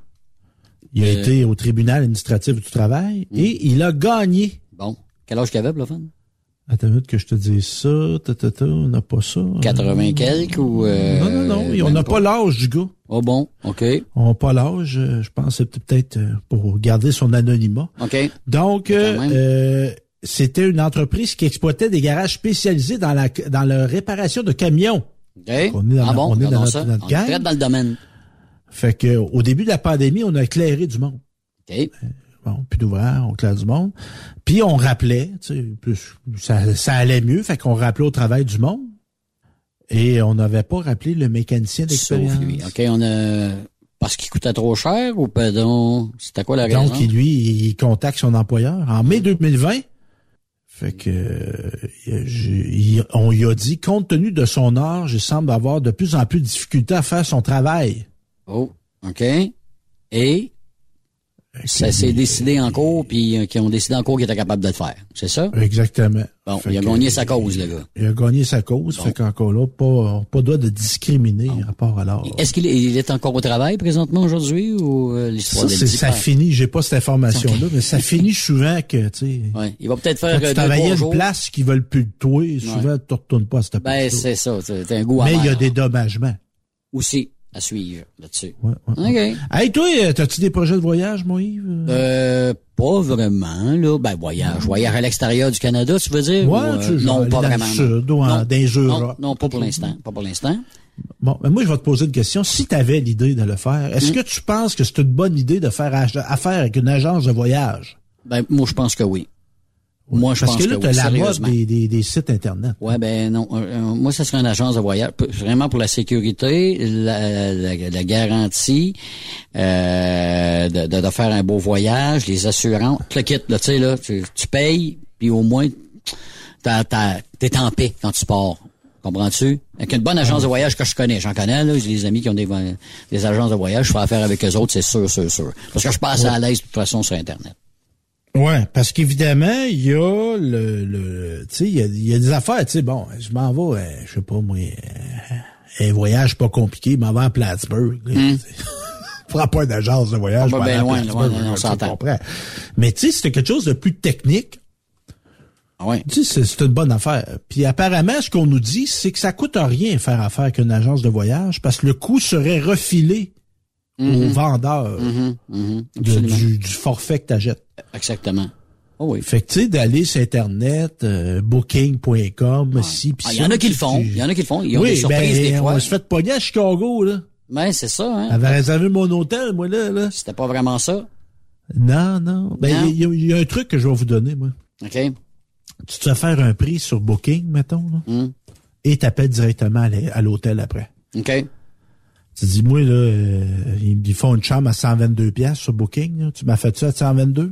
Il a été au tribunal administratif du travail et il a gagné. Bon. Quel âge qu'il avait, Blofan? Attends une minute que je te dise ça. On n'a pas ça. 80 quelques ou... Non. On n'a pas l'âge du gars. Oh bon, OK. On n'a pas l'âge. Je pense que c'est peut-être pour garder son anonymat. OK. Donc, c'était une entreprise qui exploitait des garages spécialisés dans la réparation de camions. OK. On est dans notre gang. Très dans le domaine. Fait que au début de la pandémie, on a éclairé du monde. OK. Bon, puis d'ouvert, on éclaire du monde. Puis on rappelait, tu sais, ça allait mieux, fait qu'on rappelait au travail du monde. Et on n'avait pas rappelé le mécanicien d'expérience. Sauf lui. OK, parce qu'il coûtait trop cher ou pardon? C'était quoi la raison? Donc, lui, il contacte son employeur en mai 2020. Fait que on lui a dit, compte tenu de son âge, il semble avoir de plus en plus de difficultés à faire son travail. Oh, OK. Et ça s'est décidé en cours, puis qui ont décidé en cours qu'il était capable de le faire. C'est ça? Exactement. Bon, il a gagné sa cause, le gars. Il a gagné sa cause, fait qu'encore là, pas droit de discriminer à part à l'âge. Est-ce qu'il est encore au travail présentement aujourd'hui ou l'histoire ça finit, j'ai pas cette information-là, mais ça finit souvent que, tu sais. Ouais. Il va peut-être faire quand tu travaillais une place qu'ils veulent plus de toi, souvent tu retournes pas à cette place. Ben, c'est ça, c'est un goût mais amer. Il y a des dommagements. Aussi. À suivre là-dessus. Ouais. OK. Hey, toi, t'as-tu des projets de voyage, moi, Yves? Pas vraiment, là. Ben, voyage à l'extérieur du Canada, tu veux dire? Ouais, non, pas dans vraiment. Le sud, ou dans les Europes. Non, pas pour l'instant. Pas pour l'instant. Bon, mais moi, je vais te poser une question. Si tu avais l'idée de le faire, est-ce que tu penses que c'est une bonne idée de faire affaire avec une agence de voyage? Ben, moi, je pense que oui. Moi, je pense que oui. Parce que là, t'as la mode des sites Internet. Ouais, ben non. Moi, ça serait une agence de voyage. Vraiment pour la sécurité, la garantie de faire un beau voyage, les assurances, le kit, là, tu sais, là, tu payes, puis au moins, t'es en paix quand tu pars. Comprends-tu? Avec une bonne agence de voyage que je connais. J'en connais, là. J'ai des amis qui ont des agences de voyage. Je fais affaire avec eux autres, c'est sûr. Parce que je passe à l'aise, de toute façon, sur Internet. Ouais, parce qu'évidemment, il y a tu sais, il y a des affaires, tu sais, bon, je m'en vais, je sais pas, moi, un voyage pas compliqué, je m'en vais à Plattsburgh, prends pas une agence de voyage, pas bien loin, on s'entend. Mais tu sais, c'était quelque chose de plus technique. Ouais. Tu sais, c'est une bonne affaire. Puis apparemment, ce qu'on nous dit, c'est que ça coûte rien faire affaire avec une agence de voyage, parce que le coût serait refilé aux vendeurs du forfait que t'achètes. Exactement. Oh oui. Fait que tu sais, d'aller sur Internet, booking.com, si pis ça. Il y en a qui le font. Ils ont des surprises des fois. On se fait pogner à Chicago, là. Ben, c'est ça, hein. J'avais réservé mon hôtel, moi, là. C'était pas vraiment ça. Non. Ben, il y a un truc que je vais vous donner, moi. OK. Tu te fais faire un prix sur Booking, mettons, là. Et t'appelles directement à l'hôtel après. OK. Tu dis, moi, là, ils font une chambre à 122$ sur Booking, là. Tu m'as fait ça à 122$?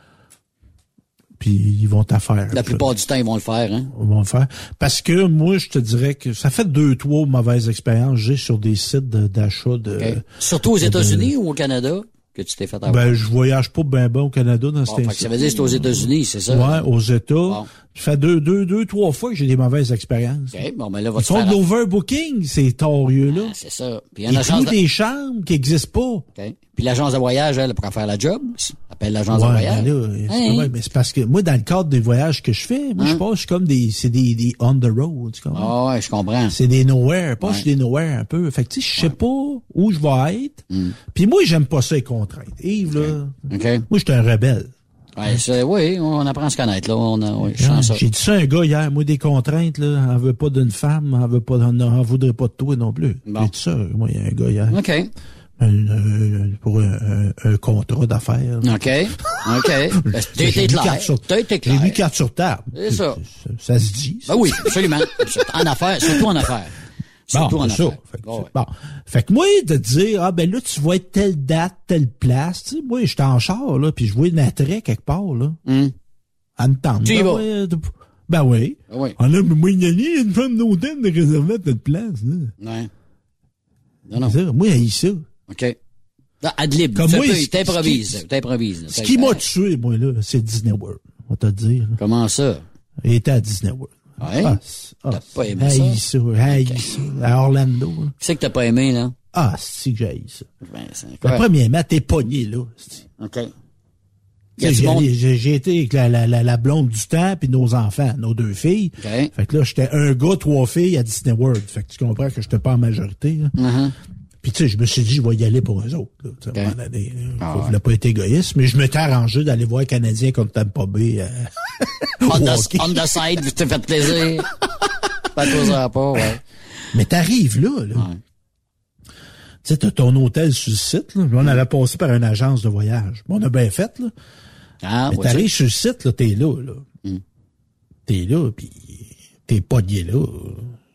Puis ils vont t'affaire. La plupart du temps, ils vont le faire, hein? Ils vont le faire. Parce que moi, je te dirais que ça fait 2-3 mauvaises expériences j'ai sur des sites d'achat de... Okay. Surtout aux États-Unis ou au Canada? Que tu t'es fait avoir? Ben, je voyage pas bien au Canada dans cette Ça veut dire que c'est aux États-Unis, c'est ça? Ouais, aux États. Bon. Ça fait 2-3 fois que j'ai des mauvaises expériences. OK, bon, ben là, ils font de l'overbooking, ces torieux-là. Ah, c'est ça. Puis ils clouent des chambres qui n'existent pas. OK. Puis l'agence de voyage, elle, pour faire la job, appelle l'agence de voyage. Ouais, mais c'est parce que moi, dans le cadre des voyages que je fais, moi, je pense que je suis comme c'est des on the road, tu comprends? Ah ouais, je comprends. C'est des nowhere. Pas, je suis des nowhere un peu. Fait que, tu sais, je sais pas où je vais être. Puis moi, j'aime pas ça, les contraintes. Yves, là. OK. Moi, je suis un rebelle. Ouais, oui, on apprend à se connaître, là. J'ai dit ça à un gars hier. Moi, des contraintes, là, on veut pas d'une femme, on voudrait pas de toi non plus. Bon. J'ai dit ça, moi, il y a un gars hier. OK. Pour un contrat d'affaires. OK. T'as été clair. J'ai mis carte sur table. C'est ça. Ça se dit. Ben oui, absolument. En affaires, surtout en affaires. Surtout en affaires. Bon. Fait que moi, de dire, ben là, tu vas être telle date, telle place, tu sais, moi, je suis en char, là, puis je vois une attrait quelque part, là. À me tendre. Tu y vas. Ben oui. Oui. Ah là, mais moi, il y a une femme d'hôtel de réserver telle place, là. Ouais. Non. Moi, il y a ça. OK. Adlib. Comme moi, t'improvises. Ce qui m'a tué, moi, là, c'est Disney World. On va te dire. Comment ça? Il était à Disney World. Ouais. T'as pas aimé ça? À Orlando. Qu'est-ce que t'as pas aimé, là? Ah, c'est que j'ai haï ça. Ben, premièrement, t'es pogné, là. OK. J'ai été avec la blonde du temps puis nos enfants, nos 2 filles. Okay. Fait que là, j'étais un gars, 3 filles à Disney World. Fait que tu comprends que j'étais pas en majorité. Puis tu sais, je me suis dit, je vais y aller pour eux autres. Là, à un moment donné, je voulais pas être égoïste, mais je m'étais arrangé d'aller voir les Canadiens contre Tampa Bay. On the side, tu t'es fait plaisir. Pas de pas, ouais. Mais t'arrives là. Ouais. Tu sais, t'as ton hôtel sur le site. Là. On avait passé par une agence de voyage. On a bien fait, là. Mais t'arrives sur le site, là, t'es là. T'es là, puis t'es pogné là.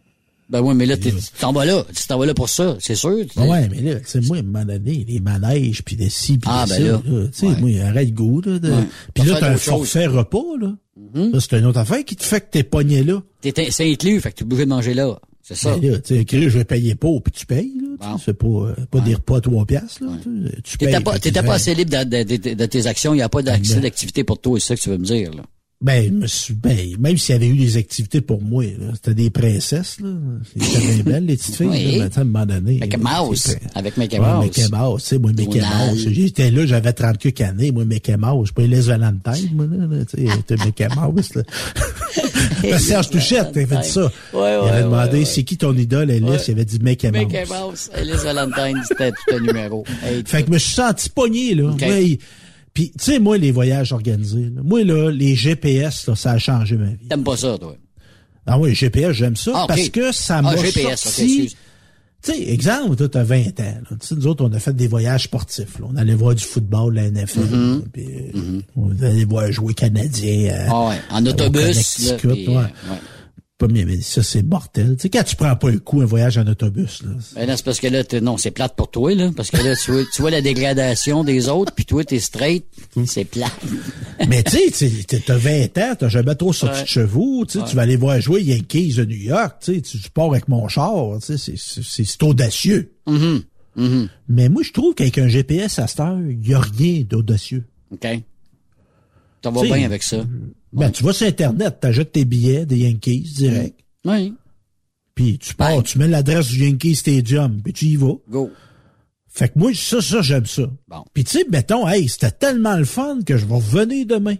Ben oui, mais là, tu t'en vas là. Tu t'en vas là pour ça, c'est sûr. Ouais, mais là, tu sais, moi, à un moment donné, les manèges, puis des ci, puis des ça, là, tu sais, moi, arrête le goût, là. Puis là, t'as un forfait repas, là. Là, c'est une autre affaire qui te fait que t'es pogné là. C'est inclus, fait que t'es obligé de manger là. C'est ça. Ben là, tu sais, je vais payer pas, puis tu payes, là. C'est pas des repas à 3 piastres, là. Tu payes. T'étais pas assez libre de tes actions, il n'y a pas d'accès d'activité pour toi, c'est ça que tu veux me dire, là. Même s'il y avait eu des activités pour moi, là, c'était des princesses, là. C'était bien belles, les petites filles, oui. là, à un moment donné. Mickey Mouse. Avec Mickey Mouse. Mickey Mouse, tu sais, moi, Mickey Mouse. J'étais là, j'avais 30 quelques années, moi, Mickey Mouse. Je pas les Valentine, moi, là, tu sais, c'était Mickey Mouse, là. Serge Touchette, il avait dit ça. Il avait demandé, c'est qui ton idole, Alice? Il avait dit Mickey Mouse. Mickey Mouse. Alice Valentine, c'était tout un numéro. Fait que je me suis senti pogné, là. Okay. Puis, tu sais, moi, les voyages organisés, là, moi, là, les GPS, là, ça a changé ma vie. T'aimes pas ça, toi? Ah oui, GPS, j'aime ça, parce que ça m'a sorti... Tu sais, exemple, toi, t'as 20 ans, là. Tu sais, nous autres, on a fait des voyages sportifs, là. On allait voir du football, la NFL, puis on allait voir jouer Canadien. En autobus, là, mais ça, c'est mortel. Tu sais, quand tu prends pas un coup, un voyage en autobus, là. Ben là, c'est parce que là, non, c'est plate pour toi, là. Parce que là, tu vois la dégradation des autres, puis toi, t'es straight, c'est plate. Mais tu sais, t'as 20 ans, t'as jamais trop sorti de chevaux, tu sais, tu vas aller voir jouer Yankees de New York, tu sais, tu pars avec mon char, tu sais, c'est audacieux. Mais moi, je trouve qu'avec un GPS à cette heure, il y a rien d'audacieux. OK. T'en vas bien avec ça. Ben, tu vas sur Internet, t'achètes tes billets des Yankees direct. Oui. Puis tu pars, tu mets l'adresse du Yankee Stadium, puis tu y vas. Go. Fait que moi, ça, j'aime ça. Bon. Puis tu sais, mettons, hey, c'était tellement le fun que je vais revenir demain.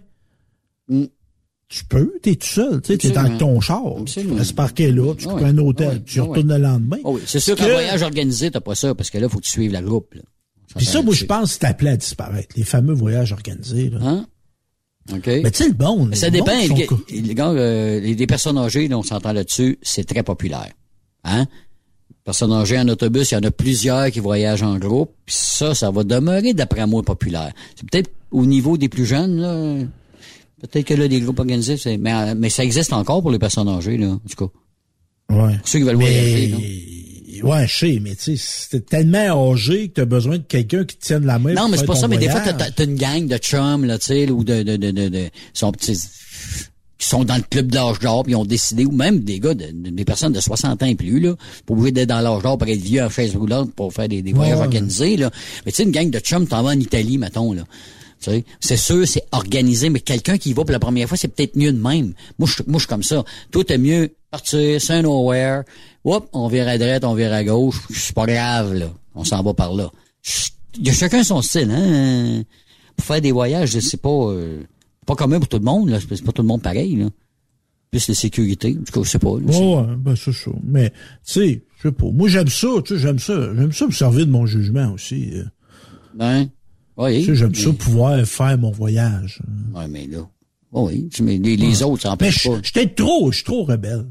Tu peux, t'es tout seul, tu sais, t'es dans ton char. Tu restes parqué là, tu prends un hôtel, tu retournes le lendemain. Oui, c'est sûr qu'un voyage organisé, t'as pas ça, parce que là, faut que tu suives la groupe, là. Puis ça, moi, je pense que c'est appelé à disparaître, les fameux voyages organisés, là. Hein? OK. Mais tu sais, le bon. Ça dépend. Les personnes âgées, là, on s'entend là-dessus, c'est très populaire. Hein? Personnes âgées en autobus, il y en a plusieurs qui voyagent en groupe. Puis ça va demeurer, d'après moi, populaire. C'est peut-être au niveau des plus jeunes, là. Peut-être que là, les groupes organisés, mais ça existe encore pour les personnes âgées, là, en tout cas. Ouais. Pour ceux qui veulent voyager, là. Ouais, je sais, mais tu sais, c'était tellement âgé que t'as besoin de quelqu'un qui te tienne la main. Non, mais c'est pas ça, mais des fois, t'as une gang de chums, là, tu sais, ou qui sont dans le club de l'âge d'or, puis ils ont décidé, ou même des gars, des personnes de 60 ans et plus, là, pas obligé d'être dans l'âge d'or pour être vieux en chaise roulante pour faire des voyages organisés, là. Mais tu sais, une gang de chums, t'en vas en Italie, mettons, là. Tu sais, c'est sûr, c'est organisé, mais quelqu'un qui y va pour la première fois, c'est peut-être mieux de même. Moi, je suis comme ça. Toi, t'es mieux partir, c'est un nowhere. Hop, on vire à droite, on vire à gauche. C'est pas grave, là. On s'en va par là. Il y a chacun son style, hein. Pour faire des voyages, c'est pas commun pour tout le monde, là. C'est pas tout le monde pareil, là. Plus de sécurité. En tout cas, je sais pas. Ben, c'est ça. Mais, tu sais, je sais pas. Moi, j'aime ça, tu sais, j'aime ça me servir de mon jugement aussi. Ben. Oui. Tu sais, j'aime ça pouvoir faire mon voyage. Oui, mais là. Oui, mais les autres, ça empêche pas. Je suis trop rebelle.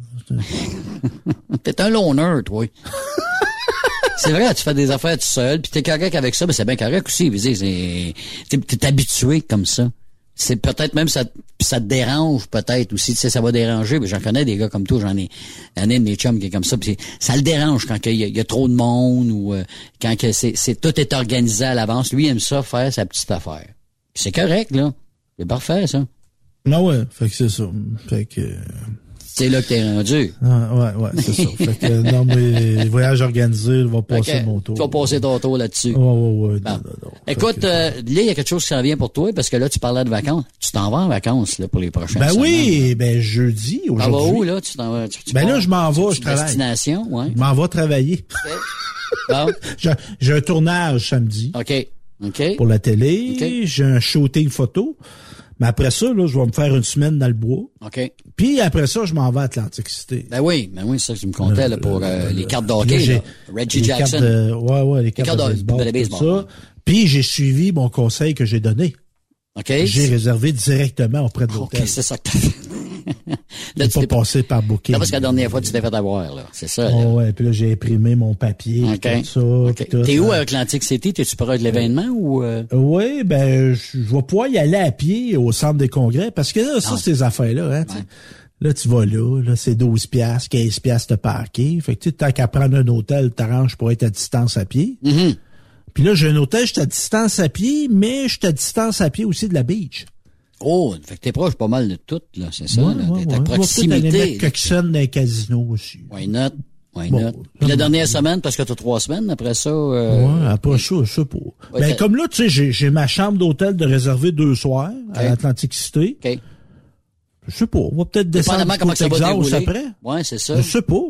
T'es un loner, toi. C'est vrai, tu fais des affaires tout seul, puis t'es correct avec ça, mais c'est bien correct aussi. T'es habitué comme ça. C'est peut-être même ça te dérange peut-être aussi, tu sais, ça va déranger, mais j'en connais des gars comme toi, j'en ai des chums qui est comme ça, puis ça le dérange quand il y a trop de monde ou quand que tout est organisé à l'avance. Lui, il aime ça, faire sa petite affaire. Puis c'est correct, là. C'est parfait, ça. Ah ouais, fait que c'est ça. Fait que... C'est là que t'es rendu. Ouais, c'est ça. Fait que, non, mais les voyages organisés, va passer mon tour. Tu vas passer ton tour là-dessus. Ouais. Bon. Non. Écoute, là, il y a quelque chose qui s'en vient pour toi, parce que là, tu parlais de vacances. Tu t'en vas en vacances, là, pour les prochaines semaines. Oui, jeudi, aujourd'hui. Ah, où, là? Tu t'en vas? Là, je m'en vais, je travaille. Destination, ouais. Je m'en vais travailler. Okay. Bon. J'ai un tournage samedi. OK. Pour la télé. Okay. J'ai un shooting photo. Mais après ça, là, je vais me faire une semaine dans le bois. OK. Puis après ça, je m'en vais à Atlantic City. Ben oui, c'est ça que tu me comptais là, pour les cartes de hockey. Reggie Jackson. Les cartes de baseball. Tout ça. Puis j'ai suivi mon conseil que j'ai donné. OK. J'ai réservé directement auprès de l'hôtel. OK, c'est ça que t'as fait. Là, tu pas passé par Booking. Non, parce que la dernière fois, tu t'es fait avoir, là. C'est ça, là. Ouais, puis là, j'ai imprimé mon papier, tout ça. Okay. T'es où à Atlantic City? T'es-tu proche de l'événement ou... Oui, je vais pouvoir y aller à pied au centre des congrès, parce que là, ça, ces affaires-là, hein. Là, tu vas là, c'est 12 piastres, 15 piastres de parquet. Fait que tu sais, tant qu'à prendre un hôtel, t'arranges pour être à distance à pied. Mm-hmm. Puis là, j'ai un hôtel, je suis à distance à pied, mais je suis à distance à pied aussi de la beach. Oh, fait que t'es proche pas mal de tout, là, c'est ça, là. T'es à proximité. On va peut-être aller mettre quelques scènes dans les casinos aussi. Why not? Puis la dernière semaine, parce que t'as 3 semaines, après ça... Ouais, après ça, je sais pas. Ouais, ben, comme là, tu sais, j'ai ma chambre d'hôtel de réserver 2 soirs à l'Atlantic City. OK. Je sais pas, on va peut-être descendre au Texas après. Ouais, c'est ça. Je sais pas.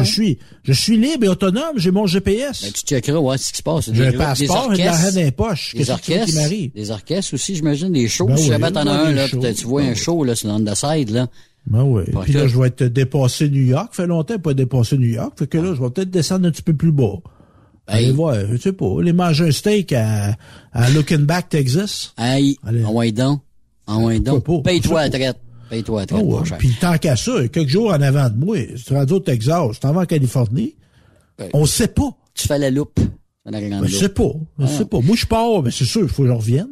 Je suis libre et autonome, j'ai mon GPS. Ben, tu checkeras, ce qui se passe. J'ai un passeport et de l'argent dans les poches. Qu'est-ce qui m'arrive? Des orchestres aussi, j'imagine, des shows. Si jamais t'en as un, là, tu vois un show, là, sur l'underside, là. Ben oui. Puis là, je vais être dépassé New York. Ça fait longtemps pas dépassé New York. Fait que là, je vais peut-être descendre un petit peu plus bas. Allez voir, je sais pas. Aller manger un steak à Looking Back, Texas. Aïe, envoie donc. Paye-toi la traite. Paye-toi la traite, mon cher. Puis tant qu'à ça, quelques jours en avant de moi, si tu rendu au Texas, tu t'en vas en Californie, on sait pas. Tu fais la loupe. Je sais pas. Moi, je pars, mais c'est sûr, il faut que je revienne.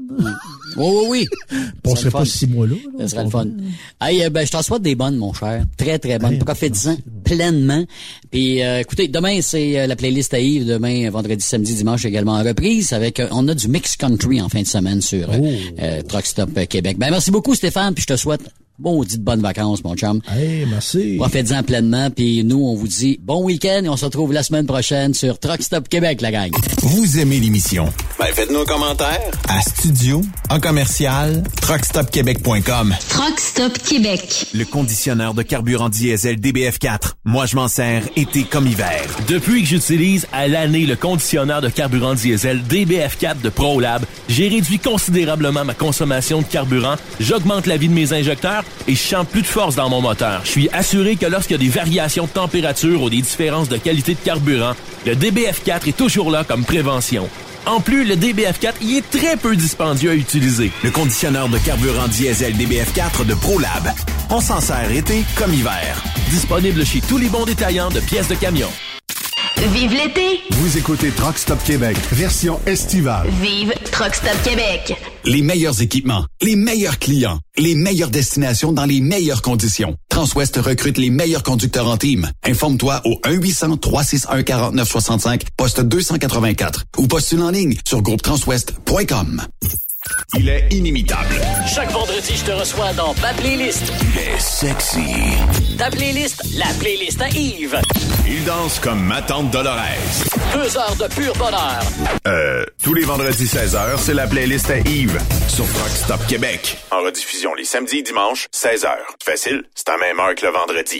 Oui. On serait pas 6 mois là. Ça serait le fun. Hey, je t'en souhaite des bonnes, mon cher. Très, très bonnes. Profite-en pleinement. Puis, écoutez, demain, c'est la playlist à Yves. Demain, vendredi, samedi, dimanche, également en reprise. On a du mix country en fin de semaine sur Truck Stop Québec. Ben, merci beaucoup, Stéphane. Puis, je te souhaite de bonnes vacances, mon chum. Hey, merci. Profitez-en pleinement. Puis, nous, on vous dit bon week-end et on se retrouve la semaine prochaine sur Truck Stop Québec, la gang. Vous aimez l'émission? Ben, faites-nous un commentaire. À studio, en commercial, truckstopquebec.com. Truck Stop Québec. Le conditionneur de carburant diesel DBF4. Moi, je m'en sers été comme hiver. Depuis que j'utilise à l'année le conditionneur de carburant diesel DBF4 de ProLab, j'ai réduit considérablement ma consommation de carburant, j'augmente la vie de mes injecteurs et je sens plus de force dans mon moteur. Je suis assuré que lorsqu'il y a des variations de température ou des différences de qualité de carburant, le DBF4 est toujours là comme prévention. En plus, le DBF4 y est très peu dispendieux à utiliser. Le conditionneur de carburant diesel DBF4 de ProLab. On s'en sert été comme hiver. Disponible chez tous les bons détaillants de pièces de camion. Vive l'été! Vous écoutez Truck Stop Québec, version estivale. Vive Truck Stop Québec! Les meilleurs équipements, les meilleurs clients, les meilleures destinations dans les meilleures conditions. Transwest recrute les meilleurs conducteurs en team. Informe-toi au 1-800-361-4965, poste 284 ou postule en ligne sur groupetranswest.com. Il est inimitable. Chaque vendredi, je te reçois dans ma playlist. Il est sexy. Ta playlist, la playlist à Yves. Il danse comme ma tante Dolores. 2 heures de pur bonheur. Tous les vendredis 16h, c'est la playlist à Yves sur Truck Stop Québec. En rediffusion les samedis et dimanches, 16h. Facile, c'est à même heure que le vendredi.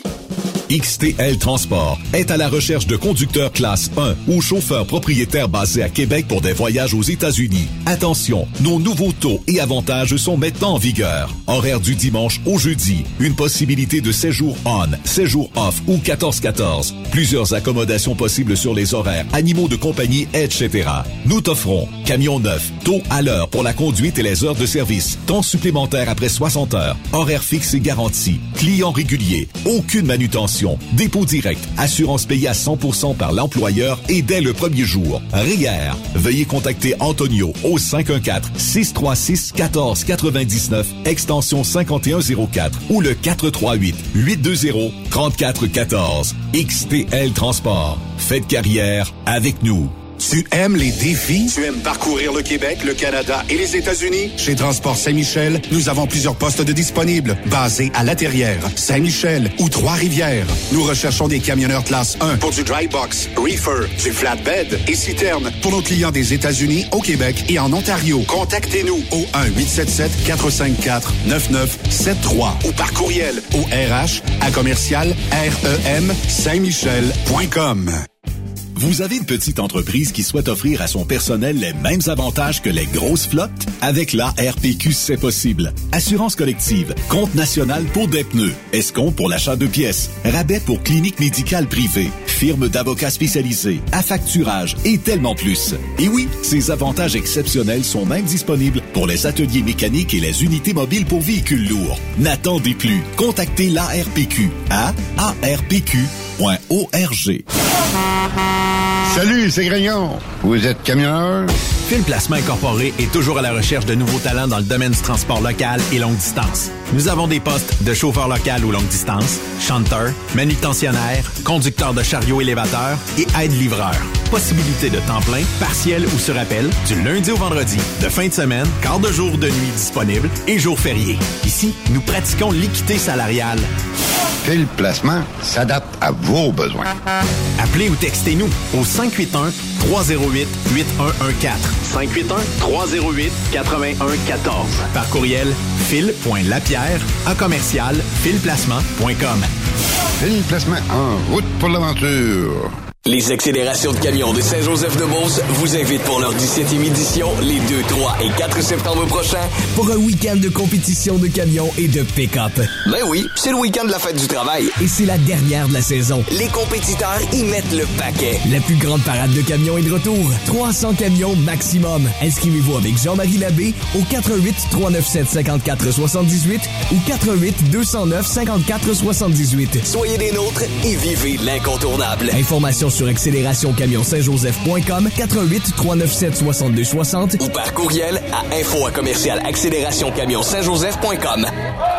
XTL Transport est à la recherche de conducteurs classe 1 ou chauffeurs propriétaires basés à Québec pour des voyages aux États-Unis. Attention, nos nouveaux taux et avantages sont maintenant en vigueur. Horaire du dimanche au jeudi. Une possibilité de séjour on, séjour off ou 14-14. Plusieurs accommodations possibles sur les horaires, animaux de compagnie, etc. Nous t'offrons camion neuf, taux à l'heure pour la conduite et les heures de service, temps supplémentaire après 60 heures, horaire fixe et garanti, client régulier, aucune manutention, dépôt direct, assurance payée à 100% par l'employeur et dès le premier jour. REER. Veuillez contacter Antonio au 514-636-1499, extension 5104 ou le 438-820-3414. XTL Transport. Faites carrière avec nous. Tu aimes les défis? Tu aimes parcourir le Québec, le Canada et les États-Unis? Chez Transport Saint-Michel, nous avons plusieurs postes de disponibles, basés à La Terrière, Saint-Michel ou Trois-Rivières. Nous recherchons des camionneurs classe 1 pour du dry box, reefer, du flatbed et citerne pour nos clients des États-Unis, au Québec et en Ontario. Contactez-nous au 1-877-454-9973 ou par courriel au RH@REM-Saint-Michel.com. Vous avez une petite entreprise qui souhaite offrir à son personnel les mêmes avantages que les grosses flottes? Avec la RPQ, c'est possible. Assurance collective, compte national pour des pneus, escompte pour l'achat de pièces, rabais pour clinique médicale privée, firme d'avocats spécialisés, affacturage et tellement plus. Et oui, ces avantages exceptionnels sont même disponibles pour les ateliers mécaniques et les unités mobiles pour véhicules lourds. N'attendez plus. Contactez l'ARPQ à arpq.org. Salut, c'est Grignon. Vous êtes camionneur? Fil Placement Incorporé est toujours à la recherche de nouveaux talents dans le domaine du transport local et longue distance. Nous avons des postes de chauffeur local ou longue distance, chanteur, manutentionnaire, conducteur de chariot élévateur et aide-livreur. Possibilité de temps plein, partiel ou sur appel, du lundi au vendredi, de fin de semaine, quart de jour de nuit disponible et jours fériés. Ici, nous pratiquons l'équité salariale. Fil Placement s'adapte à vos besoins. Appelez ou textez-nous au 581-308-8114. 581-308-8114. Par courriel, fil.lapierre@filplacement.com. Fil Placement en route pour l'aventure. Les accélérations de camions de Saint-Joseph-de-Beauce vous invitent pour leur 17e édition les 2, 3 et 4 septembre prochains pour un week-end de compétition de camions et de pick-up. Ben oui, c'est le week-end de la fête du travail. Et c'est la dernière de la saison. Les compétiteurs y mettent le paquet. La plus grande parade de camions est de retour. 300 camions maximum. Inscrivez-vous avec Jean-Marie Labbé au 88-397-54-78 ou 88-209-54-78. Soyez des nôtres et vivez l'incontournable. Informations sur accélérationcamion-saint-joseph.com 88-397-6260 ou par courriel à info@accélérationcamion-saint-joseph.com.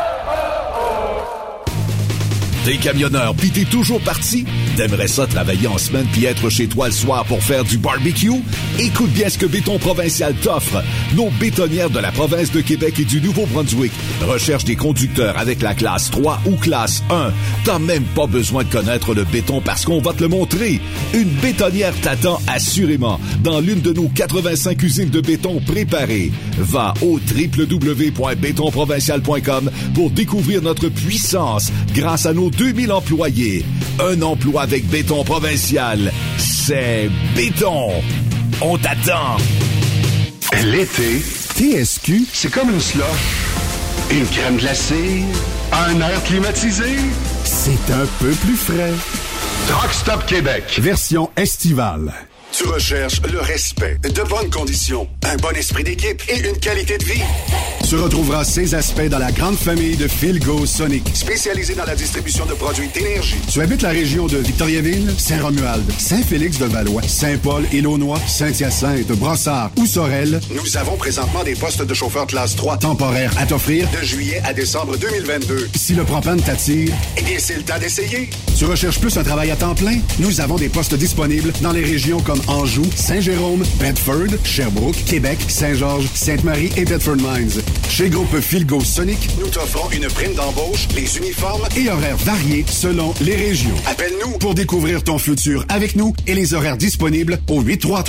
T'es camionneur pis t'es toujours parti? T'aimerais ça travailler en semaine puis être chez toi le soir pour faire du barbecue? Écoute bien ce que Béton Provincial t'offre. Nos bétonnières de la province de Québec et du Nouveau-Brunswick recherchent des conducteurs avec la classe 3 ou classe 1. T'as même pas besoin de connaître le béton parce qu'on va te le montrer. Une bétonnière t'attend assurément dans l'une de nos 85 usines de béton préparées. Va au www.bétonprovincial.com pour découvrir notre puissance grâce à nos 2000 employés. Un emploi avec Béton Provincial, c'est béton. On t'attend. L'été, TSQ, c'est comme une slush. Une crème glacée, un air climatisé, c'est un peu plus frais. Truck Stop Québec, version estivale. Tu recherches le respect, de bonnes conditions, un bon esprit d'équipe et une qualité de vie. Tu retrouveras ces aspects dans la grande famille de Philgo Sonic, spécialisée dans la distribution de produits d'énergie. Tu habites la région de Victoriaville, Saint-Romuald, Saint-Félix-de-Valois, Saint-Paul, Île-aux-Noix, Saint-Hyacinthe, Brossard ou Sorel. Nous avons présentement des postes de chauffeur classe 3 temporaires à t'offrir de juillet à décembre 2022. Si le propane t'attire, eh bien c'est le temps d'essayer. Tu recherches plus un travail à temps plein? Nous avons des postes disponibles dans les régions comme Anjou, Saint-Jérôme, Bedford, Sherbrooke, Québec, Saint-Georges, Sainte-Marie et Bedford Mines. Chez Groupe Philgo Sonic, nous t'offrons une prime d'embauche, les uniformes et horaires variés selon les régions. Appelle-nous pour découvrir ton futur avec nous et les horaires disponibles au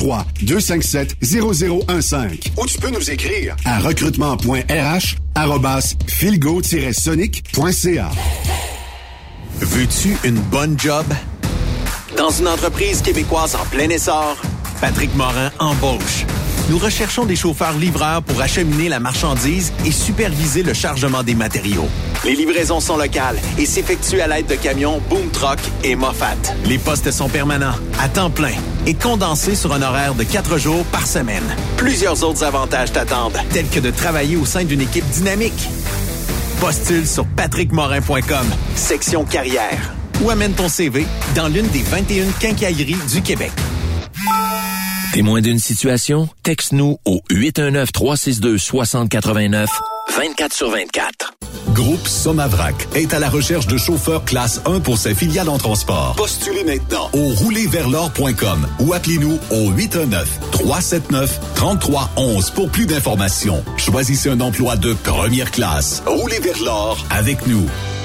833-257-0015. Ou tu peux nous écrire à recrutement.rh@philgo-sonic.ca. Veux-tu une bonne job? Dans une entreprise québécoise en plein essor, Patrick Morin embauche. Nous recherchons des chauffeurs-livreurs pour acheminer la marchandise et superviser le chargement des matériaux. Les livraisons sont locales et s'effectuent à l'aide de camions Boom Truck et Moffat. Les postes sont permanents, à temps plein et condensés sur un horaire de 4 jours par semaine. Plusieurs autres avantages t'attendent, tels que de travailler au sein d'une équipe dynamique. Postule sur patrickmorin.com, section carrière. Ou amène ton CV dans l'une des 21 quincailleries du Québec. Témoin d'une situation? Texte-nous au 819-362-6089, 24/24. Groupe Somavrac est à la recherche de chauffeurs classe 1 pour ses filiales en transport. Postulez maintenant au roulerversl'or.com ou appelez-nous au 819-379-3311 pour plus d'informations. Choisissez un emploi de première classe. Roulez vers l'or avec nous.